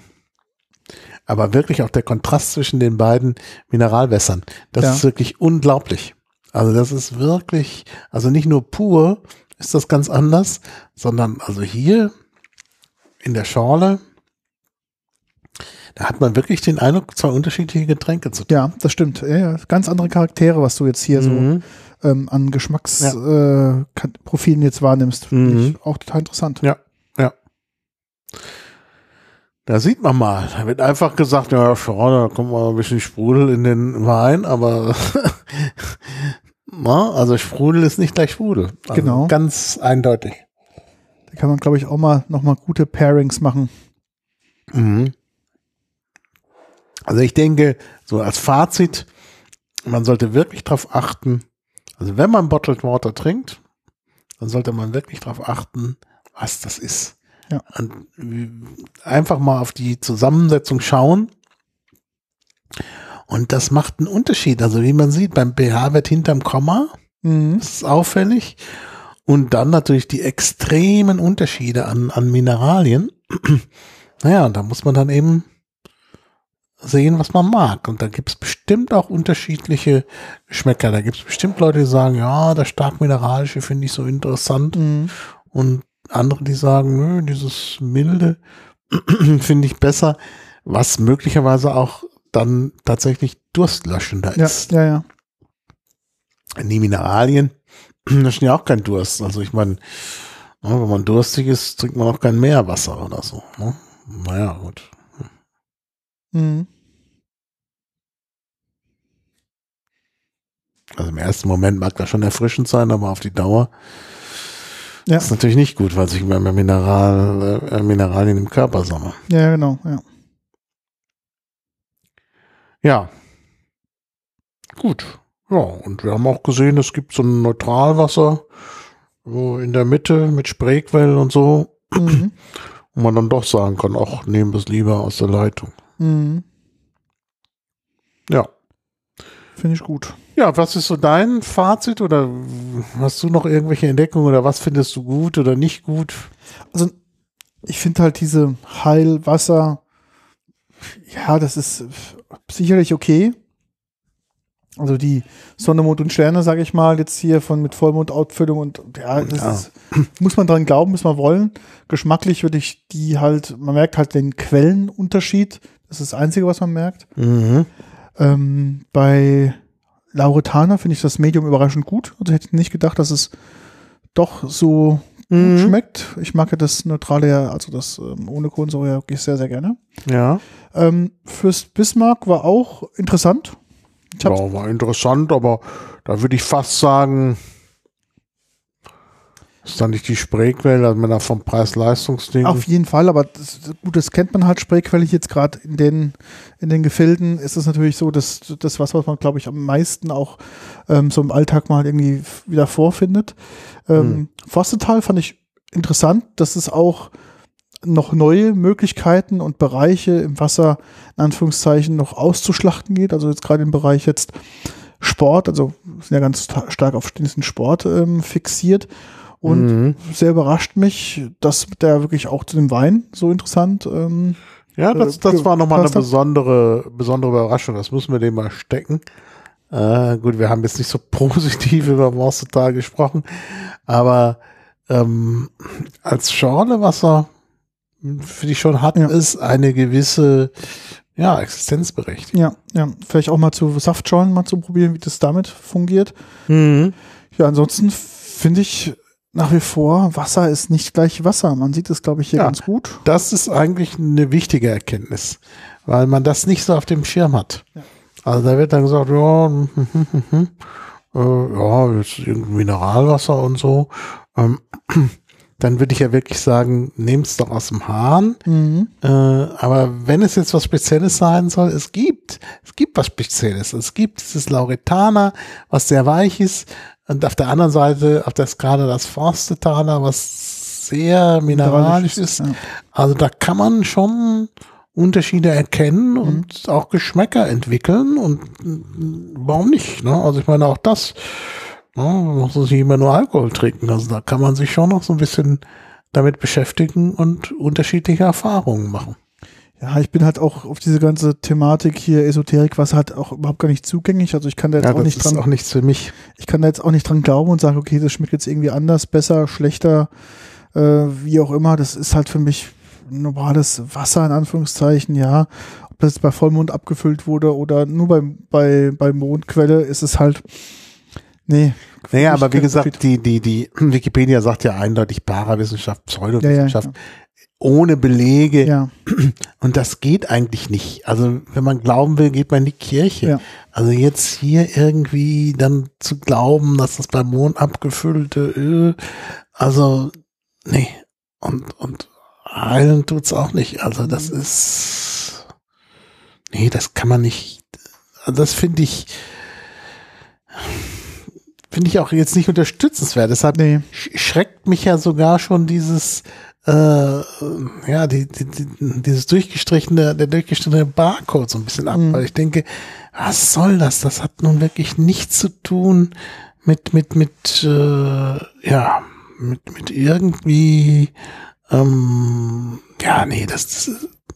Aber wirklich auch der Kontrast zwischen den beiden Mineralwässern, das ist wirklich unglaublich. Also das ist wirklich, also nicht nur pur ist das ganz anders, sondern also hier in der Schorle, da hat man wirklich den Eindruck, zwei unterschiedliche Getränke zu trinken. Ja, das stimmt. Ja, ganz andere Charaktere, was du jetzt hier so an Geschmacksprofilen jetzt wahrnimmst. Finde ich auch total interessant. Ja, ja. Da sieht man mal, da wird einfach gesagt, ja, Schorle, da kommt mal ein bisschen Sprudel in den Wein, aber na, also Sprudel ist nicht gleich Sprudel. Also genau. Ganz eindeutig. Da kann man, glaube ich, auch noch mal gute Pairings machen. Mhm. Also ich denke, so als Fazit, man sollte wirklich darauf achten, also wenn man Bottled Water trinkt, dann sollte man wirklich darauf achten, was das ist. Ja. Und einfach mal auf die Zusammensetzung schauen. Und das macht einen Unterschied. Also wie man sieht, beim pH-Wert hinterm Komma, das ist auffällig. Und dann natürlich die extremen Unterschiede an Mineralien. Naja, da muss man dann eben sehen, was man mag. Und da gibt es bestimmt auch unterschiedliche Geschmäcker. Da gibt es bestimmt Leute, die sagen, ja, das stark mineralische finde ich so interessant. Und andere, die sagen, nö, dieses milde finde ich besser, was möglicherweise auch dann tatsächlich durstlöschender ist. Ja. Die Mineralien löschen ja auch keinen Durst. Also ich meine, wenn man durstig ist, trinkt man auch kein Meerwasser oder so. Ne? Naja, gut. Also im ersten Moment mag das schon erfrischend sein, aber auf die Dauer ist natürlich nicht gut, weil sich immer mehr Mineralien im Körper sammeln. Ja, genau, ja. Ja. Gut. Ja, und wir haben auch gesehen, es gibt so ein Neutralwasser so in der Mitte mit Spreequell und so. Und man dann doch sagen kann, ach, nehmen wir es lieber aus der Leitung. Ja. Finde ich gut. Ja, was ist so dein Fazit oder hast du noch irgendwelche Entdeckungen oder was findest du gut oder nicht gut? Also ich finde halt diese Heilwasser, ja, das ist sicherlich okay. Also die Sonne, Mond und Sterne, sage ich mal, jetzt hier mit Vollmondausfüllung und ja, das ist, muss man dran glauben, muss man wollen. Geschmacklich würde ich die halt, man merkt halt den Quellenunterschied. Das ist das Einzige, was man merkt. Bei Lauretana finde ich das Medium überraschend gut. Also hätte ich nicht gedacht, dass es doch so gut schmeckt. Ich mag ja das Neutrale ja, also das ohne Kohlensäure ja wirklich sehr, sehr gerne. Ja. Fürs Bismarck war auch interessant. Ja, war interessant, aber da würde ich fast sagen, ist dann nicht die Spreequelle, also wenn er vom Preis-Leistungs-Ding. Auf jeden Fall, aber das kennt man halt, Spreequelle jetzt gerade in den Gefilden ist es natürlich so, dass das was man, glaube ich, am meisten auch so im Alltag mal irgendwie wieder vorfindet. Forstetal fand ich interessant, dass es auch noch neue Möglichkeiten und Bereiche im Wasser in Anführungszeichen noch auszuschlachten geht. Also jetzt gerade im Bereich jetzt Sport, also sind ja ganz stark auf diesen Sport fixiert. Und sehr überrascht mich, dass der wirklich auch zu dem Wein so interessant ja, das war nochmal eine besondere Überraschung. Das müssen wir dem mal stecken. Gut, wir haben jetzt nicht so positiv über Forstetal gesprochen, aber als Schorlewasser für die schon hat, ist eine gewisse Existenzberechtigung. Ja, vielleicht auch mal zu Saftschorlen mal zu probieren, wie das damit fungiert. Ja, ansonsten finde ich nach wie vor, Wasser ist nicht gleich Wasser. Man sieht es, glaube ich, hier ganz gut. Das ist eigentlich eine wichtige Erkenntnis, weil man das nicht so auf dem Schirm hat. Ja. Also da wird dann gesagt, jetzt irgendwie Mineralwasser und so. Dann würde ich ja wirklich sagen, nehm's doch aus dem Hahn. Aber wenn es jetzt was Spezielles sein soll, es gibt was Spezielles. Es gibt dieses Lauretana, was sehr weich ist. Und auf der anderen Seite, auf der Skala das Forstetaler, was sehr mineralisch ist. Ja. Also da kann man schon Unterschiede erkennen und auch Geschmäcker entwickeln. Und warum nicht? Ne? Also ich meine auch das, man muss nicht immer nur Alkohol trinken. Also da kann man sich schon noch so ein bisschen damit beschäftigen und unterschiedliche Erfahrungen machen. Ja, ich bin halt auch auf diese ganze Thematik hier, Esoterik, was halt auch überhaupt gar nicht zugänglich. Also ich kann da jetzt auch nicht dran. Das ist auch nichts für mich. Ich kann da jetzt auch nicht dran glauben und sagen, okay, das schmeckt jetzt irgendwie anders, besser, schlechter, wie auch immer. Das ist halt für mich normales Wasser in Anführungszeichen, ja. Ob das jetzt bei Vollmond abgefüllt wurde oder nur bei Mondquelle, ist es halt, nee. Naja, aber wie gesagt, die Wikipedia sagt ja eindeutig Parawissenschaft, Pseudowissenschaft. Ja. Ohne Belege. Ja. Und das geht eigentlich nicht. Also wenn man glauben will, geht man in die Kirche. Ja. Also jetzt hier irgendwie dann zu glauben, dass das beim Mond abgefüllte Öl, also nee. Und heilen tut's auch nicht. Also das ist, nee, das kann man nicht. Also das finde ich auch jetzt nicht unterstützenswert. Deshalb schreckt mich ja sogar schon dieses dieses der durchgestrichene Barcode so ein bisschen ab, weil ich denke, was soll das? Das hat nun wirklich nichts zu tun mit irgendwie, das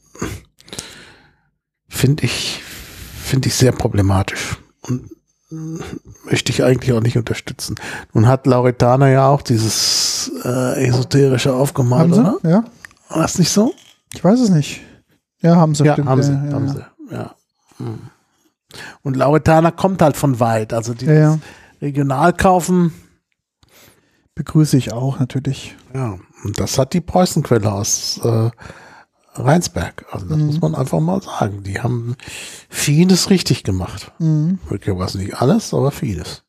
finde ich sehr problematisch und möchte ich eigentlich auch nicht unterstützen. Nun hat Lauretana ja auch dieses esoterische aufgemalt, oder? Ja. War das nicht so? Ich weiß es nicht. Ja, haben sie. Ja, haben sie. Ja. Und Lauretana kommt halt von weit. Also dieses Regionalkaufen begrüße ich auch natürlich. Ja, und das hat die Preußenquelle aus Rheinsberg. Also das muss man einfach mal sagen. Die haben vieles richtig gemacht. Möglicherweise nicht alles, aber vieles.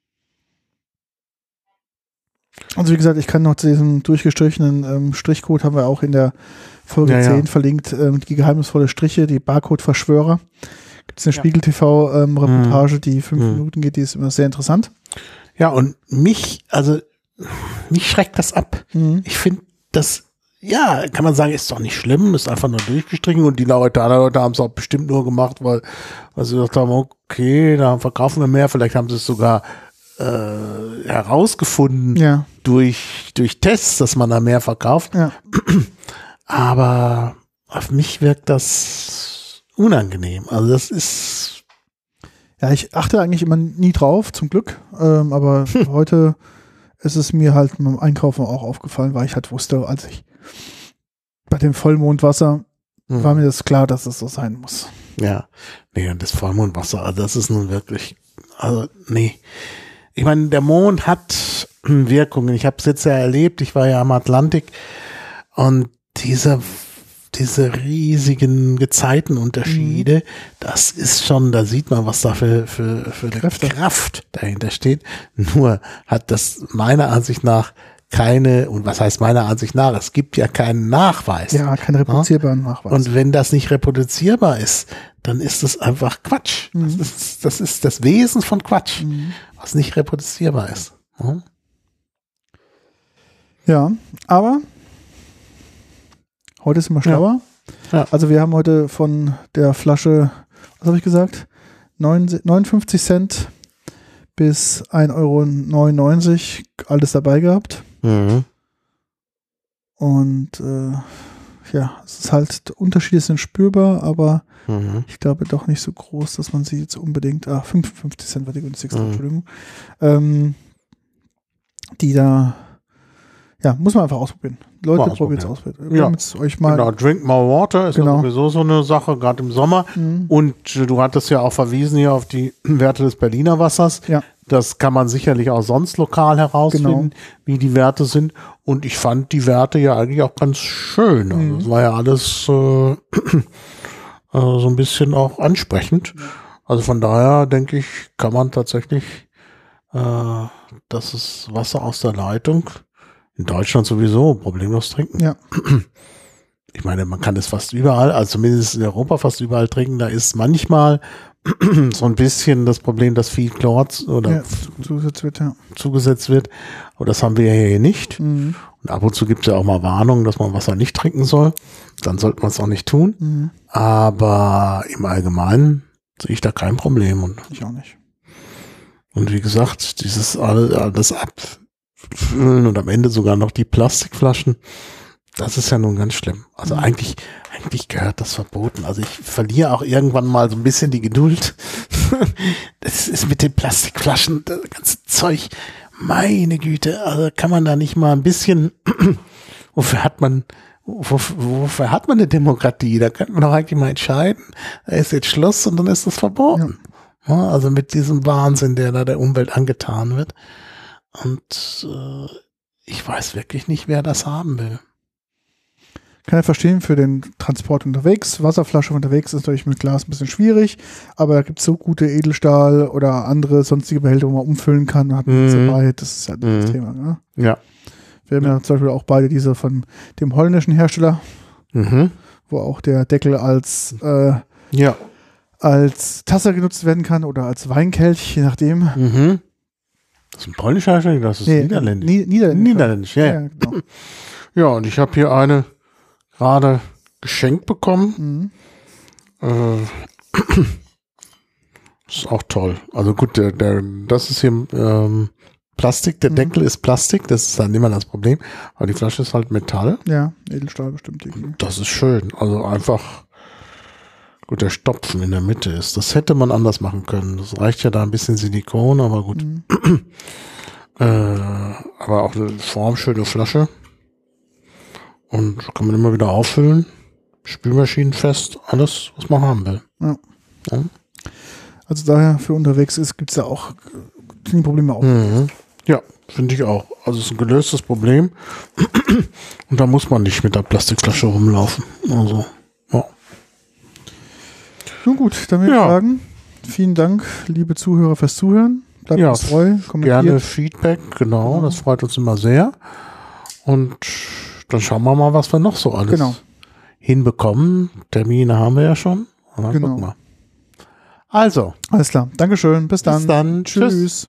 Also wie gesagt, ich kann noch zu diesem durchgestrichenen Strichcode, haben wir auch in der Folge 10 verlinkt, die geheimnisvolle Striche, die Barcode-Verschwörer. Gibt es eine Spiegel-TV-Reportage, die 5 Minuten geht, die ist immer sehr interessant. Ja, und mich schreckt das ab. Ich finde das, ja, kann man sagen, ist doch nicht schlimm, ist einfach nur durchgestrichen und die Leute haben es auch bestimmt nur gemacht, weil sie gesagt haben, okay, da verkaufen wir mehr, vielleicht haben sie es sogar herausgefunden durch Tests, dass man da mehr verkauft. Ja. Aber auf mich wirkt das unangenehm. Also das ist... Ja, ich achte eigentlich immer nie drauf, zum Glück, aber heute ist es mir halt beim Einkaufen auch aufgefallen, weil ich halt wusste, als ich bei dem Vollmondwasser war mir das klar, dass es so sein muss. Ja, nee, und das Vollmondwasser, also das ist nun wirklich, also nee. Ich meine, der Mond hat Wirkungen. Ich habe es jetzt ja erlebt, ich war ja am Atlantik und diese riesigen Gezeitenunterschiede, das ist schon, da sieht man, was da für eine Kraft dahinter steht. Nur hat das meiner Ansicht nach keine, und was heißt meiner Ansicht nach, es gibt ja keinen Nachweis. Ja, keinen reproduzierbaren Nachweis. Und wenn das nicht reproduzierbar ist, dann ist das einfach Quatsch. Das ist das Wesen von Quatsch, was nicht reproduzierbar ist. Ja, aber heute sind wir schlauer. Ja. Also wir haben heute von der Flasche, was habe ich gesagt, 59 Cent bis 1,99 € alles dabei gehabt. Und es ist halt, Unterschiede sind spürbar, aber ich glaube doch nicht so groß, dass man sie jetzt unbedingt, 55 Cent war die günstigste, Entschuldigung, die da, muss man einfach ausprobieren. Leute, probiert es aus. Euch mal. Genau, Drink More Water ist ja sowieso so eine Sache, gerade im Sommer. Und du hattest ja auch verwiesen hier auf die Werte des Berliner Wassers. Ja. Das kann man sicherlich auch sonst lokal herausfinden, wie die Werte sind. Und ich fand die Werte ja eigentlich auch ganz schön. Also es war ja alles so ein bisschen auch ansprechend. Also von daher denke ich, kann man tatsächlich das ist Wasser aus der Leitung. In Deutschland sowieso problemlos trinken. Ja. Ich meine, man kann das fast überall, also zumindest in Europa fast überall trinken. Da ist manchmal so ein bisschen das Problem, dass viel Chlor zugesetzt wird. Aber das haben wir ja hier nicht. Und ab und zu gibt es ja auch mal Warnungen, dass man Wasser nicht trinken soll. Dann sollte man es auch nicht tun. Aber im Allgemeinen sehe ich da kein Problem. Und ich auch nicht. Und wie gesagt, dieses alles abfüllen und am Ende sogar noch die Plastikflaschen. Das ist ja nun ganz schlimm. Also eigentlich gehört das verboten. Also ich verliere auch irgendwann mal so ein bisschen die Geduld. Das ist mit den Plastikflaschen, das ganze Zeug. Meine Güte, also kann man da nicht mal ein bisschen, wofür hat man eine Demokratie? Da könnte man doch eigentlich mal entscheiden, da ist jetzt Schluss und dann ist das verboten. Ja, also mit diesem Wahnsinn, der da der Umwelt angetan wird. Und ich weiß wirklich nicht, wer das haben will. Kann ich verstehen, für den Transport unterwegs. Wasserflasche unterwegs ist natürlich mit Glas ein bisschen schwierig, aber da gibt es so gute Edelstahl oder andere sonstige Behälter, wo man umfüllen kann. Hat man dabei. Das ist halt das Thema. Ne? Ja. Wir haben ja zum Beispiel auch beide diese von dem holländischen Hersteller, wo auch der Deckel als Tasse genutzt werden kann oder als Weinkelch, je nachdem. Das ist ein polnischer Hersteller, das ist niederländisch. Niederländisch, ja. Genau. Ja, und ich habe hier eine gerade geschenkt bekommen. Ist auch toll. Also gut, das ist hier Plastik, der Deckel ist Plastik, das ist dann immer das Problem. Aber die Flasche ist halt Metall. Ja, Edelstahl bestimmt. Irgendwie. Das ist schön. Also einfach, gut, der Stopfen in der Mitte ist. Das hätte man anders machen können. Das reicht ja da ein bisschen Silikon, aber gut. Aber auch eine formschöne Flasche. Und kann man immer wieder auffüllen. Spülmaschinenfest, alles, was man haben will. Ja. Also daher für unterwegs gibt es da auch die Probleme auch. Ja, finde ich auch. Also es ist ein gelöstes Problem. Und da muss man nicht mit der Plastikflasche rumlaufen. Also, ja. Nun gut, dann würde ich sagen, vielen Dank, liebe Zuhörer, fürs Zuhören. Bleibt uns treu, kommentiert. Gerne Feedback, genau, das freut uns immer sehr. Und dann schauen wir mal, was wir noch so alles hinbekommen. Termine haben wir ja schon. Und dann gucken wir. Also. Alles klar. Dankeschön. Bis dann. Bis dann. Tschüss.